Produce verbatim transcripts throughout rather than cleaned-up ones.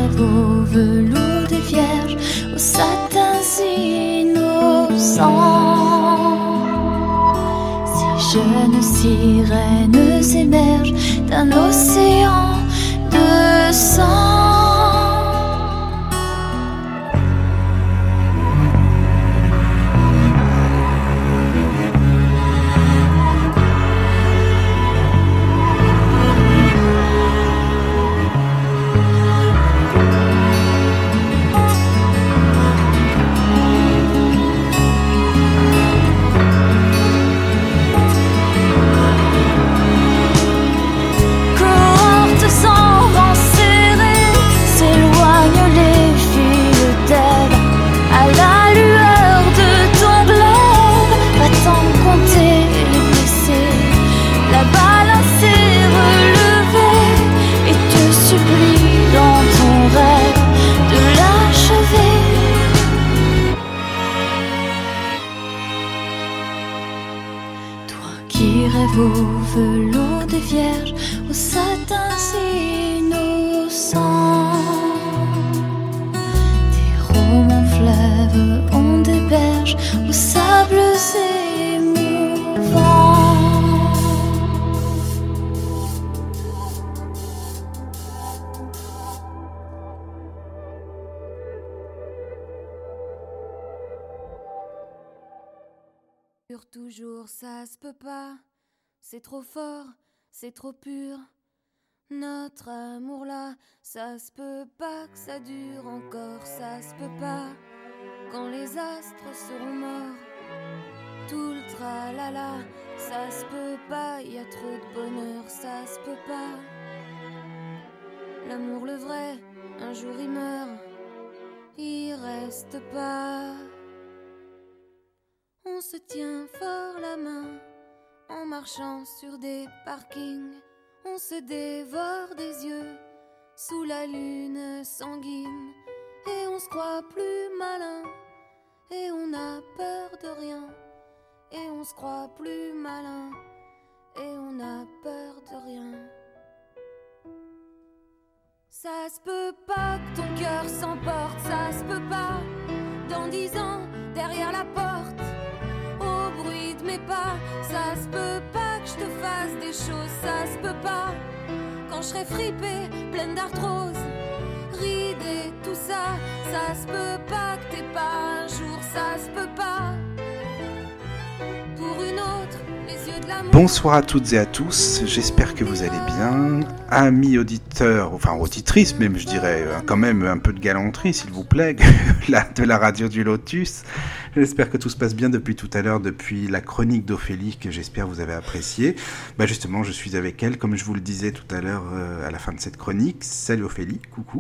rêve au velours des vierges, aux satins innocents. Ces jeunes sirènes émergent d'un océan de sang. Au velours des vierges, aux satins innocents. Des romans fleuves ont des berges, aux sables émouvants. Toujours ça se peut pas. C'est trop fort, c'est trop pur. Notre amour là, ça se peut pas que ça dure encore, ça se peut pas. Quand les astres seront morts, tout le tralala, ça se peut pas. Y a trop de bonheur, ça se peut pas. L'amour le vrai, un jour il meurt, il reste pas. On se tient fort la main en marchant sur des parkings, on se dévore des yeux sous la lune sanguine. Et on se croit plus malin, et on a peur de rien. Et on se croit plus malin, et on a peur de rien. Ça se peut pas que ton cœur s'emporte, ça se peut pas. Dans dix ans, derrière la porte, au bruit de mes pas, ça se peut pas que je te fasse des choses, ça se peut pas. Quand je serai fripée, pleine d'arthrose, ridée, tout ça, ça se peut pas que t'aies pas un jour, ça se peut pas. Pour une autre, les yeux de l'amour. Bonsoir à toutes et à tous, j'espère que vous allez bien. Amis auditeurs, enfin auditrices même je dirais, quand même un peu de galanterie s'il vous plaît, de la radio du Lotus. J'espère que tout se passe bien depuis tout à l'heure, depuis la chronique d'Ophélie que j'espère vous avez appréciée. Bah justement, je suis avec elle, comme je vous le disais tout à l'heure euh, à la fin de cette chronique. Salut Ophélie, coucou.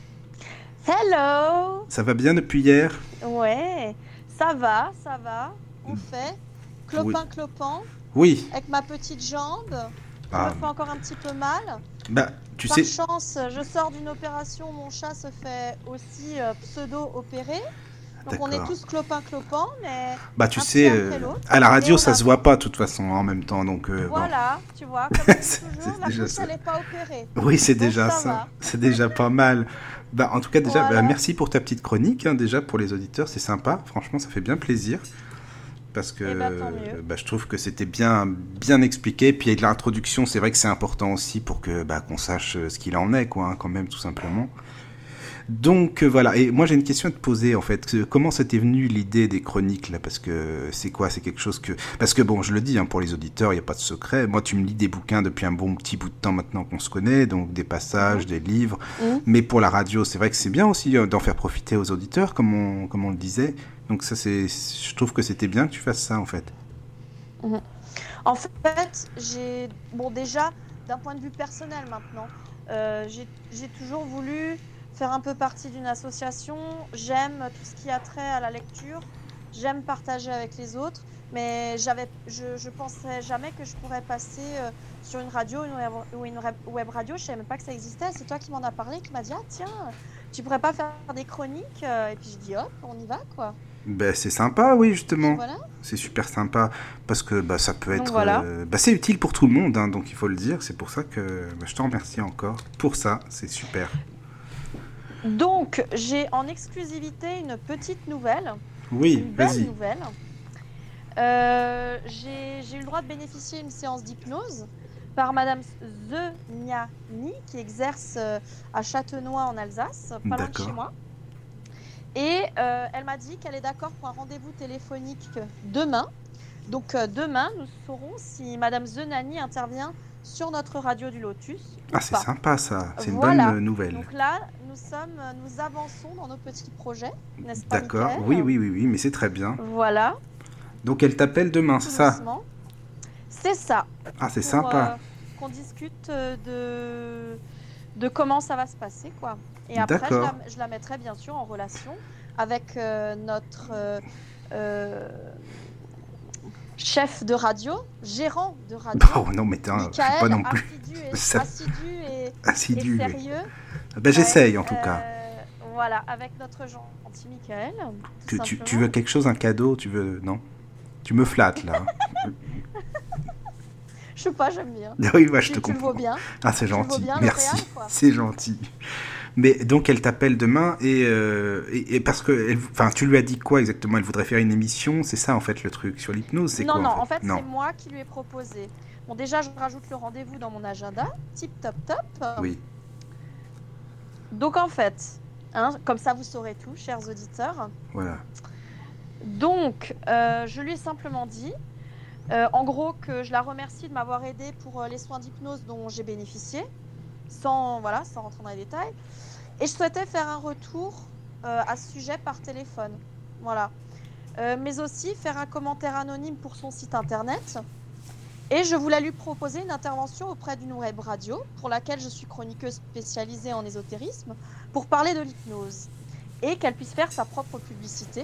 Hello. Ça va bien depuis hier ? Ouais, ça va, ça va. On fait clopin oui. clopin. Oui. Avec ma petite jambe. Ah. Je me fais encore un petit peu mal. Bah, tu Par sais. chance, je sors d'une opération. Mon chat se fait aussi euh, pseudo-opérer. Donc D'accord. on est tous clopin-clopin, mais bah tu sais, euh, à la radio ça a... se voit pas de toute façon en même temps, donc. Euh, voilà, bon. tu vois, comme c'est, toujours, c'est la déjà bouche ça. elle est pas opérée. Oui, c'est donc, déjà ça. ça. C'est déjà pas mal. Bah en tout cas déjà, voilà. bah, merci pour ta petite chronique. Hein, déjà pour les auditeurs, c'est sympa. Franchement, ça fait bien plaisir. Parce que eh ben, bah, je trouve que c'était bien, bien expliqué. Puis avec l'introduction, c'est vrai que c'est important aussi pour que bah, qu'on sache ce qu'il en est, quoi, hein, quand même, tout simplement. Donc euh, voilà, et moi j'ai une question à te poser en fait. Comment ça t'est venu l'idée des chroniques là ? Parce que c'est quoi ? C'est quelque chose que... Parce que bon, je le dis, hein, pour les auditeurs, il n'y a pas de secret. Moi tu me lis des bouquins depuis un bon petit bout de temps maintenant qu'on se connaît, donc des passages, mmh. des livres. Mmh. Mais pour la radio, c'est vrai que c'est bien aussi d'en faire profiter aux auditeurs, comme on, comme on le disait. Donc ça, c'est, je trouve que c'était bien que tu fasses ça en fait. Mmh. En fait, j'ai... Bon déjà, d'un point de vue personnel maintenant, euh, j'ai, j'ai toujours voulu... faire un peu partie d'une association, j'aime tout ce qui a trait à la lecture, j'aime partager avec les autres, mais j'avais, je, je pensais jamais que je pourrais passer euh, sur une radio ou une web radio, je savais même pas que ça existait, c'est toi qui m'en as parlé, qui m'a dit « Ah tiens, tu pourrais pas faire des chroniques ?» Et puis je dis « Hop, on y va quoi !» Ben, c'est sympa, oui, justement. Voilà. C'est super sympa, parce que bah, ça peut être... Donc, voilà. euh, bah, c'est utile pour tout le monde, hein, donc il faut le dire, c'est pour ça que bah, je te remercie encore pour ça, c'est super. Donc, j'ai en exclusivité une petite nouvelle. Oui, une belle vas-y. nouvelle. Euh, j'ai, j'ai eu le droit de bénéficier d'une séance d'hypnose par Madame Zeniani, qui exerce euh, à Châtenois en Alsace, pas loin de D'accord. chez moi. Et euh, elle m'a dit qu'elle est d'accord pour un rendez-vous téléphonique demain. Donc euh, demain, nous saurons si Madame Zeniani intervient sur notre radio du Lotus. Ah, ou c'est pas. sympa ça, c'est une Voilà. bonne nouvelle. Donc là, nous sommes, nous avançons dans nos petits projets, n'est-ce pas, D'accord, Mickaël ? oui, oui, oui, oui, mais c'est très bien. Voilà. Donc elle t'appelle demain, Tout c'est ça? doucement. C'est ça. Ah, c'est Pour, sympa. euh, qu'on discute euh, de, de comment ça va se passer, quoi. Et après, je D'accord. la, je la mettrai bien sûr en relation avec euh, notre euh, euh, chef de radio, gérant de radio, Oh non, mais t'es un- je suis pas Mickaël, non plus assidu et, Ça- assidu et, assidu. et oui. sérieux. Ben, j'essaye en Ouais, tout euh, cas. Voilà, avec notre gentil Mickaël. tout Tu, tu, tu simplement. veux quelque chose, un cadeau? Tu veux. Non? Tu me flattes là. Je sais pas, j'aime bien. Oui, bah, je Tu, te tu le comprends. vaux bien. Ah, c'est Tu le vaux gentil. bien, Merci. L'Oréal, quoi. C'est gentil. Mais donc elle t'appelle demain et, euh, et, et parce que, elle- enfin, tu lui as dit quoi exactement? Elle voudrait faire une émission, c'est ça en fait le truc sur l'hypnose, c'est Non, quoi non, en en fait? fait, c'est moi qui lui ai proposé. Bon, déjà, je rajoute le rendez-vous dans mon agenda. Tip, top, top. Oui. Donc, en fait, hein, comme ça, vous saurez tout, chers auditeurs. Voilà. Donc, euh, je lui ai simplement dit, euh, en gros, que je la remercie de m'avoir aidé pour euh, les soins d'hypnose dont j'ai bénéficié, sans, voilà, sans rentrer dans les détails. Et je souhaitais faire un retour euh, à ce sujet par téléphone. Voilà. Euh, mais aussi faire un commentaire anonyme pour son site internet. Et je voulais lui proposer une intervention auprès d'une web radio, pour laquelle je suis chroniqueuse spécialisée en ésotérisme, pour parler de l'hypnose. Et qu'elle puisse faire sa propre publicité.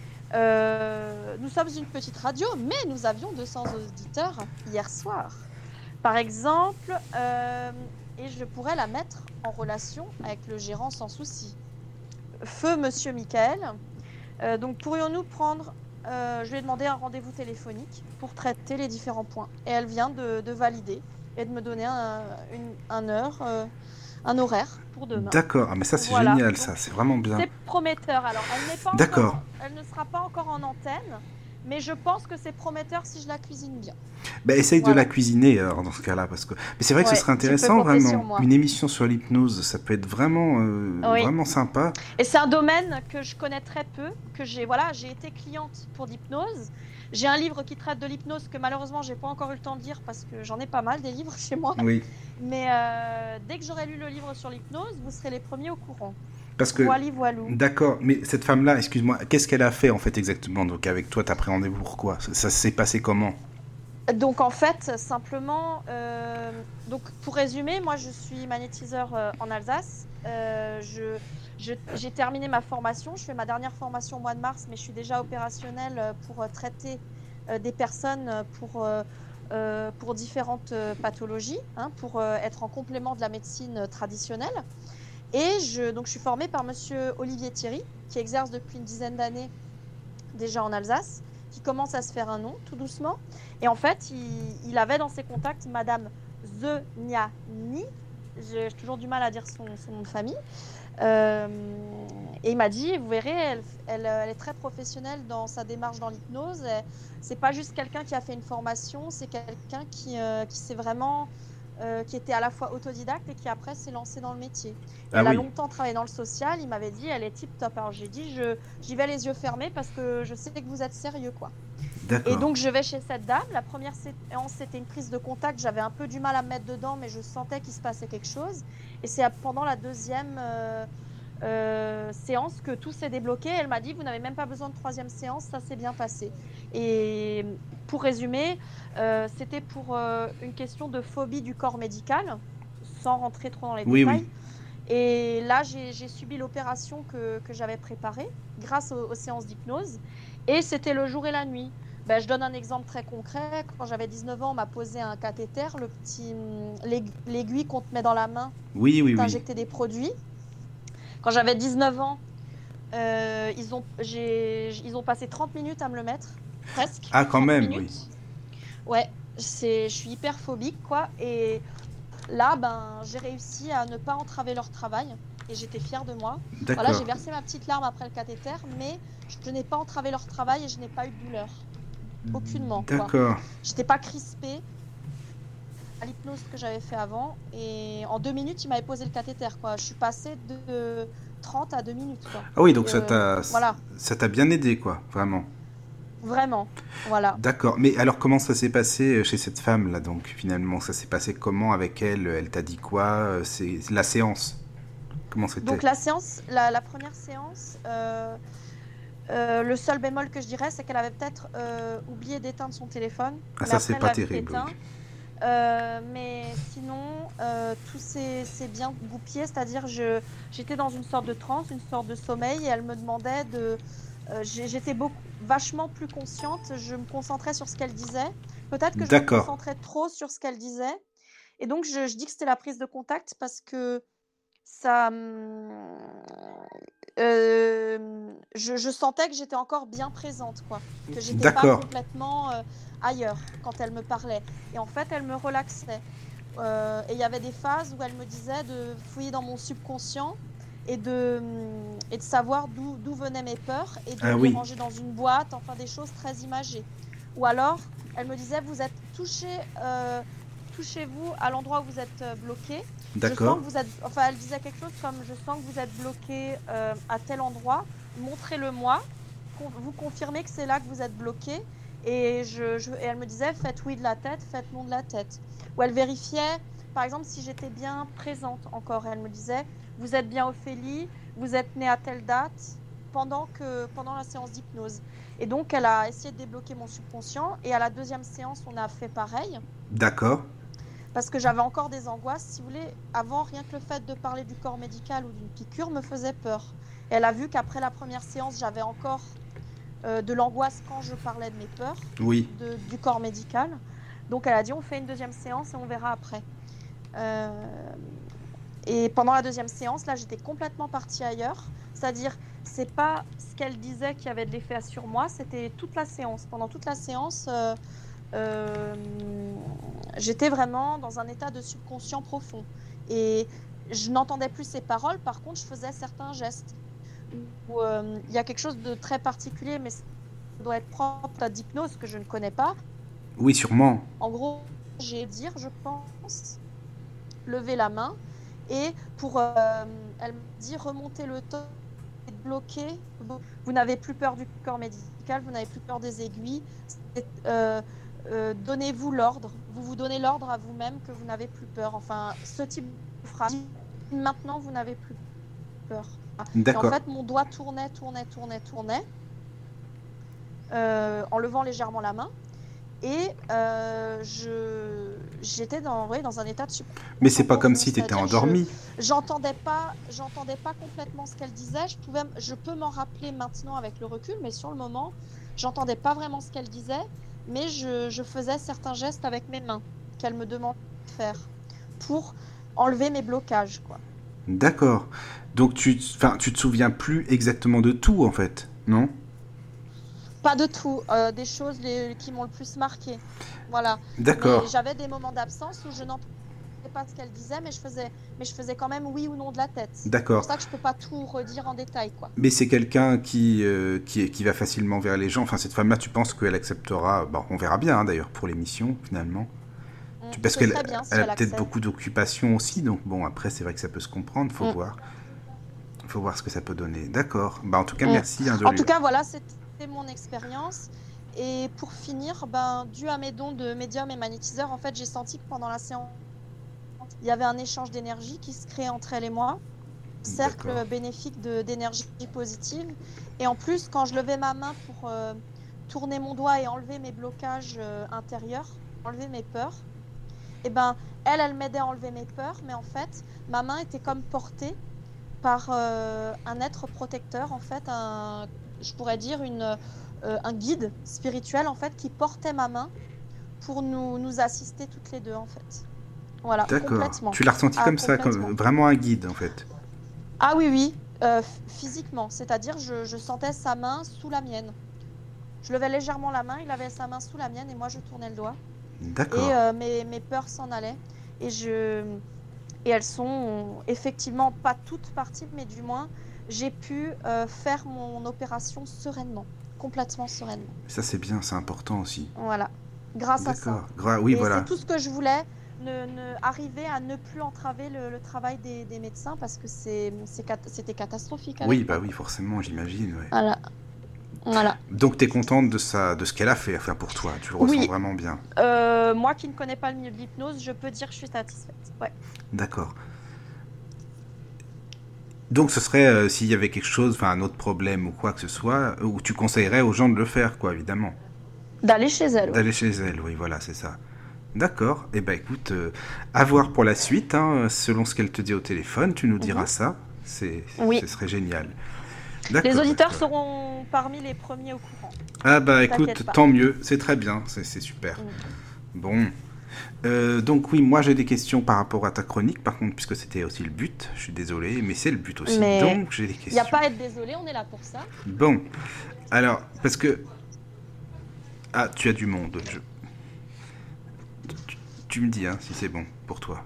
Euh, nous sommes une petite radio, mais nous avions deux cents auditeurs hier soir. Par exemple, euh, et je pourrais la mettre en relation avec le gérant sans souci. Feu Monsieur Mickaël. Euh, donc pourrions-nous prendre, euh, je lui ai demandé un rendez-vous téléphonique pour traiter les différents points. Et elle vient de, de valider et de me donner un, une, un heure, euh, un horaire pour demain. D'accord. Ah, mais ça c'est Voilà. génial, Donc, ça, c'est vraiment bien. C'est prometteur. Alors, elle n'est pas D'accord. encore, elle ne sera pas encore en antenne, mais je pense que c'est prometteur si je la cuisine bien. Ben, essaye Voilà. de la cuisiner alors, dans ce cas-là, parce que. Mais c'est vrai que Ouais, ce serait tu peux intéressant compter sur vraiment. moi. Une émission sur l'hypnose, ça peut être vraiment, euh, Oui. vraiment sympa. Et c'est un domaine que je connais très peu, que j'ai voilà, j'ai été cliente pour l'hypnose. J'ai un livre qui traite de l'hypnose que malheureusement j'ai pas encore eu le temps de lire parce que j'en ai pas mal des livres chez moi. Oui. Mais euh, dès que j'aurai lu le livre sur l'hypnose, vous serez les premiers au courant. Parce que. Voili voilou. D'accord, mais cette femme-là, excuse-moi, qu'est-ce qu'elle a fait en fait exactement? Donc avec toi, t'as pris rendez-vous pour quoi? Ça, ça s'est passé comment? Donc en fait, simplement, euh, donc pour résumer, moi je suis magnétiseur euh, en Alsace. Euh, je, je- j'ai terminé ma formation. Je fais ma dernière formation au mois de mars, mais je suis déjà opérationnelle euh, pour euh, traiter euh, des personnes euh, pour, euh, euh, pour différentes euh, pathologies, hein, pour euh, être en complément de la médecine euh, traditionnelle. Et je, donc je suis formée par Monsieur Olivier Thierry, qui exerce depuis une dizaine d'années déjà en Alsace, qui commence à se faire un nom tout doucement. Et en fait, il, il avait dans ses contacts Madame Zeniani, j'ai j'ai toujours du mal à dire son, son nom de famille, Euh, et il m'a dit, vous verrez, elle, elle, elle est très professionnelle dans sa démarche dans l'hypnose. Elle- C'est pas juste quelqu'un qui a fait une formation, c'est quelqu'un qui, euh, qui s'est vraiment, euh, qui était à la fois autodidacte et qui après s'est lancé dans le métier. Ah Elle a oui. longtemps travaillé dans le social. Il m'avait dit, elle est tip top. Alors j'ai dit, je, j'y vais les yeux fermés parce que je sais que vous êtes sérieux, quoi. D'accord. Et donc je vais chez cette dame. La première séance, c'était une prise de contact. J'avais un peu du mal à me mettre dedans, mais je sentais qu'il se passait quelque chose. Et c'est pendant la deuxième euh, euh, séance que tout s'est débloqué. Elle m'a dit, vous n'avez même pas besoin de troisième séance, ça s'est bien passé. Et pour résumer, euh, c'était pour euh, une question de phobie du corps médical, sans rentrer trop dans les Oui, détails. oui. Et là, j'ai j'ai subi l'opération que, que j'avais préparée grâce aux, aux séances d'hypnose. Et c'était le jour et la nuit. Ben, je donne un exemple très concret. Quand j'avais dix-neuf ans, on m'a posé un cathéter, le petit l'aig- l'aiguille qu'on te met dans la main Oui, oui, pour oui. t'injecter des produits. Quand j'avais dix-neuf ans, euh, ils, ont, j'ai, ils ont passé trente minutes à me le mettre, presque. Ah, quand trente même, minutes. Ouais, c'est, je suis hyper phobique, quoi. Et là, ben, j'ai réussi à ne pas entraver leur travail et j'étais fière de moi. D'accord. Voilà, j'ai versé ma petite larme après le cathéter, mais je n'ai pas entravé leur travail et je n'ai pas eu de douleur. Aucunement. Quoi. D'accord. J'étais pas crispée à l'hypnose que j'avais fait avant et en deux minutes, il m'avait posé le cathéter. Quoi. Je suis passée de trente à deux minutes. Quoi. Ah oui, donc Et, ça t'a euh, voilà. ça t'a bien aidé, quoi, vraiment. Vraiment, voilà. D'accord. Mais alors, comment ça s'est passé chez cette femme-là, donc, finalement? Ça s'est passé comment avec elle? Elle t'a dit quoi? C'est la séance. Comment c'était? Donc la séance, la, la première séance, euh, euh, le seul bémol que je dirais, c'est qu'elle avait peut-être euh, oublié d'éteindre son téléphone. Ah, mais ça, après, c'est elle pas l'avait terrible. éteint. Oui. Euh, mais sinon, euh, tout s'est s'est bien goupillé, c'est-à-dire je j'étais dans une sorte de transe, une sorte de sommeil, et elle me demandait de... Euh, j'ai- j'étais beaucoup, vachement plus consciente, je me concentrais sur ce qu'elle disait. Peut-être que je me D'accord. concentrais trop sur ce qu'elle disait. Et donc, je, je dis que c'était la prise de contact parce que ça... hum, euh, je, je sentais que j'étais encore bien présente, quoi. Que j'étais pas D'accord. complètement euh, ailleurs quand elle me parlait. Et en fait, elle me relaxait. Euh, et il y avait des phases où elle me disait de fouiller dans mon subconscient et de, hum, et de savoir d'où d'où venaient mes peurs et de Ah les oui. ranger dans une boîte, enfin des choses très imagées. Ou alors, elle me disait, vous êtes touché, euh, touchez-vous à l'endroit où vous êtes euh, bloqué. Je sens D'accord. que vous êtes, enfin, elle disait quelque chose comme, je sens que vous êtes bloqué euh, à tel endroit, montrez-le moi, Con- vous confirmez que c'est là que vous êtes bloqué. Et, je, je- et elle me disait, faites oui de la tête, faites non de la tête. Ou elle vérifiait, par exemple, si j'étais bien présente encore. Elle me disait, vous êtes bien Ophélie, vous êtes née à telle date, pendant, que, pendant la séance d'hypnose. Et donc, elle a essayé de débloquer mon subconscient. Et à la deuxième séance, on a fait pareil. D'accord. Parce que j'avais encore des angoisses. Si vous voulez, avant, rien que le fait de parler du corps médical ou d'une piqûre me faisait peur. Et elle a vu qu'après la première séance, j'avais encore euh, de l'angoisse quand je parlais de mes peurs, Oui. de, du corps médical. Donc, elle a dit, on fait une deuxième séance et on verra après. Euh, et pendant la deuxième séance, là, j'étais complètement partie ailleurs. C'est-à-dire, c'est pas ce qu'elle disait qui avait de l'effet sur moi, c'était toute la séance. Pendant toute la séance, euh, euh, j'étais vraiment dans un état de subconscient profond. Et je n'entendais plus ses paroles, par contre, je faisais certains gestes. Où, euh, il y a quelque chose de très particulier, mais ça doit être propre à d'hypnose que je ne connais pas. Oui, sûrement. En gros, j'ai dire, je pense, lever la main. Et pour, euh, elle me dit, remonter le temps et bloquer. Vous n'avez plus peur du corps médical, vous n'avez plus peur des aiguilles. Euh, euh, donnez-vous l'ordre. Vous vous donnez l'ordre à vous-même que vous n'avez plus peur. Enfin, ce type de phrase. Maintenant, vous n'avez plus peur. Et en fait, mon doigt tournait, tournait, tournait, tournait, euh, en levant légèrement la main. Et euh, je, j'étais dans, ouais, dans un état de subconscient. Mais c'est pas comme si tu étais endormie. Je, j'entendais pas, j'entendais pas complètement ce qu'elle disait. Je pouvais, je peux m'en rappeler maintenant avec le recul, mais sur le moment, j'entendais pas vraiment ce qu'elle disait. Mais je, je faisais certains gestes avec mes mains qu'elle me demandait de faire pour enlever mes blocages, quoi. D'accord. Donc tu, enfin, tu te souviens plus exactement de tout, en fait, non? Pas de tout, euh, des choses les, qui m'ont le plus marqué. Voilà. D'accord. Mais j'avais des moments d'absence où je n'entendais pas ce qu'elle disait, mais je faisais, mais je faisais quand même oui ou non de la tête. D'accord. C'est pour ça que je peux pas tout redire en détail, quoi. Mais c'est quelqu'un qui, euh, qui, qui va facilement vers les gens. Enfin, cette femme-là, tu penses qu'elle acceptera? Bon, on verra bien, hein, d'ailleurs, pour l'émission, finalement. Mmh, Tu- Parce ce qu'elle serait bien si elle a elle peut-être accepte. beaucoup d'occupations aussi, donc bon, après, c'est vrai que ça peut se comprendre, faut Mm. voir. Faut voir ce que ça peut donner. D'accord. Bah, en tout cas, Mm. merci. Hein, de En lui- tout cas, voilà, c'était mon expérience. Et pour finir, ben, dû à mes dons de médium et magnétiseur, en fait, j'ai senti que pendant la séance, il y avait un échange d'énergie qui se créait entre elle et moi. Cercle D'accord. bénéfique de, d'énergie positive. Et en plus, quand je levais ma main pour euh, tourner mon doigt et enlever mes blocages euh, intérieurs, enlever mes peurs, et ben, elle, elle m'aidait à enlever mes peurs, mais en fait, ma main était comme portée par euh, un être protecteur, en fait, un, je pourrais dire une, euh, un guide spirituel, en fait, qui portait ma main pour nous, nous assister toutes les deux, en fait. Voilà, D'accord. complètement. Tu l'as ressenti Ah, comme ça, complètement. comme vraiment un guide, en fait. Ah oui, oui, euh, f- physiquement, c'est-à-dire je, je sentais sa main sous la mienne. Je levais légèrement la main, il avait sa main sous la mienne et moi je tournais le doigt. D'accord. Et euh, mes, mes peurs s'en allaient. Et, je... et elles sont effectivement pas toutes parties, mais du moins, j'ai pu euh, faire mon opération sereinement, complètement sereinement. Ça, c'est bien, c'est important aussi. Voilà, grâce à ça. D'accord. Gra- oui, et voilà. c'est tout ce que je voulais, ne, ne, arriver à ne plus entraver le, le travail des, des médecins, parce que c'est, c'est cat- c'était catastrophique. avec Oui, moi. bah oui, forcément, j'imagine. Ouais. Voilà. Voilà. Donc, tu es contente de, sa... de ce qu'elle a fait, enfin, pour toi. Tu le ressens Oui. vraiment bien. Euh, moi qui ne connais pas le milieu de l'hypnose, je peux dire que je suis satisfaite. Ouais. D'accord. Donc, ce serait, euh, s'il y avait quelque chose, enfin, un autre problème ou quoi que ce soit, où tu conseillerais aux gens de le faire, quoi, évidemment. D'aller chez elle. Ouais. D'aller chez elle, oui, voilà, c'est ça. D'accord. Eh ben, écoute, euh, à voir pour la suite, hein, selon ce qu'elle te dit au téléphone, tu nous diras mm-hmm. ça. C'est, oui. Ce serait génial. D'accord, les auditeurs d'accord. seront parmi les premiers au courant. Ah bah écoute, tant mieux, c'est très bien, c'est, c'est super. Mm. Bon, euh, donc oui, moi j'ai des questions par rapport à ta chronique, par contre, puisque c'était aussi le but, je suis désolé, mais c'est le but aussi, mais donc j'ai des questions. Il n'y a pas à être désolé, on est là pour ça. Bon, alors, parce que... Ah, tu as du monde, je... tu, tu me dis hein, si c'est bon pour toi.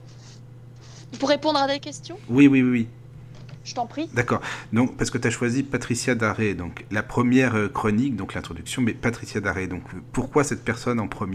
Pour répondre à des questions ? Oui, oui, oui, oui. Je t'en prie. D'accord. Donc, parce que tu as choisi Patricia Daré, donc la première euh, chronique, donc l'introduction, mais Patricia Daré, donc pourquoi cette personne en premier ?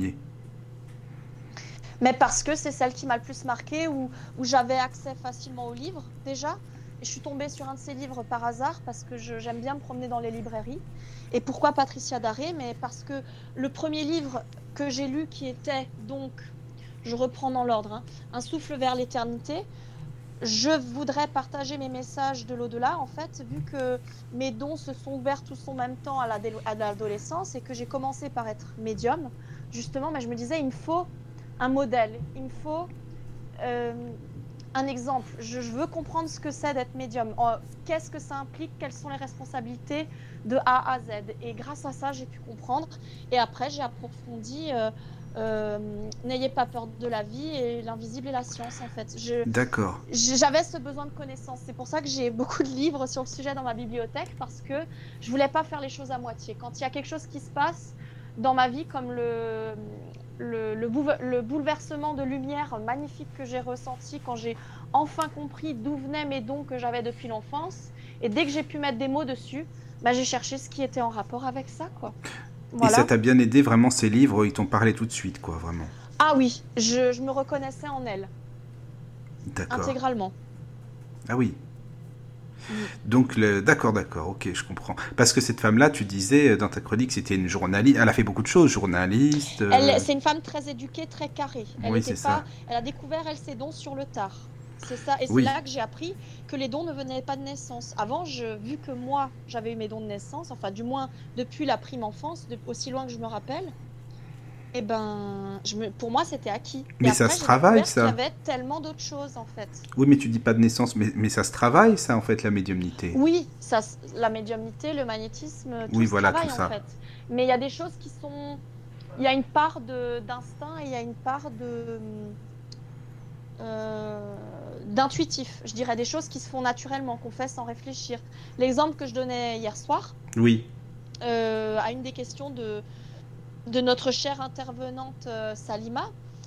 Mais parce que c'est celle qui m'a le plus marqué, où, où j'avais accès facilement aux livres, déjà. Et je suis tombée sur un de ces livres par hasard, parce que je, j'aime bien me promener dans les librairies. Et pourquoi Patricia Daré ? Mais parce que le premier livre que j'ai lu, qui était donc, je reprends dans l'ordre, hein, Un souffle vers l'éternité, je voudrais partager mes messages de l'au-delà, en fait, vu que mes dons se sont ouverts tous en même temps à, la dé- à l'adolescence et que j'ai commencé par être médium, justement, mais je me disais, il me faut un modèle, il me faut euh, un exemple. Je, je veux comprendre ce que c'est d'être médium. Euh, qu'est-ce que ça implique ? Quelles sont les responsabilités de A à Z ? Et grâce à ça, j'ai pu comprendre. Et après, j'ai approfondi... Euh, Euh, n'ayez pas peur de la vie et l'invisible et la science en fait. Je, D'accord. J'avais ce besoin de connaissance. C'est pour ça que j'ai beaucoup de livres sur le sujet dans ma bibliothèque parce que je voulais pas faire les choses à moitié. Quand il y a quelque chose qui se passe dans ma vie comme le, le, le, bouve, le bouleversement de lumière magnifique que j'ai ressenti quand j'ai enfin compris d'où venaient mes dons que j'avais depuis l'enfance et dès que j'ai pu mettre des mots dessus, bah, j'ai cherché ce qui était en rapport avec ça quoi. Voilà. Et ça t'a bien aidé, vraiment, ces livres, ils t'ont parlé tout de suite, quoi, vraiment. Ah oui, je, je me reconnaissais en elle. D'accord. Intégralement. Ah oui. oui. Donc, le... d'accord, d'accord, ok, je comprends. Parce que cette femme-là, tu disais dans ta chronique, c'était une journaliste, elle a fait beaucoup de choses, journaliste... Euh... Elle, c'est une femme très éduquée, très carrée. Elle oui, c'est pas... ça. Elle a découvert, elle, ses dons sur le tard. C'est ça, et c'est oui. là que j'ai appris que les dons ne venaient pas de naissance. Avant, je, vu que moi, j'avais eu mes dons de naissance, enfin du moins depuis la prime enfance, de, aussi loin que je me rappelle, eh ben, je me, pour moi, c'était acquis. Mais et ça après, se travaille, ça. Il y avait tellement d'autres choses, en fait. Oui, mais tu dis pas de naissance, mais, mais ça se travaille, ça, en fait, la médiumnité. Oui, ça, la médiumnité, le magnétisme, tout oui, se voilà, travaille, tout en ça. fait. Mais il y a des choses qui sont... Il y a une part de, d'instinct et il y a une part de... Euh, d'intuitif, je dirais des choses qui se font naturellement, qu'on fait sans réfléchir. L'exemple que je donnais hier soir, oui, euh, à une des questions de, de notre chère intervenante euh, Salima,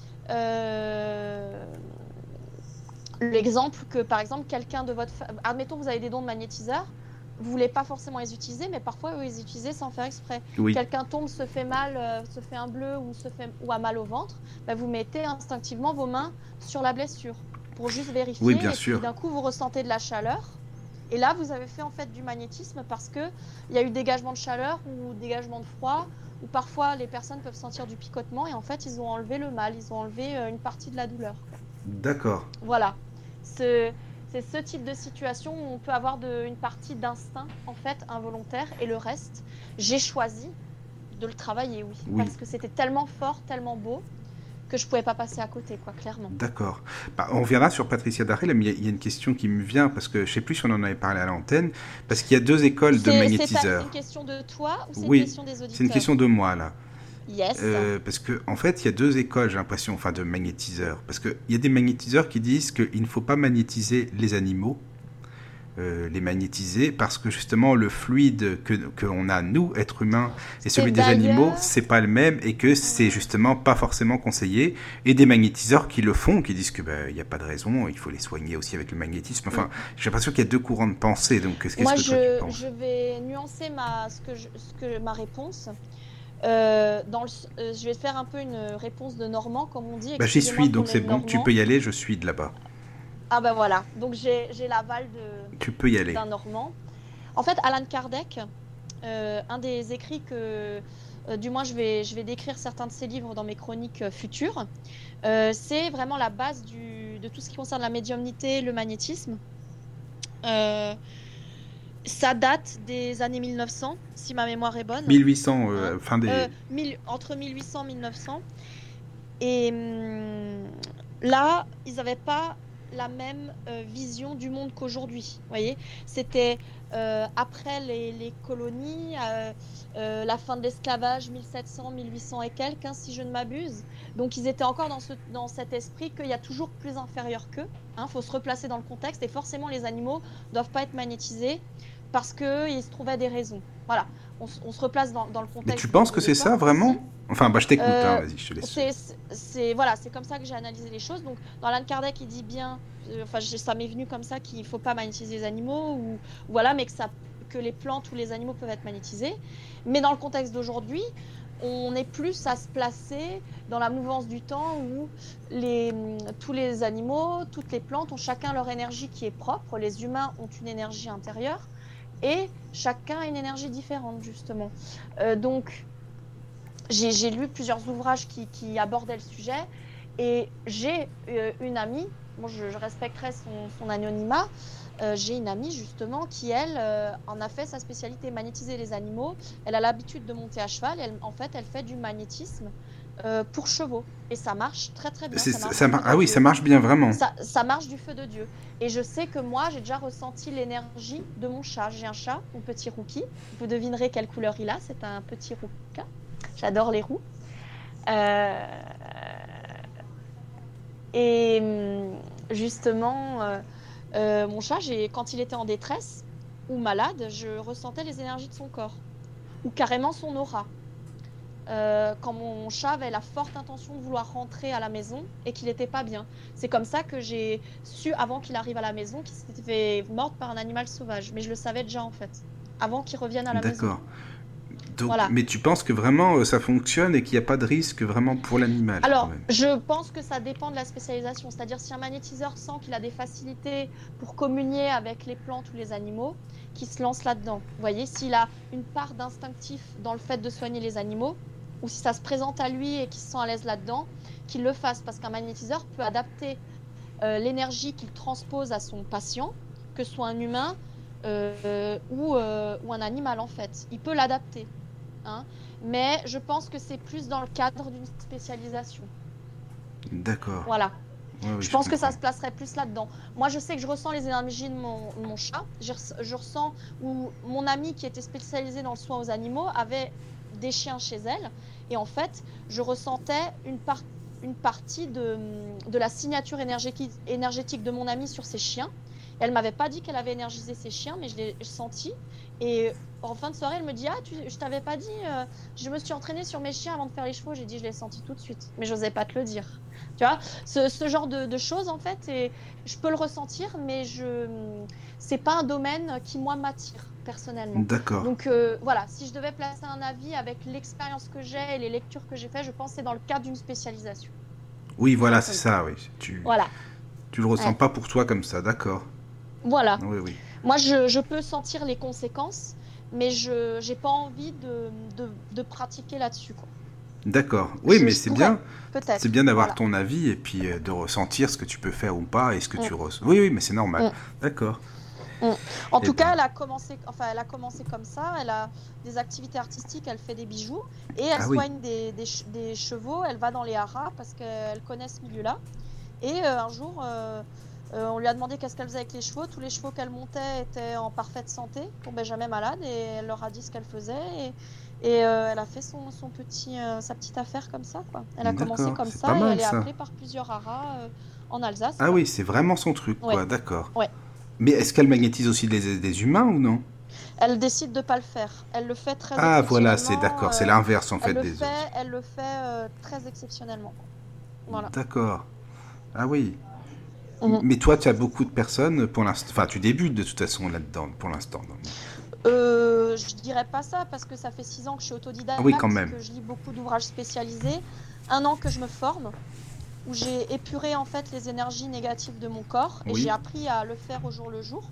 euh, l'exemple que par exemple quelqu'un de votre, fa... admettons vous avez des dons de magnétiseur, vous voulez pas forcément les utiliser, mais parfois vous les utilisez sans faire exprès. Oui. Quelqu'un tombe, se fait mal, euh, se fait un bleu ou se fait ou a mal au ventre, bah, vous mettez instinctivement vos mains sur la blessure pour juste vérifier. Oui, bien et sûr. Puis, d'un coup, vous ressentez de la chaleur. Et là, vous avez fait en fait du magnétisme parce que il y a eu dégagement de chaleur ou dégagement de froid. Ou parfois, les personnes peuvent sentir du picotement et en fait, ils ont enlevé le mal, ils ont enlevé euh, une partie de la douleur. D'accord. Voilà. Ce... C'est ce type de situation où on peut avoir de, une partie d'instinct, en fait, involontaire, et le reste, j'ai choisi de le travailler, oui. oui. Parce que c'était tellement fort, tellement beau, que je ne pouvais pas passer à côté, quoi, clairement. D'accord. Bah, on reviendra sur Patricia Daré, mais il y, y a une question qui me vient, parce que je ne sais plus si on en avait parlé à l'antenne, parce qu'il y a deux écoles c'est, de magnétiseurs. C'est, ta, c'est une question de toi ou c'est oui, une question des auditeurs ? C'est une question de moi, là. Yes. Euh, parce qu'en en fait, il y a deux écoles, j'ai l'impression, enfin de magnétiseurs. Parce qu'il y a des magnétiseurs qui disent qu'il ne faut pas magnétiser les animaux, euh, les magnétiser parce que justement le fluide que qu'on a nous, êtres humains, et celui Et des animaux, d'ailleurs- c'est pas le même et que c'est justement pas forcément conseillé. Et des magnétiseurs qui le font, qui disent que bah, il y a pas de raison, il faut les soigner aussi avec le magnétisme. Enfin, j'ai l'impression qu'il y a deux courants de pensée. Donc qu'est-ce Moi, qu'est-ce que toi je, tu penses? je vais nuancer ma, ce que je- ce que, ma réponse. Euh, dans le, euh, je vais faire un peu une réponse de Normand, comme on dit. Bah, j'y Excusez-moi suis, donc pour c'est les bon, tu Normands. peux y aller, je suis de là-bas. Ah ben voilà, donc j'ai j'ai l'aval de Tu peux y aller. d'un Normand. En fait, Alan Kardec, euh, un des écrits que, euh, du moins je vais, je vais décrire certains de ses livres dans mes chroniques euh, futures, euh, c'est vraiment la base du, de tout ce qui concerne la médiumnité, le magnétisme. Euh, ça date des années mille neuf cents, si ma mémoire est bonne. mille huit cents, euh, fin des... Euh, mille- entre mille huit cents et mille neuf cents. Et hum, là, ils n'avaient pas la même euh, vision du monde qu'aujourd'hui. Vous voyez, c'était euh, après les, les colonies, euh, euh, la fin de l'esclavage, mille sept cents, mille huit cents et quelques, hein, si je ne m'abuse. Donc ils étaient encore dans, ce, dans cet esprit qu'il y a toujours plus inférieur qu'eux. Il faut se replacer dans le contexte et forcément les animaux ne doivent pas être magnétisés parce qu'il se trouvait des raisons. Voilà, on, s- on se replace dans, dans le contexte. Mais tu penses de que c'est ça, l'époque vraiment? aussi. Enfin, bah je t'écoute, Euh, hein, vas-y, je te laisse. C'est, c'est- c'est- voilà, c'est comme ça que j'ai analysé les choses. Donc, dans Alan Kardec, il dit bien, euh, enfin, je- ça m'est venu comme ça qu'il ne faut pas magnétiser les animaux, ou voilà, mais que, ça, que les plantes ou les animaux peuvent être magnétisés. Mais dans le contexte d'aujourd'hui, on est plus à se placer dans la mouvance du temps où les, tous les animaux, toutes les plantes ont chacun leur énergie qui est propre. Les humains ont une énergie intérieure et chacun a une énergie différente, justement. Euh, donc, j'ai, j'ai lu plusieurs ouvrages qui, qui abordaient le sujet et j'ai euh, une amie, bon, je, je respecterai son, son anonymat, euh, j'ai une amie justement qui, elle, euh, en a fait sa spécialité, magnétiser les animaux. Elle a l'habitude de monter à cheval, elle, en fait, elle fait du magnétisme euh, pour chevaux et ça marche très très bien. C'est- Ça marche ça du mar- feu Ah de oui, Dieu. ça marche bien, vraiment. Ça, ça marche du feu de Dieu. Et je sais que moi, j'ai déjà ressenti l'énergie de mon chat. J'ai un chat, mon petit Rookie. Vous devinerez quelle couleur il a. C'est un petit rouquin. J'adore les roux. Euh, Et hum, justement, euh, euh, mon chat, j'ai, quand il était en détresse ou malade, je ressentais les énergies de son corps. Ou carrément son aura. Euh, quand mon chat avait la forte intention de vouloir rentrer à la maison et qu'il n'était pas bien. C'est comme ça que j'ai su, avant qu'il arrive à la maison, qu'il s'était fait mordre par un animal sauvage. Mais je le savais déjà, en fait, avant qu'il revienne à la maison. D'accord. Donc, Voilà. Mais tu penses que vraiment euh, ça fonctionne et qu'il n'y a pas de risque vraiment pour l'animal quand Alors, même. je pense que ça dépend de la spécialisation. C'est-à-dire, si un magnétiseur sent qu'il a des facilités pour communier avec les plantes ou les animaux, qu'il se lance là-dedans. Vous voyez, s'il a une part d'instinctif dans le fait de soigner les animaux, ou si ça se présente à lui et qu'il se sent à l'aise là-dedans, qu'il le fasse. Parce qu'un magnétiseur peut adapter euh, l'énergie qu'il transpose à son patient, que ce soit un humain euh, ou, euh, ou un animal, en fait. Il peut l'adapter. Hein. Mais je pense que c'est plus dans le cadre d'une spécialisation. D'accord. Voilà. Ouais, oui, je pense que ça comprends. se placerait plus là-dedans. Moi, je sais que je ressens les énergies de mon, de mon chat. Je, res- je ressens où mon amie qui était spécialisée dans le soin aux animaux avait des chiens chez elle. Et en fait, je ressentais une, par- une partie de, de la signature énergétique, énergétique de mon amie sur ses chiens. Elle m'avait pas dit qu'elle avait énergisé ses chiens, mais je l'ai senti. Et en fin de soirée, elle me dit « Ah, tu, je t'avais pas dit, euh, je me suis entraînée sur mes chiens avant de faire les chevaux. » J'ai dit « Je l'ai senti tout de suite. » Mais j'osais pas te le dire. Tu vois, ce, ce genre de, de choses, en fait, et je peux le ressentir, mais je c'est pas un domaine qui, moi, m'attire personnellement. D'accord. Donc euh, voilà, si je devais placer un avis avec l'expérience que j'ai et les lectures que j'ai faites, je pense que c'est dans le cadre d'une spécialisation. Oui, voilà, c'est ça, oui. Tu, Voilà. tu le ressens Ouais. pas pour toi comme ça, d'accord. Voilà. Oui, oui. Moi, je, je peux sentir les conséquences, mais je j'ai pas envie de, de, de pratiquer là-dessus, quoi. D'accord. Oui, Je- mais je c'est pourrais, bien. Peut-être. C'est bien d'avoir Voilà. ton avis et puis euh, de ressentir ce que tu peux faire ou pas et ce que Mm. tu ressens. Oui, oui, mais c'est normal. Mm. D'accord. En Eh tout ben. cas, elle a commencé, enfin, elle a commencé comme ça. Elle a des activités artistiques, elle fait des bijoux et elle Ah oui. soigne des, des, che- des chevaux. Elle va dans les haras parce qu'elle connaît ce milieu-là. Et euh, un jour, euh, euh, on lui a demandé qu'est-ce qu'elle faisait avec les chevaux. Tous les chevaux qu'elle montait étaient en parfaite santé, tombaient jamais malades, et elle leur a dit ce qu'elle faisait. Et, et, euh, elle a fait son, son petit, euh, sa petite affaire comme ça, quoi. Elle a D'accord, commencé comme c'est ça pas et mal, elle est ça. appelée par plusieurs haras euh, en Alsace. Ah quoi. oui, c'est vraiment son truc, quoi. Ouais. D'accord. Ouais. Mais est-ce qu'elle magnétise aussi des, des humains ou non? Elle décide de pas le faire. Elle le fait très Ah, voilà, exceptionnellement. c'est d'accord. euh, C'est l'inverse, en fait, elle le des fait, autres. elle le fait euh, très exceptionnellement. Voilà. D'accord. Ah oui. Mhm. Mais toi, tu as beaucoup de personnes pour l'instant. Enfin, tu débutes de toute façon là-dedans, pour l'instant. donc. Euh, je dirais pas ça parce que ça fait six ans que je suis autodidacte, Ah oui, quand même. que je lis beaucoup d'ouvrages spécialisés, un an que je me forme, où j'ai épuré en fait les énergies négatives de mon corps et Oui. j'ai appris à le faire au jour le jour.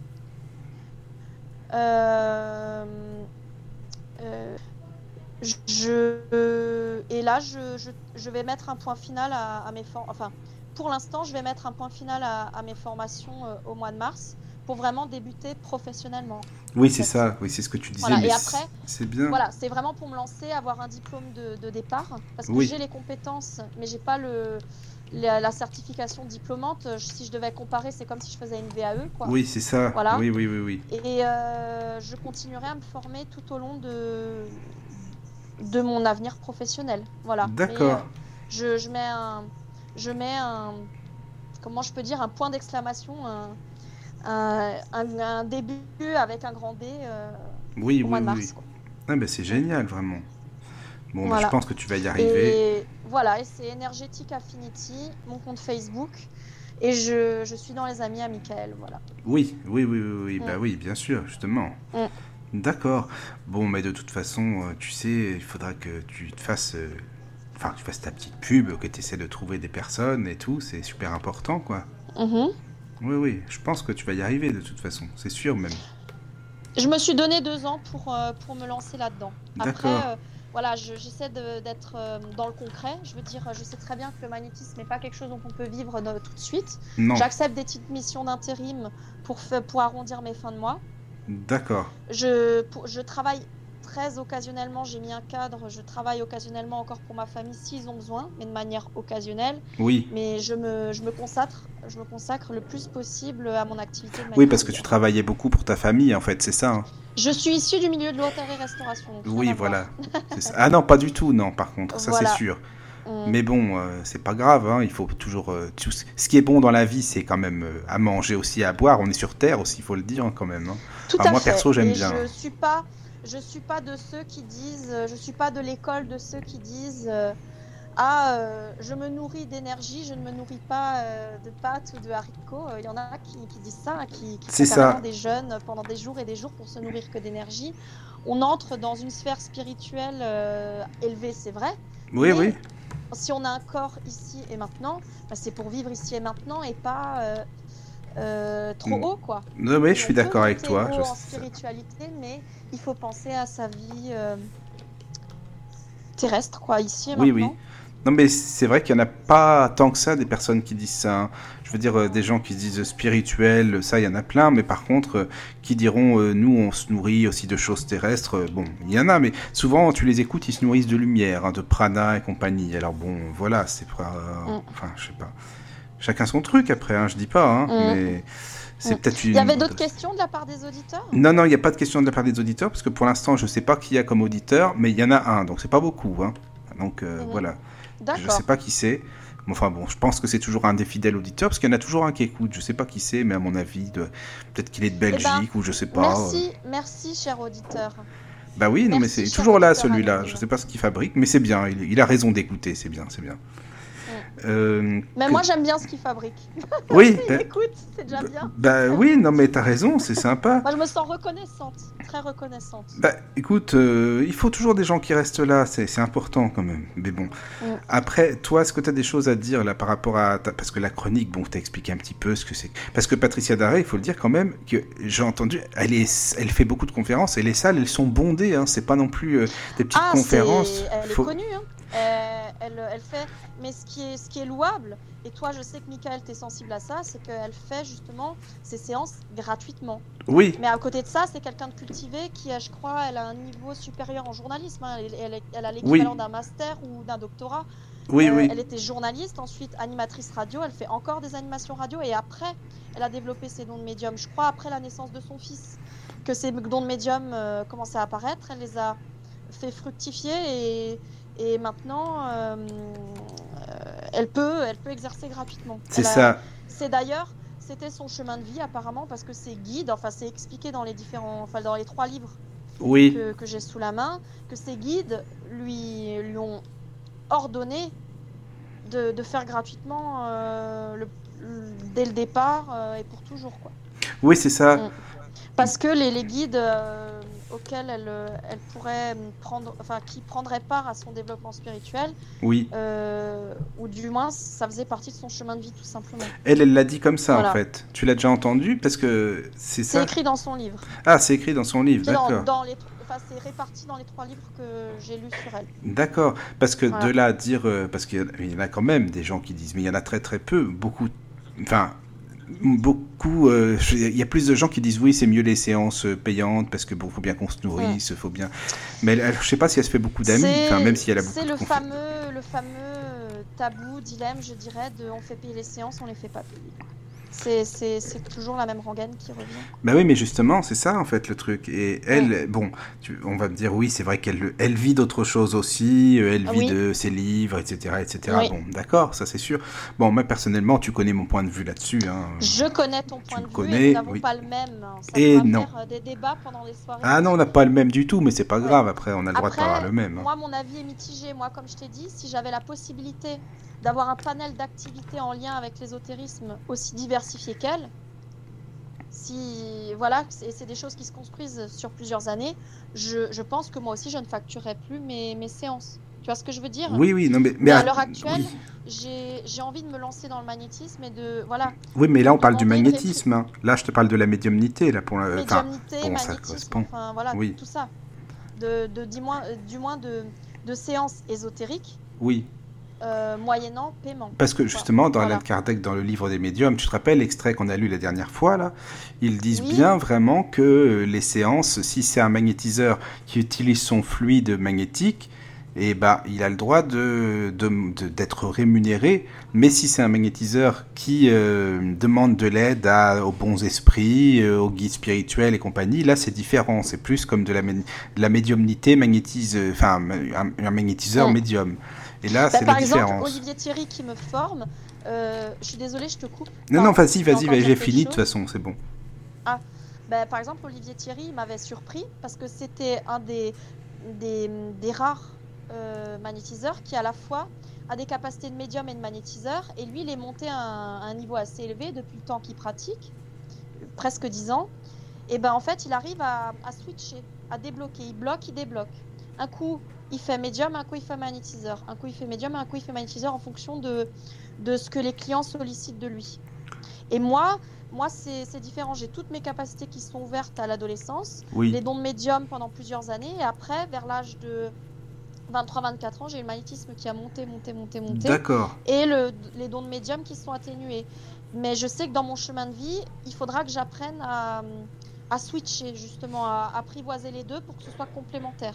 Euh, euh, je, je- et là, je, je, je vais mettre un point final à, à mes formations. Enfin, pour l'instant, je vais mettre un point final à, à mes formations euh, au mois de mars pour vraiment débuter professionnellement. Oui, c'est En fait. ça. Oui, c'est ce que tu disais. Voilà, mais et c'est- après, c'est bien. Voilà, c'est vraiment pour me lancer, avoir un diplôme de, de départ, parce que Oui. j'ai les compétences, mais j'ai pas le, la, la certification diplômante. Je- Si je devais comparer, c'est comme si je faisais une V A E, quoi. Oui, c'est ça. Voilà. Oui, oui, oui, oui. Et euh, je continuerai à me former tout au long de, de mon avenir professionnel. Voilà. D'accord. Mais, euh, je, je mets un, je mets un, comment je peux dire, un point d'exclamation, un, un, un- un début avec un grand D euh, Oui, au oui, mois de oui. mars, oui. quoi. Ah, ben, c'est génial, vraiment. Bon, ben, Voilà. je pense que tu vas y arriver. Et voilà, et c'est Energetic Affinity, mon compte Facebook. Et je, je suis dans les amis à Michael, voilà. Oui, oui, oui, oui, oui. Mm. Bah oui, bien sûr, justement. Mm. D'accord. Bon, mais de toute façon, euh, tu sais, il faudra que tu te fasses... euh, Enfin, tu fasses ta petite pub, que tu essaies de trouver des personnes et tout. C'est super important, quoi. Mhm. Oui, oui. Je pense que tu vas y arriver, de toute façon. C'est sûr, même. Je me suis donné deux ans pour, euh, pour me lancer là-dedans. Après, D'accord. euh, voilà, je- j'essaie de- d'être euh, dans le concret. Je veux dire, je sais très bien que le magnétisme n'est pas quelque chose dont on peut vivre de- tout de suite. Non. J'accepte des petites missions d'intérim pour, fa- pour arrondir mes fins de mois. D'accord. Je, pour- je travaille très occasionnellement, j'ai mis un cadre, je travaille occasionnellement encore pour ma famille s'ils ont besoin, mais de manière occasionnelle. Oui. Mais je me, je me consacre, je me consacre le plus possible à mon activité de manière Oui, parce que tu régulière. travaillais beaucoup pour ta famille, en fait, c'est ça, hein. Je suis issue du milieu de l'hôtellerie-restauration. donc rien Oui, à voir. voilà. C'est ça. Ah non, pas du tout, non, par contre, ça Voilà. c'est sûr. Mm. Mais bon, euh, c'est pas grave, hein, il faut toujours... euh, tout ce ce qui est bon dans la vie, c'est quand même euh, à manger aussi, à boire. On est sur Terre aussi, il faut le dire, hein, quand même. hein. Tout Enfin, à moi, fait. perso, j'aime Et bien. Je suis pas, je suis pas de ceux qui disent, je suis pas de l'école de ceux qui disent, euh, ah, euh, je me nourris d'énergie, je ne me nourris pas euh, de pâtes ou de haricots. Il y en a qui, qui disent ça, qui, qui C'est font ça. carrément des jeûnes pendant des jours et des jours pour se nourrir que d'énergie. On entre dans une sphère spirituelle euh, élevée, c'est vrai. Oui, mais oui. Si on a un corps ici et maintenant, bah, c'est pour vivre ici et maintenant et pas euh, euh, trop Mm. haut, quoi. Non, mais je On suis peut d'accord avec monter toi. haut je en sais ça. spiritualité, mais il faut penser à sa vie euh, terrestre, quoi, ici et Oui, maintenant. oui. Non, mais c'est vrai qu'il n'y en a pas tant que ça des personnes qui disent ça. hein. Je veux dire, euh, des gens qui se disent spirituel, ça, il y en a plein. Mais par contre, euh, qui diront, euh, nous, on se nourrit aussi de choses terrestres. euh, bon, il y en a, mais souvent, tu les écoutes, ils se nourrissent de lumière, hein, de prana et compagnie. Alors bon, voilà, c'est pas... euh, Mm. Enfin, je sais pas. Chacun son truc, après, hein, je dis pas, hein, Mm. mais c'est Mm. peut-être une... Il y avait d'autres questions de la part des auditeurs? Non, non, il n'y a pas de question de la part des auditeurs, parce que pour l'instant, je ne sais pas qui y a comme auditeur, mais il y en a un, donc c'est pas beaucoup. Hein. Donc euh, Mhm. voilà, je ne D'accord. sais pas qui c'est. Enfin bon, je pense que c'est toujours un des fidèles auditeurs, parce qu'il y en a toujours un qui écoute. Je ne sais pas qui c'est, mais à mon avis, de... peut-être qu'il est de Belgique, ben, ou je sais pas. Merci, merci, cher auditeur. Bah oui, non, mais merci, c'est cher toujours là, auditeur celui-là. anonyme. Je ne sais pas ce qu'il fabrique, mais c'est bien, il, il a raison d'écouter, c'est bien, c'est bien. Euh, Mais que- moi, j'aime bien ce qu'il fabrique. Oui, Il bah, écoute, c'est déjà bien. bah oui, non, mais t'as raison, c'est sympa. Moi, je me sens reconnaissante, très reconnaissante. Bah, écoute, euh, il faut toujours des gens qui restent là, c'est c'est important quand même. Mais bon, Mm. après, toi, est-ce que tu as des choses à dire là par rapport à... ta- Parce que la chronique, bon, t'as expliqué un petit peu ce que c'est. Parce que Patricia Daré, il faut le dire quand même, que j'ai entendu, elle, est... elle fait beaucoup de conférences, et les salles, elles sont bondées, hein, c'est pas non plus euh, des petites Ah, conférences. c'est- elle Faut- est connue, hein. Euh, elle, elle fait, mais ce qui est, ce qui est louable, et toi, je sais que Michael, t'es sensible à ça, c'est qu'elle fait justement ces séances gratuitement. Oui, Mais à côté de ça, c'est quelqu'un de cultivé qui, a, je crois, elle a un niveau supérieur en journalisme. hein. Elle, elle- elle a l'équivalent Oui. d'un master ou d'un doctorat. oui, Euh, oui. Elle était journaliste, ensuite animatrice radio. Elle fait encore des animations radio et après, elle a développé ses dons de médium. Je crois après la naissance de son fils que ses dons de médium euh, commençaient à apparaître. Elle les a fait fructifier et, et maintenant, euh, euh, elle peut, elle peut exercer gratuitement. C'est Elle a- ça. C'est d'ailleurs, c'était son chemin de vie apparemment, parce que ses guides, enfin c'est expliqué dans les différents, enfin dans les trois livres Oui, que, que j'ai sous la main, que ses guides lui, lui ont ordonné de, de faire gratuitement euh, le, le- dès le départ euh, et pour toujours, quoi. oui, c'est ça. Mm. Parce que les, les guides euh, auxquels elle, euh, elle pourrait prendre, enfin qui prendraient part à son développement spirituel, Oui. euh, ou du moins ça faisait partie de son chemin de vie tout simplement. Elle, elle l'a dit comme ça, Voilà. en fait. Tu l'as déjà entendu? Parce que c'est C'est ça. écrit dans son livre. Ah, c'est écrit dans son livre, C'est dans, d'accord. dans les, enfin, c'est réparti dans les trois livres que j'ai lus sur elle. D'accord. Parce que Voilà. de là à dire... euh, parce qu'il y en a- il y en a quand même des gens qui disent, mais il y en a très très peu, beaucoup... Enfin, beaucoup... euh, je- Il y a plus de gens qui disent, oui, c'est mieux les séances euh, payantes, parce que bon, faut bien qu'on se nourrisse, il faut bien... Mais elle- elle- je sais pas si elle se fait beaucoup d'amis, C'est- enfin, même si elle a beaucoup C'est de le confi- fameux, le fameux tabou, dilemme, je dirais, de on fait payer les séances, on les fait pas payer. C'est, c'est, c'est toujours la même rengaine qui revient. Bah oui, mais justement, c'est ça en fait le truc. Et elle, bon, tu- on va me dire, oui, c'est vrai qu'elle elle vit d'autres choses aussi, euh, elle vit Oui. de ses livres, et cetera, et cetera. Oui. Bon, d'accord, ça c'est sûr. Bon, moi personnellement, tu connais mon point de vue là-dessus. Hein. Je connais ton point le de vue connais, et nous n'avons oui. pas le même. Ça Et pourra non. faire euh, des débats pendant les soirées. Ah non, on n'a pas le même du tout, mais c'est pas Ouais. grave. Après, on a le droit de pas Après, avoir le même. hein. moi, mon avis est mitigé. Moi, comme je t'ai dit, si j'avais la possibilité d'avoir un panel d'activités en lien avec l'ésotérisme aussi diversifié qu'elle, si voilà, c'est, c'est des choses qui se construisent sur plusieurs années, je, je pense que moi aussi, je ne facturerais plus mes, mes séances. Tu vois ce que je veux dire? Oui, oui, non, mais, Mais à ah, l'heure actuelle, oui. j'ai, j'ai envie de me lancer dans le magnétisme et de voilà, Oui, mais là, on parle du demander une magnétisme. hein. Là, je te parle de la médiumnité, là, pour la. Enfin, médiumnité, bon, ça magnétisme, correspond. enfin voilà, Oui. tout ça. De, de, du moins, euh, du moins de, de séances ésotériques oui. euh, moyennant paiement. Parce que justement, dans Voilà. Alan Kardec, dans le livre des médiums, tu te rappelles l'extrait qu'on a lu la dernière fois, là, ils disent Oui. bien vraiment que euh, les séances, si c'est un magnétiseur qui utilise son fluide magnétique, eh ben, il a le droit de, de- de- d'être rémunéré. Mais si c'est un magnétiseur qui euh, demande de l'aide à- aux bons esprits, euh, aux guides spirituels et compagnie, là c'est différent. C'est plus comme de la, mé- de la médiumnité magnétise, euh, enfin un, un magnétiseur Ouais. médium. Et là, Bah, c'est par la exemple, différence. Olivier Thierry qui me forme, euh, je suis désolée, je te coupe. Non, Pardon, non, vas-y, tu veux vas-y, encore vas-y, dire j'ai quelque fini de toute chose façon, c'est bon. Bah, par exemple, Olivier Thierry il m'avait surpris parce que c'était un des, des, des rares euh, magnétiseurs qui à la fois a des capacités de médium et de magnétiseur, et lui il est monté à un, à un niveau assez élevé depuis le temps qu'il pratique, presque dix ans, et ben en fait il arrive à, à switcher, à débloquer, il bloque, il débloque. Un coup il fait médium, un coup il fait magnétiseur, un coup il fait médium, un coup il fait magnétiseur en fonction de, de ce que les clients sollicitent de lui. Et moi, moi c'est, c'est différent, j'ai toutes mes capacités qui sont ouvertes à l'adolescence, Oui, les dons de médium pendant plusieurs années, et après, vers l'âge de vingt-trois vingt-quatre ans, j'ai eu le magnétisme qui a monté, monté, monté, monté, d'accord. et le, les dons de médium qui sont atténués. Mais je sais que dans mon chemin de vie, il faudra que j'apprenne à, à switcher, justement, à apprivoiser les deux pour que ce soit complémentaire.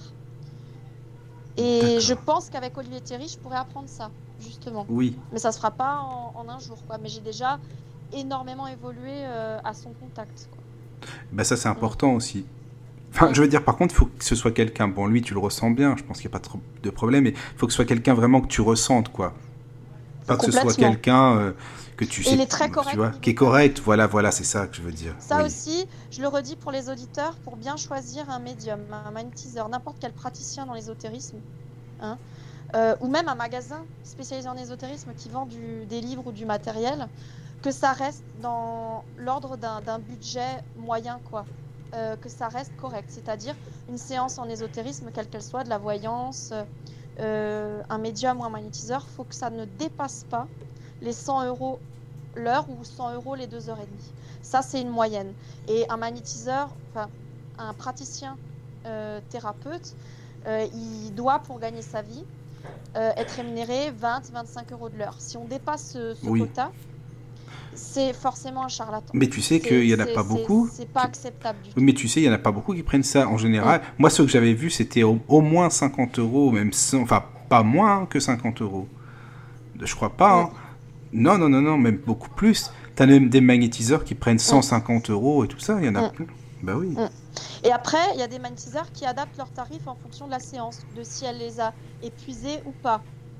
Et D'accord. je pense qu'avec Olivier Thierry, je pourrais apprendre ça, justement. Oui, Mais ça se fera pas en, en un jour, quoi. Mais j'ai déjà énormément évolué euh, à son contact, quoi. bah ça c'est important aussi. Enfin, je veux dire, par contre, il faut que ce soit quelqu'un, bon, lui, tu le ressens bien, je pense qu'il n'y a pas trop de problème, mais il faut que ce soit quelqu'un vraiment que tu ressentes, quoi. Pas que ce soit Complètement. quelqu'un euh, que tu Et sais, il est très correct tu vois, au niveau qui est correct, voilà, voilà, c'est ça que je veux dire. Ça Oui. aussi, je le redis pour les auditeurs, pour bien choisir un médium, un magnétiseur, n'importe quel praticien dans l'ésotérisme, hein, euh, ou même un magasin spécialisé en ésotérisme qui vend du, des livres ou du matériel, que ça reste dans l'ordre d'un, d'un budget moyen, quoi. Euh, que ça reste correct, c'est-à-dire une séance en ésotérisme, quelle qu'elle soit, de la voyance, euh, un médium ou un magnétiseur, faut que ça ne dépasse pas les cent euros l'heure ou cent euros les deux heures et demie. Ça, c'est une moyenne. Et un magnétiseur, enfin, un praticien euh, thérapeute, euh, il doit, pour gagner sa vie, euh, être rémunéré vingt à vingt-cinq euros de l'heure. Si on dépasse ce, ce Oui. quota, c'est forcément un charlatan. Mais tu sais C'est- qu'il n'y en a c'est- pas c'est- beaucoup. C'est pas acceptable du tout. Oui, mais tu sais, il n'y en a pas beaucoup qui prennent ça en général. Moi, ceux que j'avais vus, c'était au, au moins cinquante euros, même cent, enfin, pas moins que cinquante euros. Je crois pas, hein. Non, non, non, non, même beaucoup plus. T'as même des magnétiseurs qui prennent cent cinquante euros et tout ça, il y en a Mm. plein. Bah oui. Mm. Et après, il y a des magnétiseurs qui adaptent leurs tarifs en fonction de la séance, de si elle les a épuisés ou pas.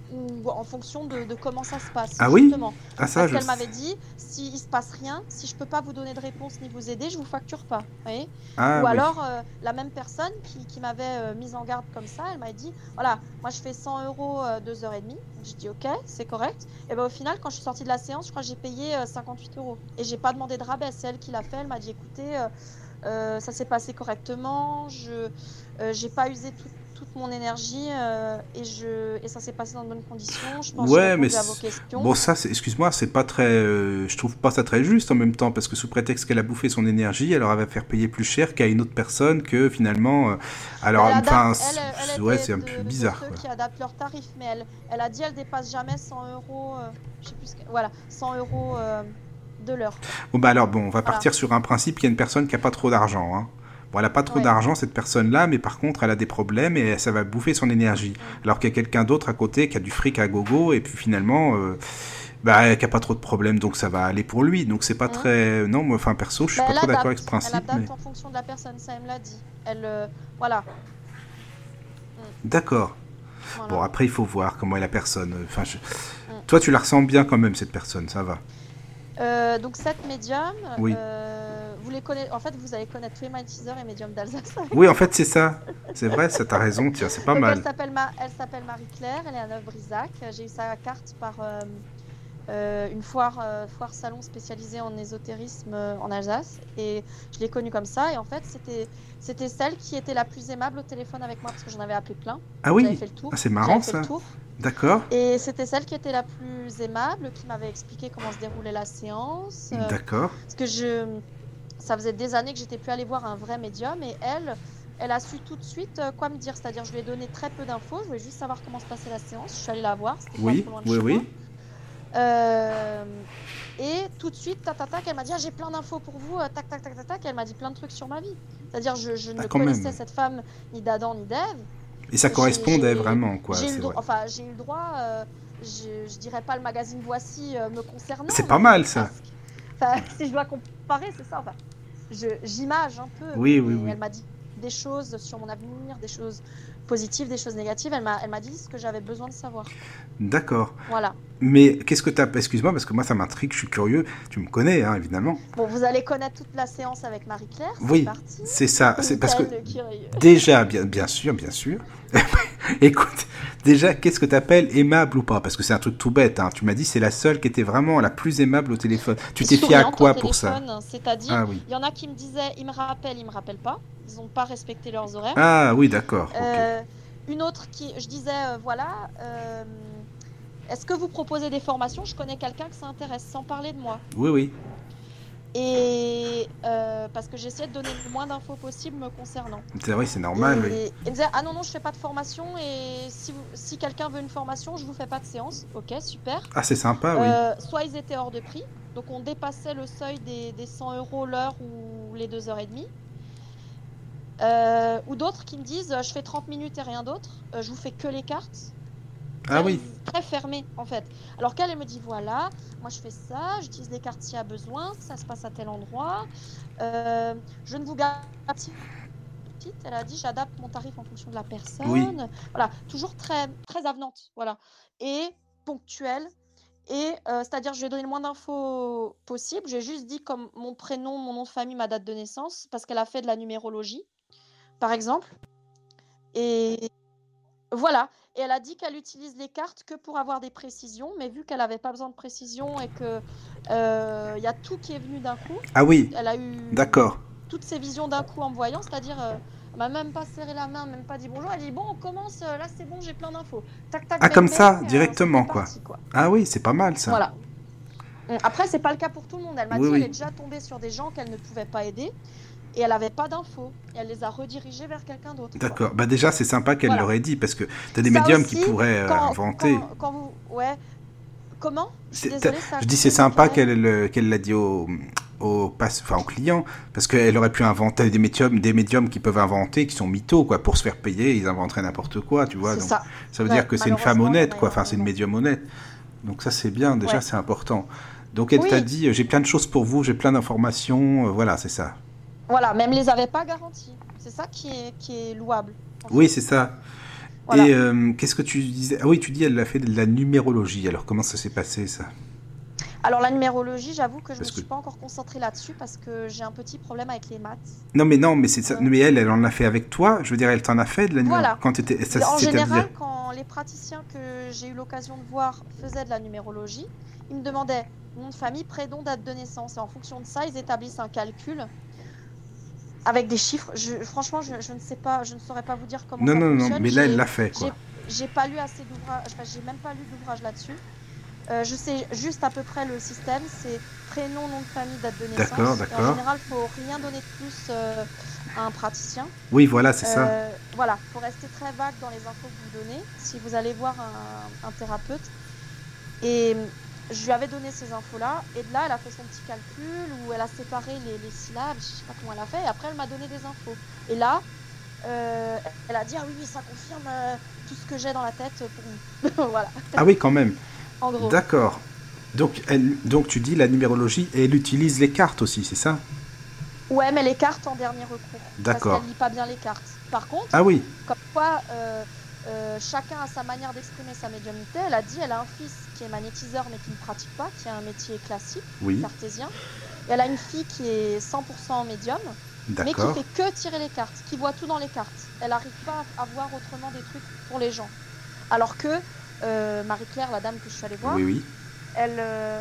ou en fonction de, de comment ça se passe. Ah oui justement. Ah ça, Parce je qu'elle m'avait dit, s'il ne se passe rien, si je ne peux pas vous donner de réponse ni vous aider, je ne vous facture pas. Vous voyez Ah ou oui. alors, euh, la même personne qui, qui m'avait euh, mise en garde comme ça, elle m'a dit, voilà, moi je fais cent euros euh, deux heures et demie. Je dis, ok, c'est correct. Et ben au final, quand je suis sortie de la séance, je crois que j'ai payé euh, cinquante-huit euros. Et j'ai pas demandé de rabais, c'est elle qui l'a fait. Elle m'a dit, écoutez, euh, euh, ça s'est passé correctement, je euh, j'ai pas usé tout, toute mon énergie euh, et, je, et ça s'est passé dans de bonnes conditions. Je pense que j'ai Ouais, mais répondu à vos c'est- questions. bon, ça, c'est- excuse-moi, c'est pas très. Euh, je trouve pas ça très juste en même temps, parce que sous prétexte qu'elle a bouffé son énergie, alors elle va faire payer plus cher qu'à une autre personne que finalement. euh, alors, Elle enfin, adapte, elle, c'est- elle ouais, était c'est un de, peu de bizarre, ceux quoi. qui adaptent leurs tarifs, mais elle, elle a dit elle dépasse jamais cent euros, euh, je sais plus ce que- voilà, cent euros euh, de l'heure. Bon, bah alors, bon, on va Voilà. partir sur un principe qu'il y a une personne qui a pas trop d'argent, hein. Bon, elle a pas trop Ouais. d'argent, cette personne-là, mais par contre, elle a des problèmes et ça va bouffer son énergie. Alors qu'il y a quelqu'un d'autre à côté qui a du fric à gogo et puis finalement, euh, bah, qui a pas trop de problèmes, donc ça va aller pour lui. Donc c'est pas Mhm. très. Non, moi, enfin, perso, je suis Bah, pas elle trop d'accord adapte, avec ce elle principe, adapte mais. en fonction de la personne, ça elle me l'a dit. Elle, euh, voilà, D'accord. voilà. Bon, après, il faut voir comment est la personne. Enfin, je- Mm. toi, tu la ressens bien quand même, cette personne, ça va. Euh, donc cette médium, Oui. euh, vous les connaissez, en fait vous allez connaître tous les magnétiseurs et médiums d'Alsace. Oui, en fait, c'est ça. C'est vrai, ça, t'as raison, tiens, c'est pas Donc, mal. Elle s'appelle Ma- elle s'appelle Marie-Claire, elle est à Neuf-Brisac. J'ai eu sa carte par euh, euh, une foire, euh, foire salon spécialisée en ésotérisme euh, en Alsace. Et je l'ai connue comme ça. Et en fait, c'était, c'était celle qui était la plus aimable au téléphone avec moi parce que j'en avais appelé plein. Ah J'avais oui, fait le tour. ah, c'est J'avais marrant fait ça. le tour. D'accord, Et c'était celle qui était la plus aimable, qui m'avait expliqué comment se déroulait la séance. euh, d'accord. Parce que je, ça faisait des années que j'étais plus allée voir un vrai médium et elle, elle a su tout de suite euh, quoi me dire. C'est-à-dire, je lui ai donné très peu d'infos. Je voulais juste savoir comment se passait la séance. Je suis allée la voir. C'était Oui, pas trop loin de oui, chez oui. moi. Euh, et tout de suite, tac, tac, tac, elle m'a dit ah, j'ai plein d'infos pour vous. euh, Tac, tac, tac, tac, tac. Elle m'a dit plein de trucs sur ma vie. C'est-à-dire, je, je Ah, ne quand connaissais même. cette femme ni d'Adam ni d'Ève. Et ça J'ai- correspondait j'ai- vraiment, quoi. J'ai eu, C'est le dro- vrai. enfin, j'ai eu le droit. euh, je, je dirais pas le magazine Voici euh, me concernant. C'est pas mais mal, ça. presque. Enfin, si je dois comparer, c'est ça. Enfin, je, j'image un peu. Oui, mais oui, oui. Elle m'a dit des choses sur mon avenir, des choses positives, des choses négatives. Elle m'a, elle m'a dit ce que j'avais besoin de savoir. D'accord. Voilà. Mais qu'est-ce que t'as... Excuse-moi, parce que moi, ça m'intrigue, je suis curieux. Tu me connais, hein, évidemment. Bon, vous allez connaître toute la séance avec Marie-Claire. C'est Oui, parti. c'est ça. C'est parce que... Michael Curie. Déjà, bien, bien sûr, bien sûr. Écoute, déjà, qu'est-ce que t'appelles aimable ou pas? Parce que c'est un truc tout bête, hein. Tu m'as dit c'est la seule qui était vraiment la plus aimable au téléphone. Tu t'es fié à Souriante quoi au pour ça? téléphone, C'est-à-dire, Ah oui. il y en a qui me disaient, ils me rappellent, ils me rappellent pas. Ils n'ont pas respecté leurs horaires. Ah oui, d'accord. ok. Euh, une autre qui, je disais, euh, voilà, euh, est-ce que vous proposez des formations? Je connais quelqu'un que ça intéresse, sans parler de moi. Oui, oui. Et euh, parce que j'essayais de donner le moins d'infos possible me concernant. C'est vrai, c'est normal, et, oui. et il me disait, ah non, non, je fais pas de formation et si, vous- si quelqu'un veut une formation, je vous fais pas de séance. Ok, super. Ah, c'est sympa, oui. Euh, soit ils étaient hors de prix, donc on dépassait le seuil des, des cent euros l'heure ou les deux heures et demie. Euh, ou d'autres qui me disent, euh, je fais trente minutes et rien d'autre, euh, je vous fais que les cartes. Ah oui. Très fermé en fait. Alors qu'elle, elle me dit voilà, moi je fais ça, j'utilise les cartes s'il y a besoin, ça se passe à tel endroit. Euh, je ne vous garantis. Elle a dit j'adapte mon tarif en fonction de la personne. Oui. Voilà, toujours très très avenante, voilà, et ponctuelle. Et euh, c'est-à-dire je lui ai donné le moins d'infos possible. J'ai juste dit comme mon prénom, mon nom de famille, ma date de naissance, parce qu'elle a fait de la numérologie, par exemple. Et voilà. Et elle a dit qu'elle utilise les cartes que pour avoir des précisions, mais vu qu'elle n'avait pas besoin de précision et que euh, y a tout qui est venu d'un coup, Ah oui, elle a eu d'accord. toutes ses visions d'un coup en me voyant, c'est-à-dire euh, elle m'a même pas serré la main, même pas dit bonjour, elle dit bon on commence, euh, là c'est bon, j'ai plein d'infos. Tac tac. Ah, bang, comme bang, ça, euh, directement, c'était quoi. parti, quoi. Ah oui, c'est pas mal, ça. Voilà. Bon, après c'est pas le cas pour tout le monde. Elle m'a Oui, dit oui. elle est déjà tombée sur des gens qu'elle ne pouvait pas aider et elle avait pas d'infos. Et elle les a redirigés vers quelqu'un d'autre. quoi. D'accord. Bah déjà, c'est sympa qu'elle Voilà. l'aurait dit, parce que t'as des Ça médiums aussi, qui pourraient euh, quand- inventer. Quand, quand vous, ouais. Comment? Je suis C'est- désolée, ça a Je dis coupé, c'est sympa Michael. qu'elle le- qu'elle l'a dit au, au, passe- enfin, au client, parce qu'elle aurait pu inventer des médiums, des médiums qui peuvent inventer, qui sont mythos, quoi, pour se faire payer, ils inventeraient n'importe quoi, tu vois. C'est Donc, ça. ça veut Ouais, dire que c'est une femme malheureusement, honnête, il y en a quoi, enfin c'est une énormément. médium honnête. Donc ça c'est bien, déjà Ouais. c'est important. Donc elle Oui. t'a dit, euh, j'ai plein de choses pour vous, j'ai plein d'informations, euh, voilà, c'est ça. Voilà, même les avait pas garantis. C'est ça qui est, qui est louable. en Oui, fait. c'est ça. Voilà. Et euh, qu'est-ce que tu disais? Ah oui, tu dis elle a fait de la numérologie. Alors comment ça s'est passé ça? Alors la numérologie, j'avoue que je ne Parce me suis que- pas encore concentrée là-dessus parce que j'ai un petit problème avec les maths. Non mais non, mais c'est ça. Euh. Mais elle, elle en a fait avec toi. Je veux dire, elle t'en a fait de la numérologie Voilà. quand tu étais. Ça, en c'est-à-dire- général, quand les praticiens que j'ai eu l'occasion de voir faisaient de la numérologie, ils me demandaient nom de famille, prénom, date de naissance. Et en fonction de ça, ils établissent un calcul avec des chiffres. Je, franchement, je, je ne sais pas, je ne saurais pas vous dire comment Non ça non non, fonctionne. mais là J'ai- elle l'a fait quoi. j'ai- J'ai pas lu assez d'ouvrages, enfin, j'ai même pas lu d'ouvrages là-dessus. Euh, je sais juste à peu près le système, c'est prénom, nom de famille, date de naissance. D'accord, Et d'accord. en général, il faut rien donner de plus euh, à un praticien. Oui, voilà, c'est ça. Euh, voilà, il faut rester très vague dans les infos que vous donnez si vous allez voir un, un thérapeute. Et je lui avais donné ces infos-là, et de là, elle a fait son petit calcul où elle a séparé les, les syllabes, je sais pas comment elle a fait, et après, elle m'a donné des infos. Et là, euh, elle a dit ah oui, oui, ça confirme euh, tout ce que j'ai dans la tête pour vous. Voilà, Ah oui, quand même. en gros. D'accord. Donc, elle, donc tu dis la numérologie et elle utilise les cartes aussi, c'est ça? Ouais, mais les cartes en dernier recours. D'accord. Parce qu'elle lit pas bien les cartes. Par contre, Ah oui. comme quoi euh, euh, chacun a sa manière d'exprimer sa médiumnité. Elle a dit elle a un fils qui est magnétiseur mais qui ne pratique pas, qui a un métier classique, Oui. cartésien. Et elle a une fille qui est cent pour cent médium, mais qui D'accord. fait que tirer les cartes, qui voit tout dans les cartes. Elle n'arrive pas à voir autrement des trucs pour les gens. Alors que euh, Marie-Claire, la dame que je suis allée voir, Oui, oui. elle, euh,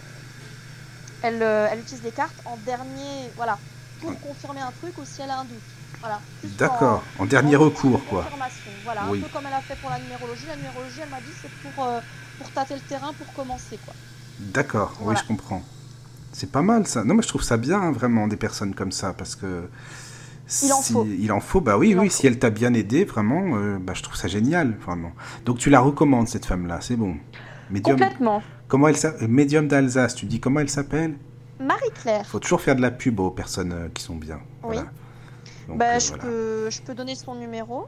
elle, euh, elle utilise les cartes en dernier, voilà, pour confirmer un truc ou si elle a un doute. Voilà. Juste D'accord. en- En dernier en recours, outil de quoi. confirmation. Voilà, Oui. un peu comme elle a fait pour la numérologie. La numérologie, elle m'a dit c'est pour, euh, pour tâter le terrain, pour commencer, quoi. D'accord. Oui, Voilà. je comprends. C'est pas mal ça. Non, mais je trouve ça bien, hein, vraiment, des personnes comme ça, parce que. Il en si- faut. Il en faut, bah oui, Il en oui. faut. Si elle t'a bien aidé, vraiment, euh, bah, je trouve ça génial, vraiment. Donc tu la recommandes, cette femme-là, c'est bon. Médium. Complètement. Comment elle s'appelle? Médium d'Alsace, tu dis comment elle s'appelle? Marie-Claire. Faut toujours faire de la pub aux personnes euh, qui sont bien. Oui. Voilà. Donc, Bah, euh, je, voilà. peux, je peux donner son numéro.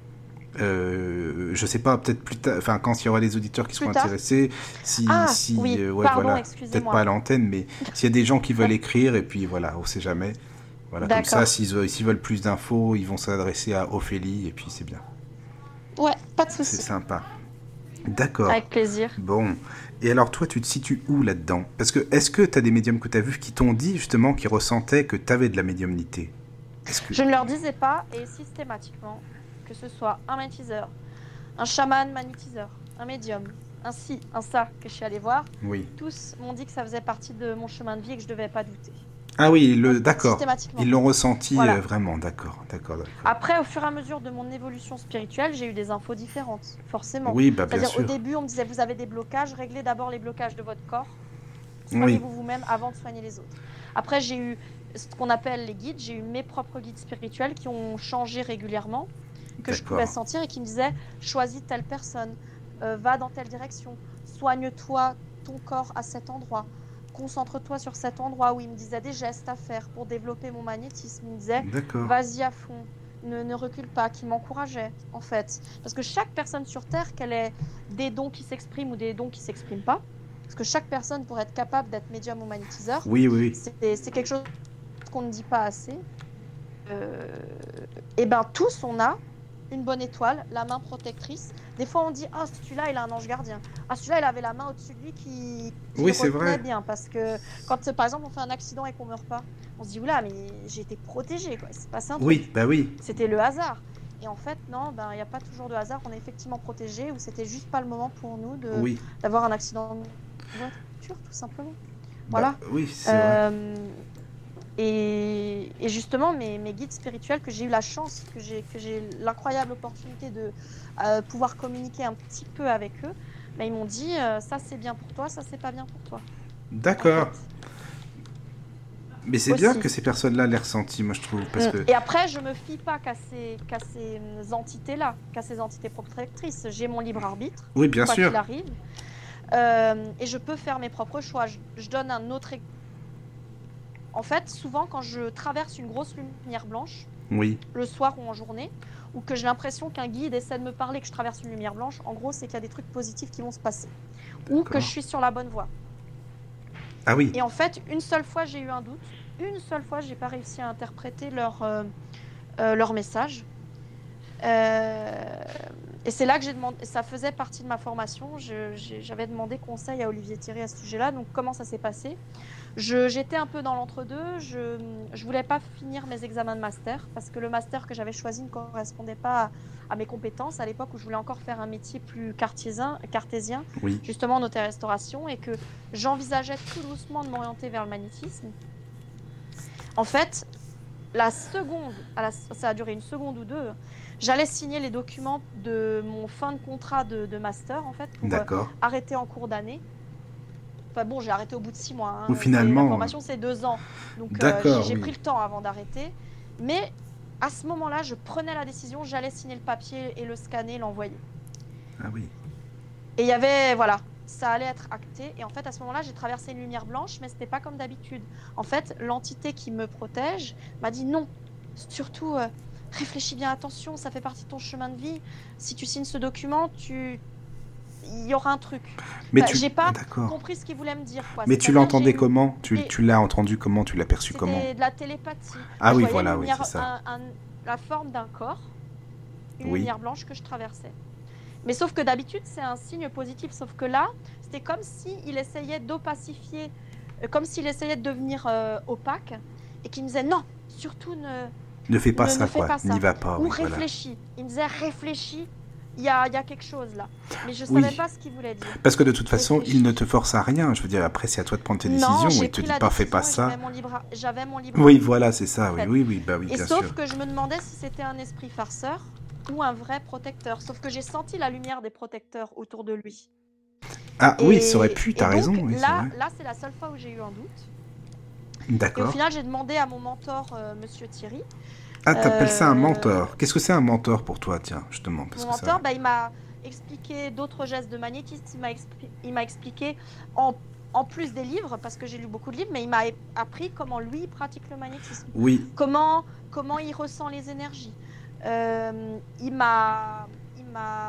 Euh, je sais pas, peut-être plus tard, enfin quand il y aura les auditeurs qui Plus seront tard. intéressés, si, Ah, si oui, euh, ouais, pardon, voilà, excusez-moi. peut-être pas à l'antenne, mais s'il y a des gens qui veulent écrire, et puis voilà, on sait jamais. Voilà, comme D'accord. ça, s'ils, veulent- s'ils veulent plus d'infos, ils vont s'adresser à Ophélie, et puis c'est bien. Ouais, pas de C'est souci. sympa. D'accord. Avec plaisir. Bon. Et alors, toi, tu te situes où là-dedans? Parce que, est-ce que tu as des médiums que tu as vus qui t'ont dit, justement, qui ressentaient que tu avais de la médiumnité? Est-ce que... Je ne leur disais pas, et systématiquement, que ce soit un magnétiseur, un chaman magnétiseur, un médium, un ci, un ça que je suis allée voir, Oui. tous m'ont dit que ça faisait partie de mon chemin de vie et que je devais pas douter. Ah oui, le... d'accord. Systématiquement. Ils l'ont ressenti Voilà. euh, vraiment, d'accord, d'accord, d'accord. Après, au fur et à mesure de mon évolution spirituelle, j'ai eu des infos différentes, forcément. Oui, bah bien C'est-à-dire, sûr. au début, on me disait, vous avez des blocages, réglez d'abord les blocages de votre corps, Oui. soignez-vous vous-même avant de soigner les autres. Après, j'ai eu ce qu'on appelle les guides, j'ai eu mes propres guides spirituels qui ont changé régulièrement, que je D'accord. pouvais sentir et qui me disaient, choisis telle personne, euh, va dans telle direction, soigne-toi ton corps à cet endroit, concentre-toi sur cet endroit où il me disait des gestes à faire pour développer mon magnétisme. Il me disait, D'accord. vas-y à fond, ne, ne recule pas, qui m'encourageait en fait. Parce que chaque personne sur Terre, qu'elle ait des dons qui s'expriment ou des dons qui ne s'expriment pas, parce que chaque personne pour être capable d'être médium ou magnétiseur, Oui, oui, oui. c'est c'est quelque chose qu'on ne dit pas assez. Euh, et ben tous on a une bonne étoile, la main protectrice. Des fois on dit ah celui-là il a un ange gardien. Ah celui-là il avait la main au-dessus de lui qui, qui Oui, le c'est retenait vrai. bien parce que quand par exemple on fait un accident et qu'on meurt pas, on se dit oula mais j'ai été protégé quoi. C'est passé un truc. Oui, bah oui. C'était le hasard. Et en fait non, ben il n'y a pas toujours de hasard. On est effectivement protégé ou c'était juste pas le moment pour nous de Oui. d'avoir un accident de voiture tout simplement. Voilà. Bah, oui, c'est vrai. Euh, et, et justement, mes, mes guides spirituels, que j'ai eu la chance, que j'ai que j'ai l'incroyable opportunité de euh, pouvoir communiquer un petit peu avec eux, bah, ils m'ont dit euh, ça c'est bien pour toi, ça c'est pas bien pour toi. D'accord. En fait. Mais c'est aussi. bien que ces personnes-là l'aient ressenti, moi je trouve. Parce Mm. que... Et après, je me fie pas qu'à ces, qu'à ces hum, entités-là, qu'à ces entités protectrices. J'ai mon libre arbitre, Oui, bien quoi sûr. qu'il arrive. Euh, et je peux faire mes propres choix. Je, je donne un autre exemple. En fait, souvent, quand je traverse une grosse lumière blanche, Oui. le soir ou en journée, ou que j'ai l'impression qu'un guide essaie de me parler, que je traverse une lumière blanche, en gros, c'est qu'il y a des trucs positifs qui vont se passer. Ou que D'accord. je suis sur la bonne voie. Ah oui. Et en fait, une seule fois, j'ai eu un doute. Une seule fois, j'ai pas réussi à interpréter leur, euh, euh, leur message. Euh, Et c'est là que j'ai demandé, ça faisait partie de ma formation, je, j'ai, j'avais demandé conseil à Olivier Thierry à ce sujet-là, donc comment ça s'est passé? je, J'étais un peu dans l'entre-deux, je ne voulais pas finir mes examens de master, parce que le master que j'avais choisi ne correspondait pas à, à mes compétences, à l'époque où je voulais encore faire un métier plus cartésien, cartésien Oui. justement en hôtellerie-restauration, et que j'envisageais tout doucement de m'orienter vers le magnétisme. En fait, la seconde, à la, ça a duré une seconde ou deux, j'allais signer les documents de mon fin de contrat de, de master, en fait, pour euh, arrêter en cours d'année. Enfin bon, j'ai arrêté au bout de six mois. Hein. Ou finalement... La formation, c'est deux ans. Donc euh, j'ai, j'ai oui. pris le temps avant d'arrêter. Mais à ce moment-là, je prenais la décision, j'allais signer le papier et le scanner, l'envoyer. Ah oui. Et il y avait, voilà, ça allait être acté. Et en fait, à ce moment-là, j'ai traversé une lumière blanche, mais ce n'était pas comme d'habitude. En fait, l'entité qui me protège m'a dit non, surtout... Euh, réfléchis bien, attention, ça fait partie de ton chemin de vie. Si tu signes ce document, tu... il y aura un truc. Mais enfin, tu... J'ai pas D'accord. compris ce qu'il voulait me dire. Quoi. Mais tu l'entendais j'ai... comment tu, Et... tu l'as entendu comment? Tu l'as perçu C'était comment? de la télépathie. Ah je oui, voilà, lumière, oui, c'est ça. Un, un, la forme d'un corps, une oui. lumière blanche que je traversais. Mais sauf que d'habitude, c'est un signe positif. Sauf que là, c'était comme s'il essayait d'opacifier, euh, comme s'il essayait de devenir euh, opaque et qu'il me disait non, surtout ne... Ne fais pas ne, ça, ne fais quoi. Pas ça. N'y va pas. Ou oui, réfléchis. Voilà. Il me disait réfléchis. Il y a, il y a quelque chose là. Mais je ne savais oui. pas ce qu'il voulait dire. Parce que de toute façon, réfléchis. Il ne te force à rien. Je veux dire, après, c'est à toi de prendre tes décisions. Non, il te dit pas, fais pas ça. J'avais mon libre, j'avais mon libre. Oui, voilà, c'est ça. Oui, fait. oui, oui, bah oui, Et bien sauf sûr. que je me demandais si c'était un esprit farceur ou un vrai protecteur. Sauf que j'ai senti la lumière des protecteurs autour de lui. Ah et, oui, ça aurait pu. T'as raison. Donc, oui, là, c'est là, c'est la seule fois où j'ai eu un doute. D'accord. Et au final, j'ai demandé à mon mentor, euh, Monsieur Thierry. Ah, t'appelles euh... ça un mentor? Qu'est-ce que c'est un mentor pour toi, tiens, justement parce Mon que mentor, ça... bah, il m'a expliqué d'autres gestes de magnétisme. Il m'a, expli... il m'a expliqué, en... en plus des livres, parce que j'ai lu beaucoup de livres, mais il m'a appris comment lui il pratique le magnétisme. Oui. Comment, comment il ressent les énergies. Euh, il m'a, il m'a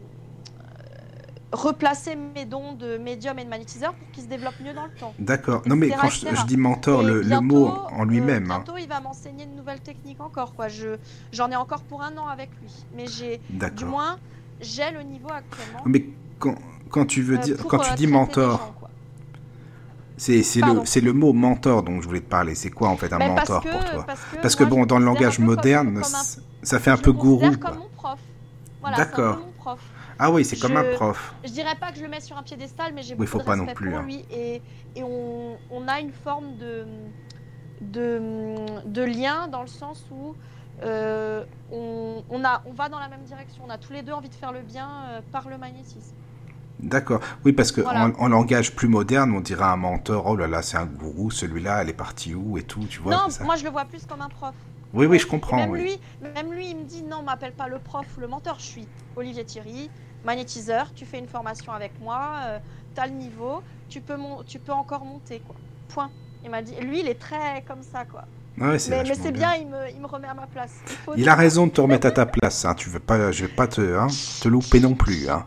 replacé mes dons de médium et de magnétiseur pour qu'ils se développent mieux dans le temps. D'accord. et cetera, non, mais quand je, je dis mentor, le, bientôt, le mot en lui-même. Euh, bientôt, hein. il va m'enseigner de nouvelles techniques encore. Quoi. Je, j'en ai encore pour un an avec lui. Mais j'ai, D'accord. du moins, j'ai le niveau actuellement. Mais quand, quand tu veux dire, euh, pour, quand tu euh, dis mentor, gens, quoi. c'est, c'est, le, c'est le mot mentor dont je voulais te parler. C'est quoi en fait un mais mentor que, pour toi? Parce que, parce que moi, bon, dans le langage moderne, comme, comme un, ça fait un je peu le gourou. Comme quoi. mon prof. Voilà, D'accord. C'est un peu mon prof. Ah oui, c'est je, comme un prof. Je dirais pas que je le mets sur un piédestal, mais j'ai oui, beaucoup de pas respect non plus, pour hein. lui. Et, et on, on a une forme de, de, de lien dans le sens où euh, on, on, a, on va dans la même direction. On a tous les deux envie de faire le bien euh, par le magnétisme. D'accord. Oui, parce qu'en voilà. en, en langage plus moderne, on dirait un mentor, oh là là, c'est un gourou, celui-là, elle est partie où et tout, tu vois. Non, ça. moi je le vois plus comme un prof. Oui, oui, je comprends. Même, oui. lui, même lui, il me dit non, m'appelle pas le prof ou le mentor, je suis Olivier Thierry, magnétiseur, tu fais une formation avec moi, euh, tu as le niveau, tu peux, mon- tu peux encore monter, quoi. Point. Il m'a dit, lui, il est très comme ça, quoi. Ouais, c'est mais, mais c'est bien, bien, il me, il me remet à ma place. Il, faut il dire. a raison de te remettre à ta place. Hein. Tu veux pas, je vais pas te, hein, te louper non plus. Hein.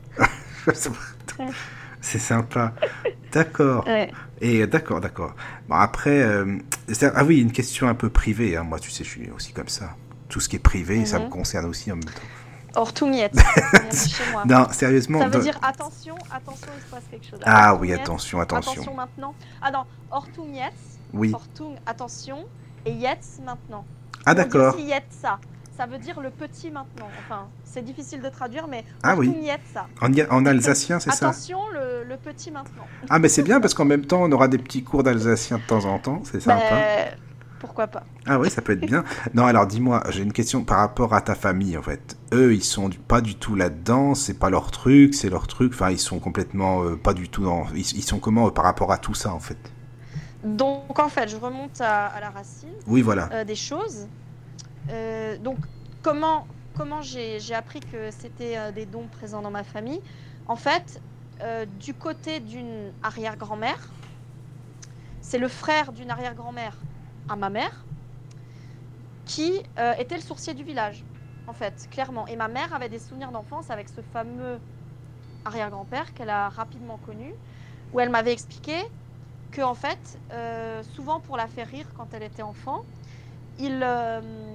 C'est sympa. D'accord. Ouais. Et d'accord, d'accord. Bon, après, euh, ah oui, une question un peu privée. Hein. Moi, tu sais, je suis aussi comme ça. Tout ce qui est privé, mm-hmm. ça me concerne aussi en même temps. Or tout miette. Chez moi. Non, sérieusement. Ça veut dans... dire attention, attention, il se passe quelque chose. Ah or, oui, miette, attention, attention. Attention maintenant. Ah non, or tout miette. Oui. Or tout, attention. Et yetz maintenant. Ah d'accord. On dit yetz ça. Ça veut dire le petit maintenant. Enfin, c'est difficile de traduire, mais ah oui. ça. En, en alsacien, c'est ça? Attention, le, le petit maintenant. Ah, mais c'est bien parce qu'en même temps, on aura des petits cours d'alsacien de temps en temps. C'est sympa. Bah, pourquoi pas? Ah oui, ça peut être bien. Non, alors dis-moi, j'ai une question par rapport à ta famille, en fait. Eux, ils sont du, pas du tout là-dedans. C'est pas leur truc, c'est leur truc. Enfin, ils sont complètement euh, pas du tout dans. Ils, ils sont comment euh, par rapport à tout ça, en fait? Donc, en fait, je remonte à, à la racine. Oui, voilà. Euh, des choses. Euh, donc, comment, comment j'ai, j'ai appris que c'était euh, des dons présents dans ma famille? En fait, euh, du côté d'une arrière-grand-mère, c'est le frère d'une arrière-grand-mère à ma mère qui euh, était le sourcier du village, en fait, clairement. Et ma mère avait des souvenirs d'enfance avec ce fameux arrière-grand-père qu'elle a rapidement connu, où elle m'avait expliqué que, en fait, euh, souvent pour la faire rire quand elle était enfant, il, euh,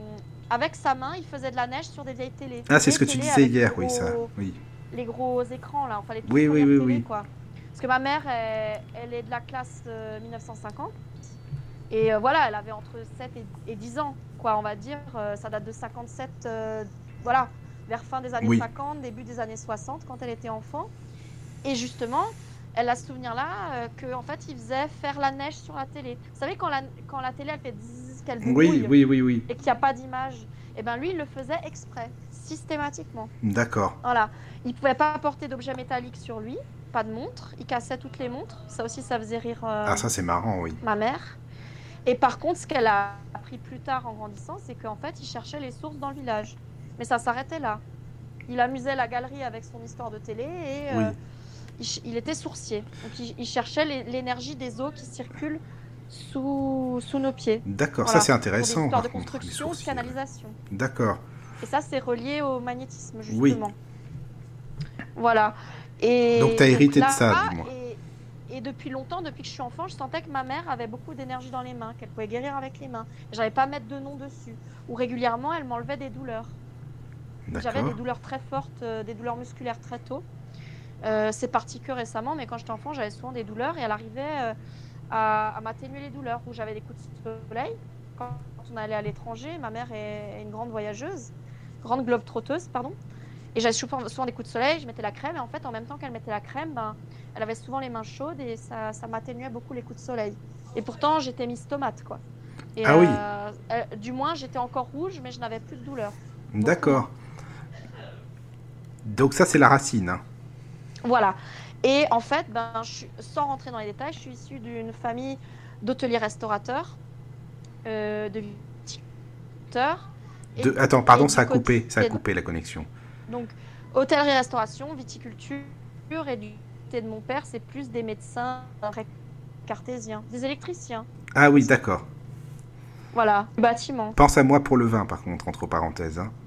avec sa main, il faisait de la neige sur des vieilles télés. Ah, c'est Des ce que tu télés disais avec hier, les oui, gros- ça. Oui. Les gros écrans, là, enfin les toutes Oui, oui, premières oui, télés, oui. quoi. Parce que ma mère, elle, elle est de la classe euh, mille neuf cent cinquante. Et euh, voilà, elle avait entre sept et, et dix ans, quoi, on va dire. Euh, ça date de cinquante-sept, euh, voilà, vers fin des années Oui. cinquante, début des années soixante, quand elle était enfant. Et justement, elle a ce souvenir-là euh, qu'en fait, il faisait faire la neige sur la télé. Vous savez, quand la, quand la télé, elle fait zzz, qu'elle bouille Oui, oui, oui, oui. et qu'il n'y a pas d'image, et ben lui, il le faisait exprès, systématiquement. D'accord. Voilà. Il pouvait pas porter d'objets métalliques sur lui, pas de montre. Il cassait toutes les montres. Ça aussi, ça faisait rire euh, Ah, ça, c'est marrant, oui. ma mère. Et par contre, ce qu'elle a appris plus tard en grandissant, c'est qu'en fait, il cherchait les sources dans le village. Mais ça s'arrêtait là. Il amusait la galerie avec son histoire de télé et euh, Oui. il, ch- il était sourcier. Donc, il, il cherchait les- l'énergie des eaux qui circulent sous, sous nos pieds. D'accord, Voilà. ça, c'est Pour des intéressant, histoires par de contre, les construction, de sourcils, ouais. canalisation. D'accord. Et ça, c'est relié au magnétisme, Oui. justement. Voilà. Et Donc, t'as donc hérité de là, ça, dis-moi. Et, et depuis longtemps, depuis que je suis enfant, je sentais que ma mère avait beaucoup d'énergie dans les mains, qu'elle pouvait guérir avec les mains. J'avais pas à mettre de nom dessus. Ou régulièrement, elle m'enlevait des douleurs. J'avais des D'accord. douleurs très fortes, euh, des douleurs musculaires très tôt. Euh, c'est parti que récemment, mais quand j'étais enfant, j'avais souvent des douleurs et elle arrivait euh, à, à m'atténuer les douleurs. Où j'avais des coups de soleil. Quand on allait à l'étranger, ma mère est une grande voyageuse, grande globe-trotteuse, pardon. Et j'avais souvent, souvent des coups de soleil, je mettais la crème, et en fait, en même temps qu'elle mettait la crème, ben, elle avait souvent les mains chaudes et ça, ça m'atténuait beaucoup les coups de soleil. Et pourtant, j'étais Miss Tomate, quoi. Et, Ah oui. euh, elle- du moins, j'étais encore rouge, mais je n'avais plus de douleur. D'accord. Donc, ça, c'est la racine. Hein. Voilà. Et en fait, ben, je suis- sans rentrer dans les détails, je suis issue d'une famille d'hôteliers restaurateurs, euh, de viticulteurs. et- De... Attends, pardon, et du ça a coupé. Ça a côté- coupé, la connexion. Donc, hôtellerie-restauration, viticulture, et du côté de mon père, c'est plus des médecins très cartésiens, des électriciens, Ah oui, d'accord. voilà, du bâtiment. Pense à moi pour le vin, par contre, entre parenthèses. Hein.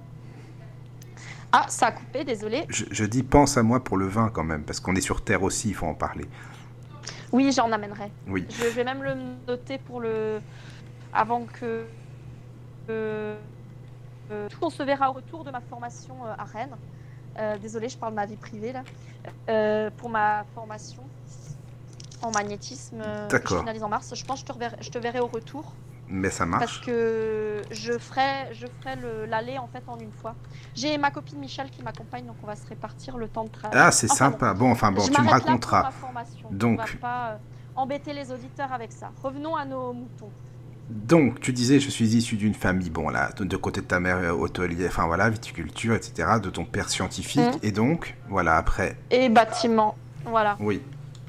Ah, ça a coupé, désolé. Je, je dis pense à moi pour le vin, quand même, parce qu'on est sur Terre aussi, il faut en parler. Oui, j'en amènerai. Oui. Je vais même le noter pour le... avant que... euh, euh, on se verra au retour de ma formation euh, à Rennes. Euh, désolée, je parle de ma vie privée, là. Euh, pour ma formation en magnétisme, euh, que je D'accord. finalise en mars. Je pense que je te, reverrai, je te verrai au retour. Mais ça Parce marche. que je ferai, je ferai le- l'aller en fait en une fois. J'ai ma copine Michel qui m'accompagne, donc on va se répartir le temps de travail. Ah, c'est Enfin, sympa. Bon, enfin bon, je tu me m'arrête là pour raconteras. ma formation. Donc- On va pas euh, embêter les auditeurs avec ça. Revenons à nos moutons. Donc, tu disais, je suis issu d'une famille, bon, là, de, de côté de ta mère, euh, hôtelier, enfin voilà, viticulture, et cetera, de ton père scientifique, Mhm. et donc, voilà, après, Et bâtiment, voilà. oui.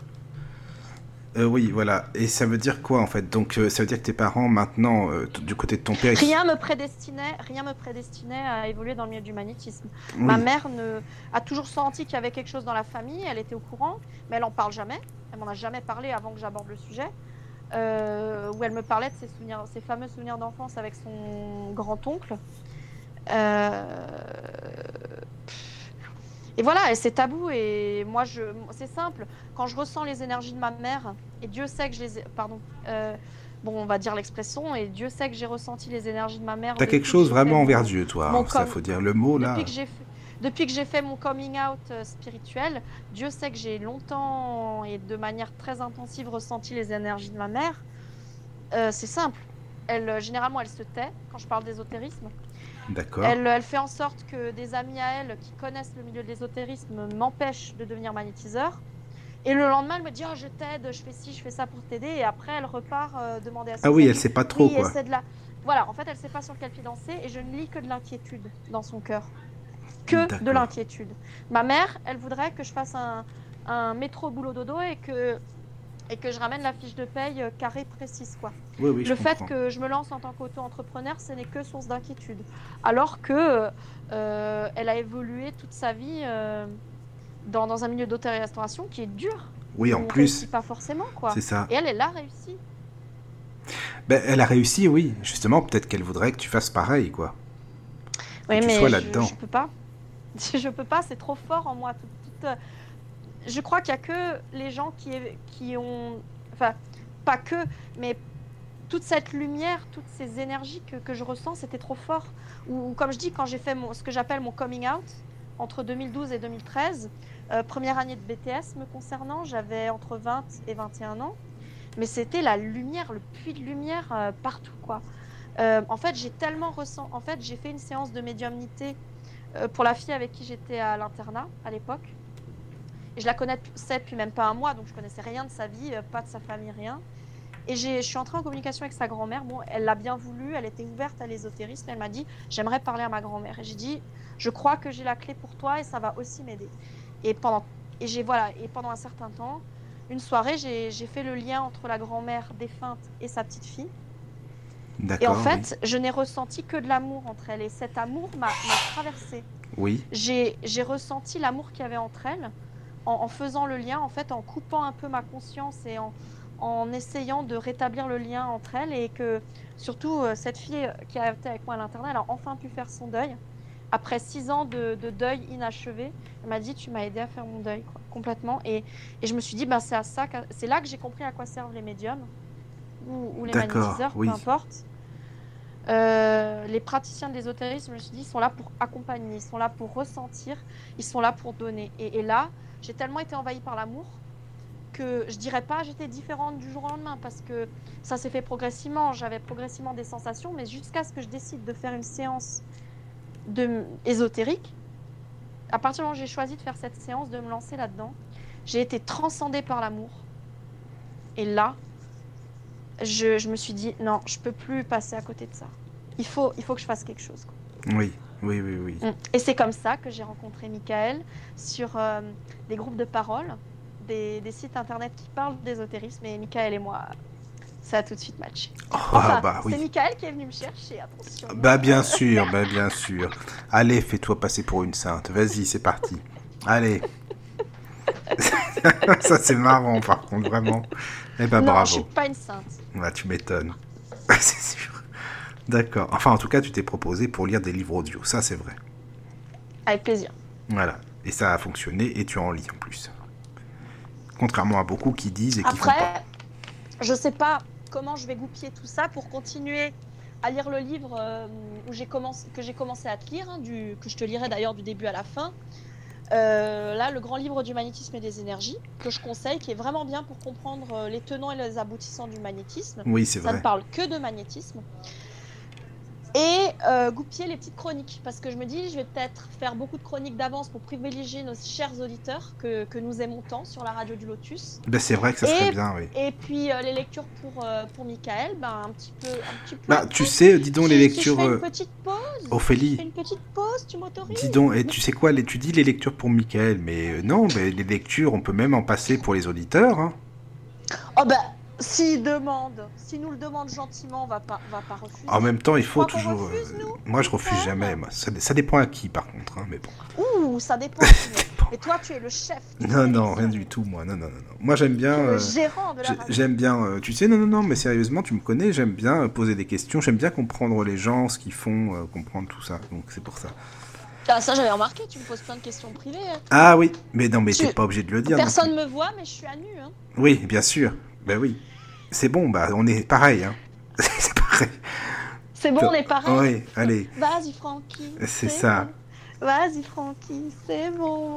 Euh, oui, voilà. Et ça veut dire quoi, en fait? Donc, euh, ça veut dire que tes parents, maintenant, euh, t- du côté de ton père... ils- Rien me prédestinait, rien me prédestinait à évoluer dans le milieu du magnétisme. Oui. Ma mère ne, a toujours senti qu'il y avait quelque chose dans la famille, elle était au courant, mais elle en parle jamais. Elle m'en a jamais parlé avant que j'aborde le sujet. Euh, où elle me parlait de ses souvenirs, ses fameux souvenirs d'enfance avec son grand-oncle. Euh, Et voilà, et c'est tabou. Et moi, je, c'est simple. Quand je ressens les énergies de ma mère, et Dieu sait que je les ai, pardon. Euh, Bon, on va dire l'expression, et Dieu sait que j'ai ressenti les énergies de ma mère. T'as depuis quelque que chose j'ai vraiment fait envers mon- Dieu, toi. mon hein, Ça, com- faut dire le mot, là. Depuis que j'ai fait, depuis que j'ai fait mon coming out euh, spirituel, Dieu sait que j'ai longtemps et de manière très intensive ressenti les énergies de ma mère. Euh, c'est simple. Elle, euh, généralement, elle se tait quand je parle d'ésotérisme. D'accord. Elle, elle fait en sorte que des amis à elle qui connaissent le milieu de l'ésotérisme m'empêchent de devenir magnétiseur. Et le lendemain, elle me dit oh, je t'aide, je fais ci, je fais ça pour t'aider. Et après, elle repart euh, demander à ses Ah oui, amis. elle sait pas trop, Oui, quoi. et c'est de la... Voilà, en fait, elle sait pas sur quel pied danser et je ne lis que de l'inquiétude dans son cœur. Que D'accord. de l'inquiétude. Ma mère, elle voudrait que je fasse un, un métro boulot dodo et que, et que je ramène la fiche de paye euh, carrée précise, quoi. Oui, oui, je Le fait comprends. que je me lance en tant qu'auto-entrepreneur, ce n'est que source d'inquiétude. Alors que euh, elle a évolué toute sa vie euh, dans, dans un milieu d'hôtellerie-restauration qui est dur. Oui, en On plus, réussit pas forcément, quoi. c'est ça. Et elle, elle a réussi. Ben, elle a réussi, oui. Justement, peut-être qu'elle voudrait que tu fasses pareil, quoi. Oui, tu mais sois je, là-dedans. je peux pas. Je peux pas, c'est trop fort en moi. Tout- tout, euh, je crois qu'il y a que les gens qui, qui ont, enfin, pas que, mais toute cette lumière, toutes ces énergies que, que je ressens, c'était trop fort. Ou, ou comme je dis, quand j'ai fait mon, ce que j'appelle mon coming out, entre deux mille douze et deux mille treize, euh, première année de B T S me concernant, j'avais entre vingt et vingt et un ans, mais c'était la lumière, le puits de lumière euh, partout, quoi. Euh, en fait, j'ai tellement ressenti... En fait, j'ai fait une séance de médiumnité euh, pour la fille avec qui j'étais à l'internat, à l'époque. Et je la connaissais depuis même pas un mois, donc je connaissais rien de sa vie, euh, pas de sa famille, rien. Et j'ai, je suis entrée en communication avec sa grand-mère. Bon, elle l'a bien voulu, elle était ouverte à l'ésotérisme. Elle m'a dit, j'aimerais parler à ma grand-mère. Et j'ai dit, je crois que j'ai la clé pour toi et ça va aussi m'aider. Et pendant, et j'ai, voilà, et pendant un certain temps, une soirée, j'ai, j'ai fait le lien entre la grand-mère défunte et sa petite fille. D'accord, et en fait, oui. je n'ai ressenti que de l'amour entre elles. Et cet amour m'a, m'a traversée. Oui. J'ai, j'ai ressenti l'amour qu'il y avait entre elles en, en faisant le lien, en fait, en coupant un peu ma conscience et en, en essayant de rétablir le lien entre elles. Et que, surtout, euh, cette fille qui a été avec moi à l'internat, elle a enfin pu faire son deuil. Après six ans de, de deuil inachevé, elle m'a dit, tu m'as aidé à faire mon deuil, quoi, complètement. Et, et je me suis dit, ben, c'est, à ça que, c'est là que j'ai compris à quoi servent les médiums ou, ou les D'accord, magnétiseurs, oui. peu importe. Euh, les praticiens de l'ésotérisme, je me suis dit, ils sont là pour accompagner, ils sont là pour ressentir, ils sont là pour donner. Et, et là, j'ai tellement été envahie par l'amour que je dirais pas j'étais différente du jour au lendemain, parce que ça s'est fait progressivement. J'avais progressivement des sensations, mais jusqu'à ce que je décide de faire une séance de ésotérique, à partir du moment où j'ai choisi de faire cette séance, de me lancer là-dedans, j'ai été transcendée par l'amour. Et là, je, je me suis dit, non, je peux plus passer à côté de ça. Il faut, il faut que je fasse quelque chose, quoi. Oui, oui, oui, oui. Et c'est comme ça que j'ai rencontré Michael sur euh, des groupes de parole, des, des sites internet qui parlent d'ésotérisme, et Michael et moi, ça a tout de suite matché. Oh, Enfin, bah oui. c'est Michael qui est venu me chercher, attention. Bah bien sûr, bah bien sûr. Allez, fais-toi passer pour une sainte. Vas-y, c'est parti. Allez. Ça c'est marrant par contre, vraiment. Eh ben non, bravo. je suis pas une sainte. Bah tu m'étonnes. C'est sûr. D'accord. Enfin en tout cas tu t'es proposé pour lire des livres audio, ça c'est vrai. Avec plaisir. Voilà. Et ça a fonctionné et tu en lis en plus. Contrairement à beaucoup qui disent et qui Après, font pas. je sais pas comment je vais goupiller tout ça pour continuer à lire le livre euh, où j'ai commencé, que j'ai commencé à te lire, hein, du, que je te lirai d'ailleurs du début à la fin. Euh, là, le grand livre du magnétisme et des énergies, que je conseille, qui est vraiment bien pour comprendre les tenants et les aboutissants du magnétisme. Oui, c'est Ça vrai. ne parle que de magnétisme. Et euh, goupiller les petites chroniques, parce que je me dis, je vais peut-être faire beaucoup de chroniques d'avance pour privilégier nos chers auditeurs que, que nous aimons tant sur la radio du Lotus. Ben, c'est vrai que ça serait Et, bien, oui. et puis euh, les lectures pour, euh, pour Michael, ben, un petit peu... Un petit peu Bah, tu sais, dis donc, si, les si lectures... je fais euh, une petite pause, Ophélie. je fais une petite pause, tu m'autorises? Dis donc, et tu sais quoi, les, tu dis les lectures pour Michael, mais euh, non, mais les lectures, on peut même en passer pour les auditeurs. Hein. Oh ben, s'il demande, s'il nous le demande gentiment, on va pas, on va pas refuser. En même temps, il faut crois qu'on toujours... refuse, euh, nous moi, je refuse Pourquoi jamais. Moi. Ça, ça dépend à qui, par contre. Hein, mais bon. Ouh, ça dépend. mais, mais toi, tu es le chef. de Non, non, l'émission. rien du tout, moi. Non, non, non. non. Moi, j'aime bien... Tu es le euh, gérant de la j'ai- radio. J'aime bien... euh, tu sais, non, non, non, mais sérieusement, tu me connais, j'aime bien euh, poser des questions, j'aime bien comprendre les gens, ce qu'ils font, euh, comprendre tout ça. Donc, c'est pour ça. Ah, ça, j'avais remarqué, tu me poses plein de questions privées. Hein. Ah oui, mais non, mais Tu- t'es pas obligé de le dire. non Personne me voit, mais je suis à nu. Hein. plus. Oui, bien sûr. Ben oui. C'est bon, bah, on est pareil, hein. C'est pareil. C'est bon, on est pareil. Oui, allez. Vas-y, Francky. C'est ça. Bon. Vas-y, Francky, c'est bon.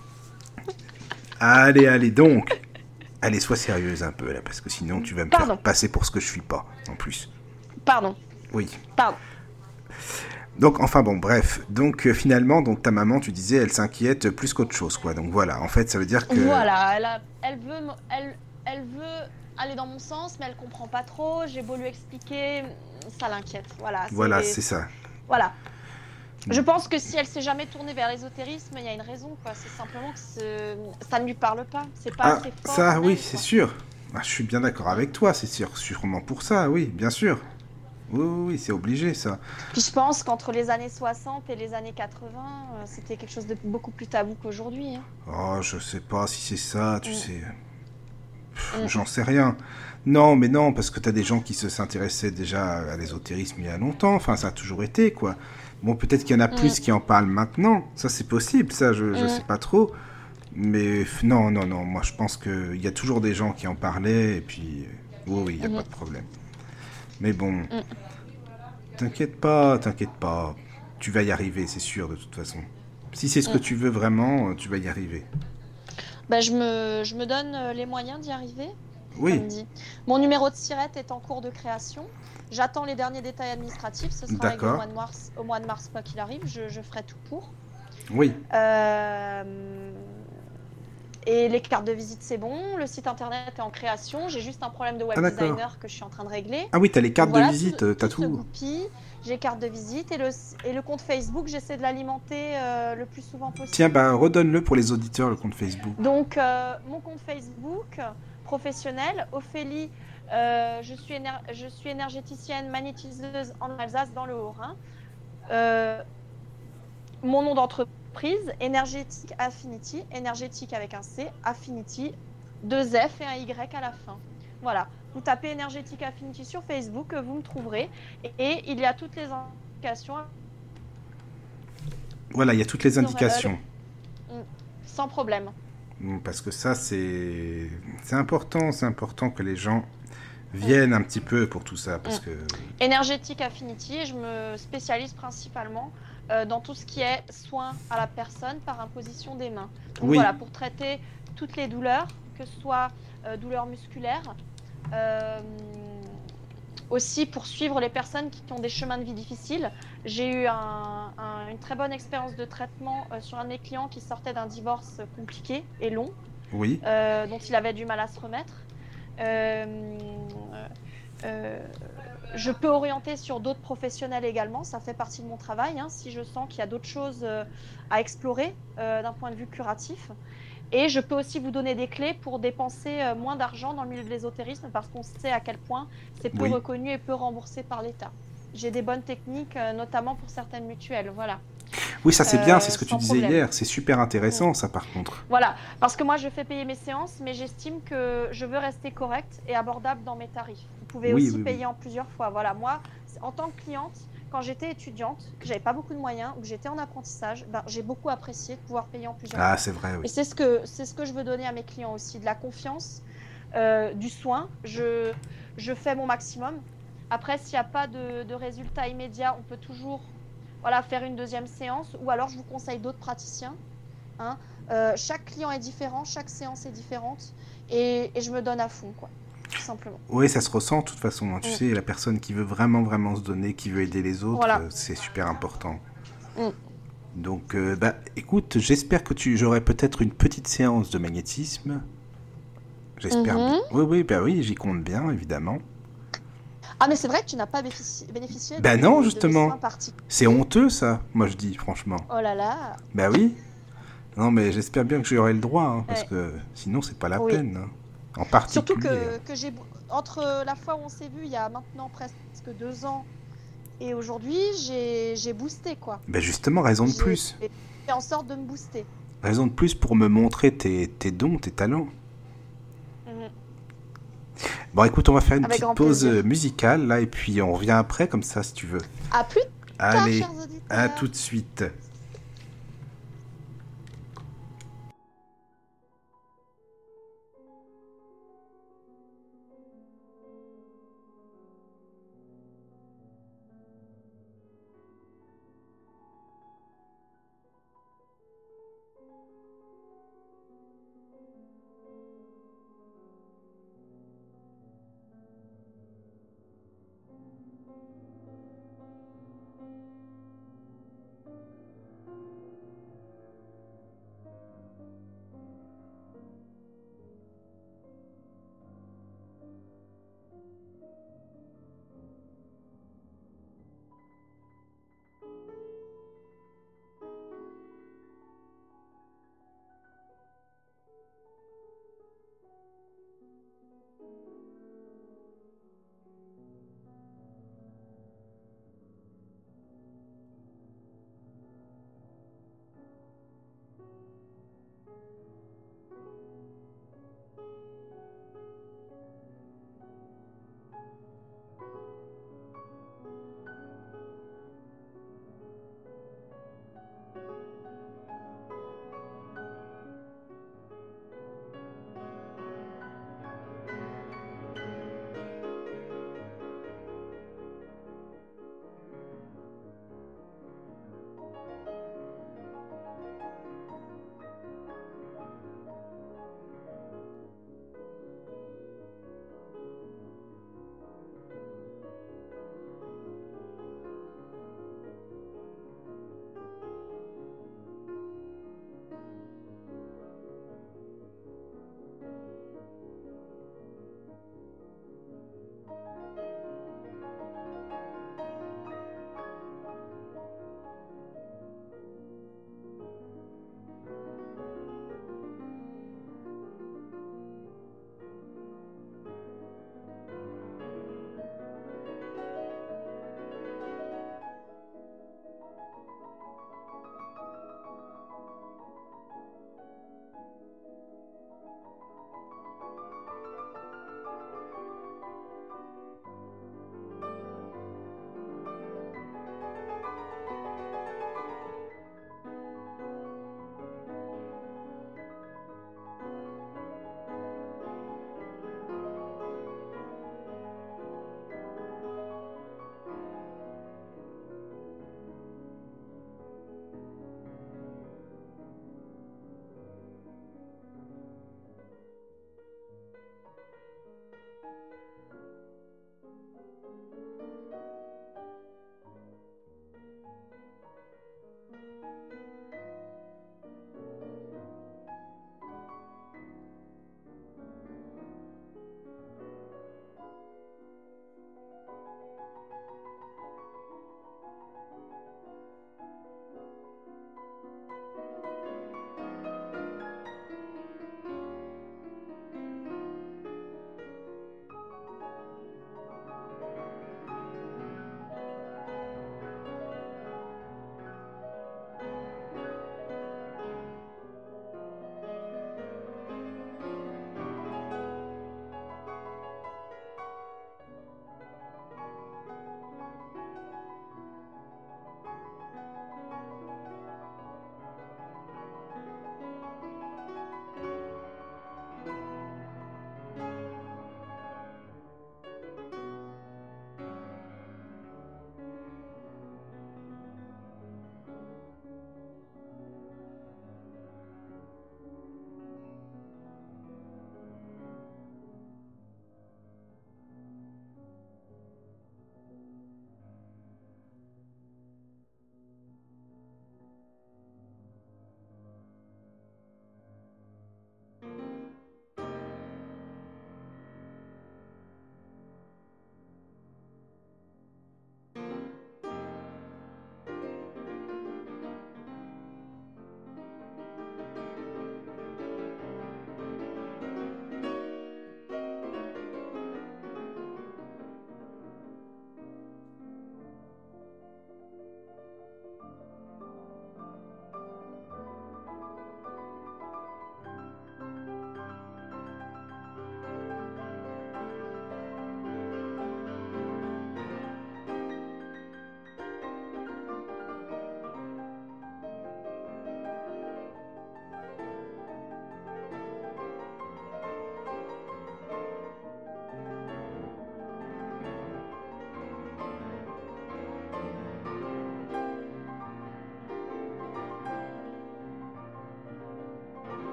Allez, allez, donc. Allez, sois sérieuse un peu, là, parce que sinon, tu vas me Pardon. faire passer pour ce que je suis pas, en plus. Pardon, Oui. pardon. Donc, enfin bon, bref. Donc, euh, finalement, donc ta maman, tu disais, elle s'inquiète plus qu'autre chose, quoi. Donc, voilà. En fait, ça veut dire que... Voilà, elle, a, elle, veut, me- elle, elle veut aller dans mon sens, mais elle comprend pas trop. J'ai beau lui expliquer, ça l'inquiète. Voilà, c'est, Voilà, c'est ça. voilà. Je pense que si elle s'est jamais tournée vers l'ésotérisme, il y a une raison, quoi. C'est simplement que ce- ça ne lui parle pas. C'est pas Ah, assez fort. ça, en oui, elle, c'est quoi. sûr. Ah, je suis bien d'accord avec toi, c'est sûr. Sûrement pour ça, oui, bien sûr. Oui, oui, oui, c'est obligé, ça. Puis je pense qu'entre les années soixante et les années quatre-vingts, euh, c'était quelque chose de beaucoup plus tabou qu'aujourd'hui. Hein. Oh, je sais pas si c'est ça, tu Mm. sais. Pff, Mm. J'en sais rien. Non, mais non, parce que t'as des gens qui se s'intéressaient déjà à l'ésotérisme il y a longtemps. Enfin, ça a toujours été, quoi. Bon, peut-être qu'il y en a plus Mm. qui en parlent maintenant. Ça, c'est possible, ça, je, je Mm. sais pas trop. Mais f- non, non, non. Moi, je pense qu'il y a toujours des gens qui en parlaient. Et puis, euh, oui, oui, il n'y a Mhm. pas de problème. Mais bon, Mm. t'inquiète pas, t'inquiète pas. Tu vas y arriver, c'est sûr, de toute façon. Si c'est ce que Mm. tu veux vraiment, euh, tu vas y arriver. Bah, je me, je me donne euh, les moyens d'y arriver, Oui, comme dit. Mon numéro de SIRET est en cours de création. J'attends les derniers détails administratifs. Ce sera réglé au d'accord. mois de mars, au mois de mars quoi qu'il arrive. Je, je ferai tout pour. Oui, Euh, Et les cartes de visite, c'est bon. Le site internet est en création. J'ai juste un problème de ah web d'accord. designer que je suis en train de régler. Ah oui, t'as les Donc cartes de voilà, visite, tout, euh, t'as tout se tout. goupille. J'ai carte de visite et le, et le compte Facebook, j'essaie de l'alimenter euh, le plus souvent Tiens, possible. bah redonne-le pour les auditeurs, le compte Facebook. Donc, euh, mon compte Facebook professionnel, Ophélie, euh, je, suis éner- je suis énergéticienne magnétiseuse en Alsace, dans le Haut-Rhin. Euh, mon nom d'entreprise, Energetic Affinity, énergétique avec un C, Affinity, deux F et un Y à la fin. Voilà, vous tapez Energetic Affinity sur Facebook, vous me trouverez. Et, et il y a toutes les indications. Voilà, il y a toutes les sur, euh, indications. le- Sans problème. Mm, Parce que ça, c'est c'est important, c'est important que les gens viennent un petit peu pour tout ça, parce Mm. que... Energetic Affinity, et je me spécialise principalement euh, dans tout ce qui est soins à la personne par imposition des mains. Donc Oui. voilà, pour traiter toutes les douleurs, que ce soit euh, douleurs musculaires, euh, aussi pour suivre les personnes qui ont des chemins de vie difficiles. J'ai eu un- un- une très bonne expérience de traitement euh, sur un de mes clients qui sortait d'un divorce compliqué et long, Oui, euh, dont il avait du mal à se remettre. Euh, euh, je peux orienter sur d'autres professionnels également, ça fait partie de mon travail, hein, si je sens qu'il y a d'autres choses euh, à explorer euh, d'un point de vue curatif. Et je peux aussi vous donner des clés pour dépenser euh, moins d'argent dans le milieu de l'ésotérisme parce qu'on sait à quel point c'est peu oui. reconnu et peu remboursé par l'État. J'ai des bonnes techniques, euh, notamment pour certaines mutuelles, voilà. Oui, ça c'est bien, c'est Euh, ce que tu sans disais problème. hier, c'est super intéressant ça par contre. Voilà, parce que moi je fais payer mes séances, mais j'estime que je veux rester correcte et abordable dans mes tarifs. Vous pouvez Oui, aussi oui, payer oui. en plusieurs fois. Voilà, moi, en tant que cliente, quand j'étais étudiante, que j'avais pas beaucoup de moyens ou que j'étais en apprentissage, ben, j'ai beaucoup apprécié de pouvoir payer en plusieurs Ah, fois. c'est vrai, Et oui. c'est ce que c'est ce que je veux donner à mes clients aussi, de la confiance, euh, du soin. Je je fais mon maximum. Après, s'il n'y a pas de, de résultat immédiat, on peut toujours voilà faire une deuxième séance ou alors je vous conseille d'autres praticiens. Hein. Euh, chaque client est différent, chaque séance est différente et, et je me donne à fond, quoi, tout simplement. Oui, ça se ressent de toute façon, hein. Tu Mm. sais, la personne qui veut vraiment, vraiment se donner, qui veut aider les autres, Voilà. euh, c'est super important. Mm. Donc, euh, bah, écoute, j'espère que tu j'aurai peut-être une petite séance de magnétisme. J'espère Mhm. bien. Oui, oui, bah oui, j'y compte bien, évidemment. Ah, mais c'est vrai que tu n'as pas bénéficié, bénéficié Bah de, non, mes- de mes justement. soins particuliers. C'est honteux, ça, moi je dis, franchement. Oh là là. Bah oui. Non, mais j'espère bien que j'aurai le droit, hein, parce Ouais. que sinon, c'est pas la Oui. peine. Hein. En particulier. Surtout que, que j'ai entre la fois où on s'est vu il y a maintenant presque deux ans et aujourd'hui, j'ai j'ai boosté, quoi. Bah justement, raison de J'ai plus. fait en sorte de me booster. Raison de plus pour me montrer tes, tes dons, tes talents. Mhm. Bon, écoute, on va faire une Avec petite grand pause plaisir. euh, musicale, là, et puis on revient après, comme ça, si tu veux. À plus tard, Allez, chers auditeurs. à tout de suite.